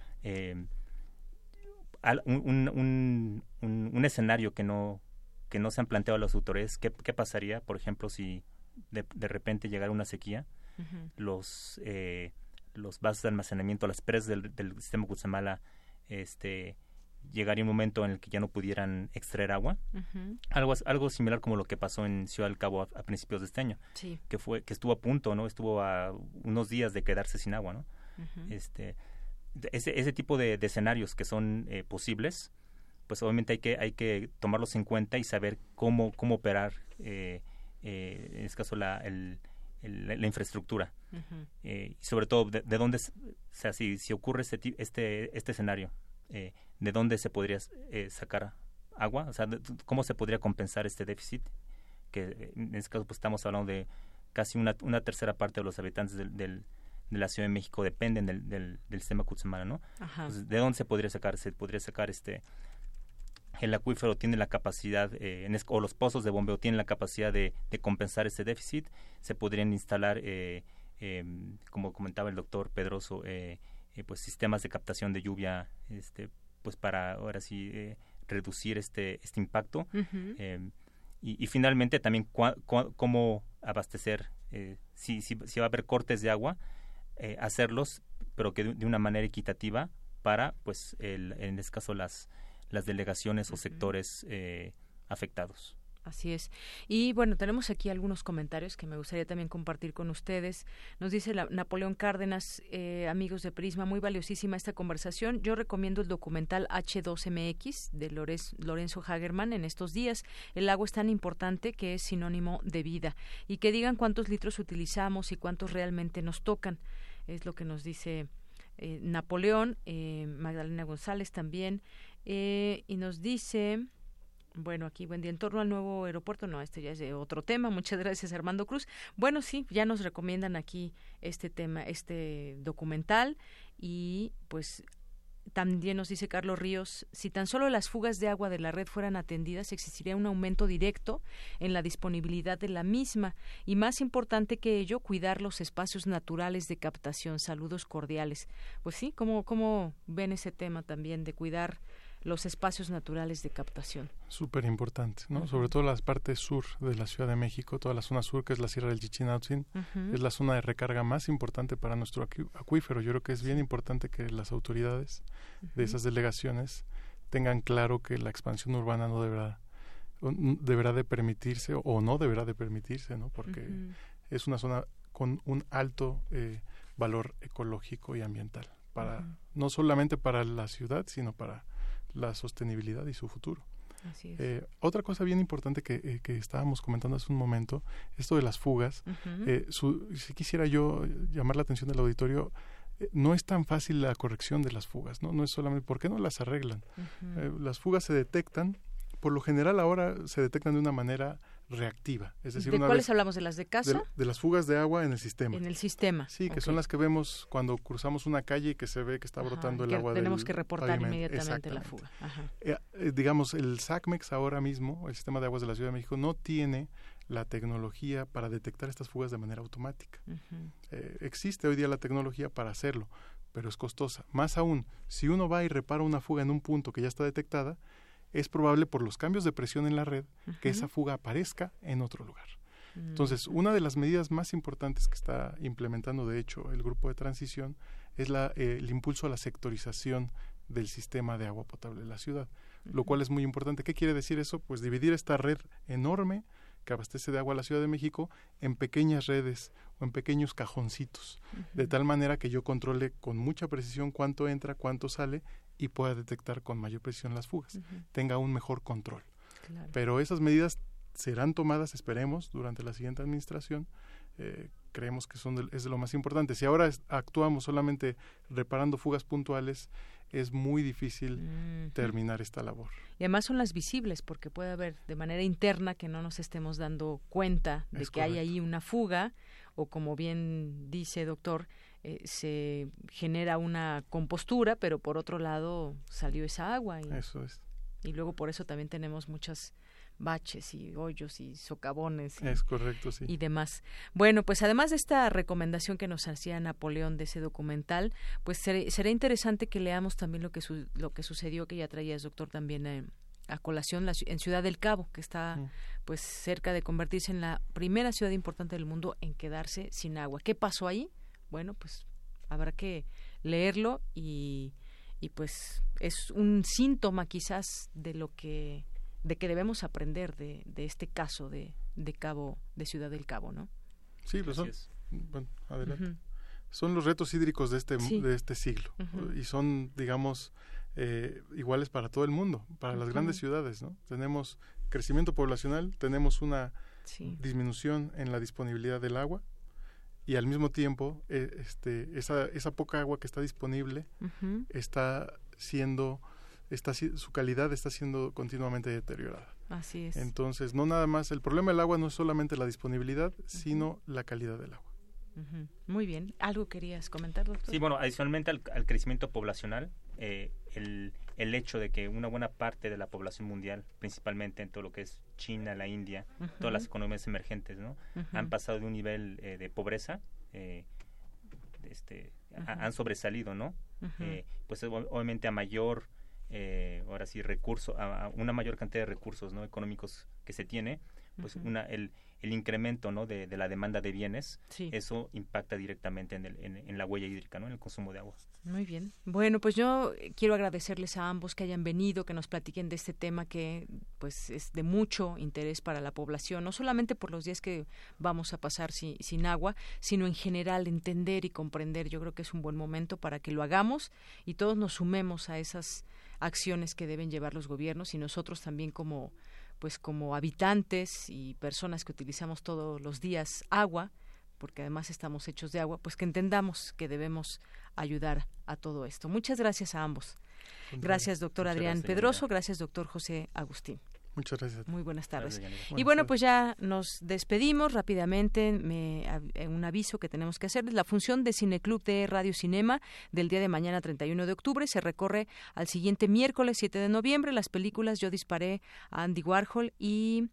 un escenario que no se han planteado las autoridades, ¿qué pasaría, por ejemplo, si de repente llegara una sequía? Los vasos de almacenamiento, las presas del sistema Cutzamala, llegaría un momento en el que ya no pudieran extraer agua. Algo similar como lo que pasó en Ciudad del Cabo a principios de este año, que estuvo a punto, ¿no? Estuvo a unos días de quedarse sin agua, ¿no? Ese tipo de escenarios que son posibles, pues obviamente hay que tomarlos en cuenta y saber cómo operar, en este caso la infraestructura, y sobre todo de dónde, o sea, si ocurre este escenario, de dónde se podría sacar agua, o sea, cómo se podría compensar este déficit, que en este caso pues estamos hablando de casi una tercera parte de los habitantes de la Ciudad de México dependen del sistema Cutzamala, ¿no? Entonces, ¿de dónde se podría sacar? Se podría sacar el acuífero tiene la capacidad, o los pozos de bombeo tienen la capacidad de compensar ese déficit. Se podrían instalar, como comentaba el doctor Pedroso, pues sistemas de captación de lluvia, pues para ahora sí reducir este impacto. Y finalmente también cómo abastecer, si va a haber cortes de agua, hacerlos, pero que de una manera equitativa para, pues, en este caso las delegaciones o sectores afectados. Así es. Y bueno, tenemos aquí algunos comentarios que me gustaría también compartir con ustedes. Nos dice Napoleón Cárdenas, amigos de Prisma, muy valiosísima esta conversación. Yo recomiendo el documental H2MX de Lorenzo Hagerman en estos días. El agua es tan importante que es sinónimo de vida. Y que digan cuántos litros utilizamos y cuántos realmente nos tocan. Es lo que nos dice Napoleón. Magdalena González también. Y nos dice... Bueno, aquí, buen día. En torno al nuevo aeropuerto, no, este ya es de otro tema. Muchas gracias, Armando Cruz. Bueno, sí, ya nos recomiendan aquí este tema, este documental. Y pues también nos dice Carlos Ríos, si tan solo las fugas de agua de la red fueran atendidas, existiría un aumento directo en la disponibilidad de la misma. Y más importante que ello, cuidar los espacios naturales de captación. Saludos cordiales. Pues sí, ¿cómo ven ese tema también de cuidar los espacios naturales de captación? Súper importante, ¿no? Sobre todo la parte sur de la Ciudad de México, toda la zona sur, que es la Sierra del Chichinautzin, es la zona de recarga más importante para nuestro acuífero. Yo creo que es bien importante que las autoridades de esas delegaciones tengan claro que la expansión urbana no deberá de permitirse o no deberá de permitirse, ¿no? Porque es una zona con un alto valor ecológico y ambiental, no solamente para la ciudad, sino para la sostenibilidad y su futuro. Así es. Otra cosa bien importante que estábamos comentando hace un momento, esto de las fugas, si quisiera yo llamar la atención del auditorio, no es tan fácil la corrección de las fugas, no es solamente, ¿por qué no las arreglan? Las fugas se detectan, por lo general ahora se detectan de una manera reactiva, es decir, ¿de cuáles hablamos? ¿De las de casa? De las fugas de agua en el sistema. En el sistema. Sí, que son las que vemos cuando cruzamos una calle y que se ve que está brotando el agua. Tenemos que reportar inmediatamente la fuga. Digamos, el SACMEX ahora mismo, el Sistema de Aguas de la Ciudad de México, no tiene la tecnología para detectar estas fugas de manera automática. Existe hoy día la tecnología para hacerlo, pero es costosa. Más aún, si uno va y repara una fuga en un punto que ya está detectada, es probable por los cambios de presión en la red que esa fuga aparezca en otro lugar. Entonces, una de las medidas más importantes que está implementando, de hecho, el grupo de transición es el impulso a la sectorización del sistema de agua potable de la ciudad, lo cual es muy importante. ¿Qué quiere decir eso? Pues dividir esta red enorme que abastece de agua a la Ciudad de México en pequeñas redes o en pequeños cajoncitos, de tal manera que yo controle con mucha precisión cuánto entra, cuánto sale y pueda detectar con mayor precisión las fugas, tenga un mejor control. Claro. Pero esas medidas serán tomadas, esperemos, durante la siguiente administración, creemos que es de lo más importante. Si ahora actuamos solamente reparando fugas puntuales, es muy difícil terminar esta labor. Y además son las visibles, porque puede haber de manera interna que no nos estemos dando cuenta de que hay ahí una fuga, o como bien dice, doctor, se genera una compostura, pero por otro lado salió esa agua. Eso es. Y luego por eso también tenemos muchas baches y hoyos y socavones es correcto, sí. Y demás. Bueno, pues además de esta recomendación que nos hacía Napoleón de ese documental, pues será interesante que leamos también lo que sucedió, que ya traías, doctor, también a colación en Ciudad del Cabo, que está pues cerca de convertirse en la primera ciudad importante del mundo en quedarse sin agua. ¿Qué pasó ahí? Bueno, pues habrá que leerlo y pues es un síntoma quizás de que debemos aprender de este caso de Ciudad del Cabo, ¿no? Sí, lo son. Bueno, adelante. Son los retos hídricos de este siglo y son, digamos, iguales para todo el mundo, para las grandes ciudades, ¿no? Tenemos crecimiento poblacional, tenemos una disminución en la disponibilidad del agua y al mismo tiempo esa poca agua que está disponible su calidad está siendo continuamente deteriorada. Así es. Entonces, no nada más, el problema del agua no es solamente la disponibilidad, sino la calidad del agua. Muy bien. ¿Algo querías comentar, doctor? Sí, bueno, adicionalmente al crecimiento poblacional, el hecho de que una buena parte de la población mundial, principalmente en todo lo que es China, la India, todas las economías emergentes, ¿no? Han pasado de un nivel de pobreza, han sobresalido, ¿no? Pues obviamente a mayor ahora sí a una mayor cantidad de recursos, ¿no?, económicos que se tiene, pues el incremento, ¿no?, de la demanda de bienes, eso impacta directamente en la huella hídrica, ¿no?, en el consumo de agua. Muy bien. Bueno, pues yo quiero agradecerles a ambos que hayan venido, que nos platiquen de este tema que pues es de mucho interés para la población, no solamente por los días que vamos a pasar sin agua, sino en general entender y comprender. Yo creo que es un buen momento para que lo hagamos y todos nos sumemos a esas acciones que deben llevar los gobiernos y nosotros también como habitantes y personas que utilizamos todos los días agua, porque además estamos hechos de agua, pues que entendamos que debemos ayudar a todo esto. Muchas gracias a ambos. Gracias, doctor Adrián Pedroso. Gracias, doctor José Agustín. Muchas gracias. Muy buenas tardes. Y bueno, pues ya nos despedimos rápidamente. Un aviso que tenemos que hacer. La función de Cineclub de Radio Cinema del día de mañana, 31 de octubre, se recorre al siguiente miércoles, 7 de noviembre. Las películas Yo disparé a Andy Warhol y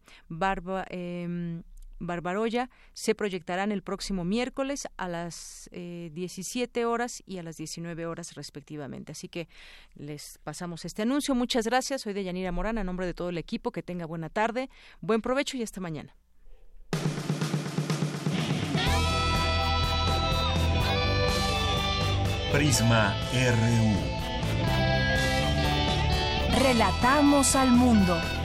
Barbarolla se proyectarán el próximo miércoles a las 17 horas y a las 19 horas respectivamente. Así que les pasamos este anuncio. Muchas gracias. Soy Deyanira Morán, a nombre de todo el equipo. Que tenga buena tarde, buen provecho y hasta mañana. Prisma RU. Relatamos al mundo.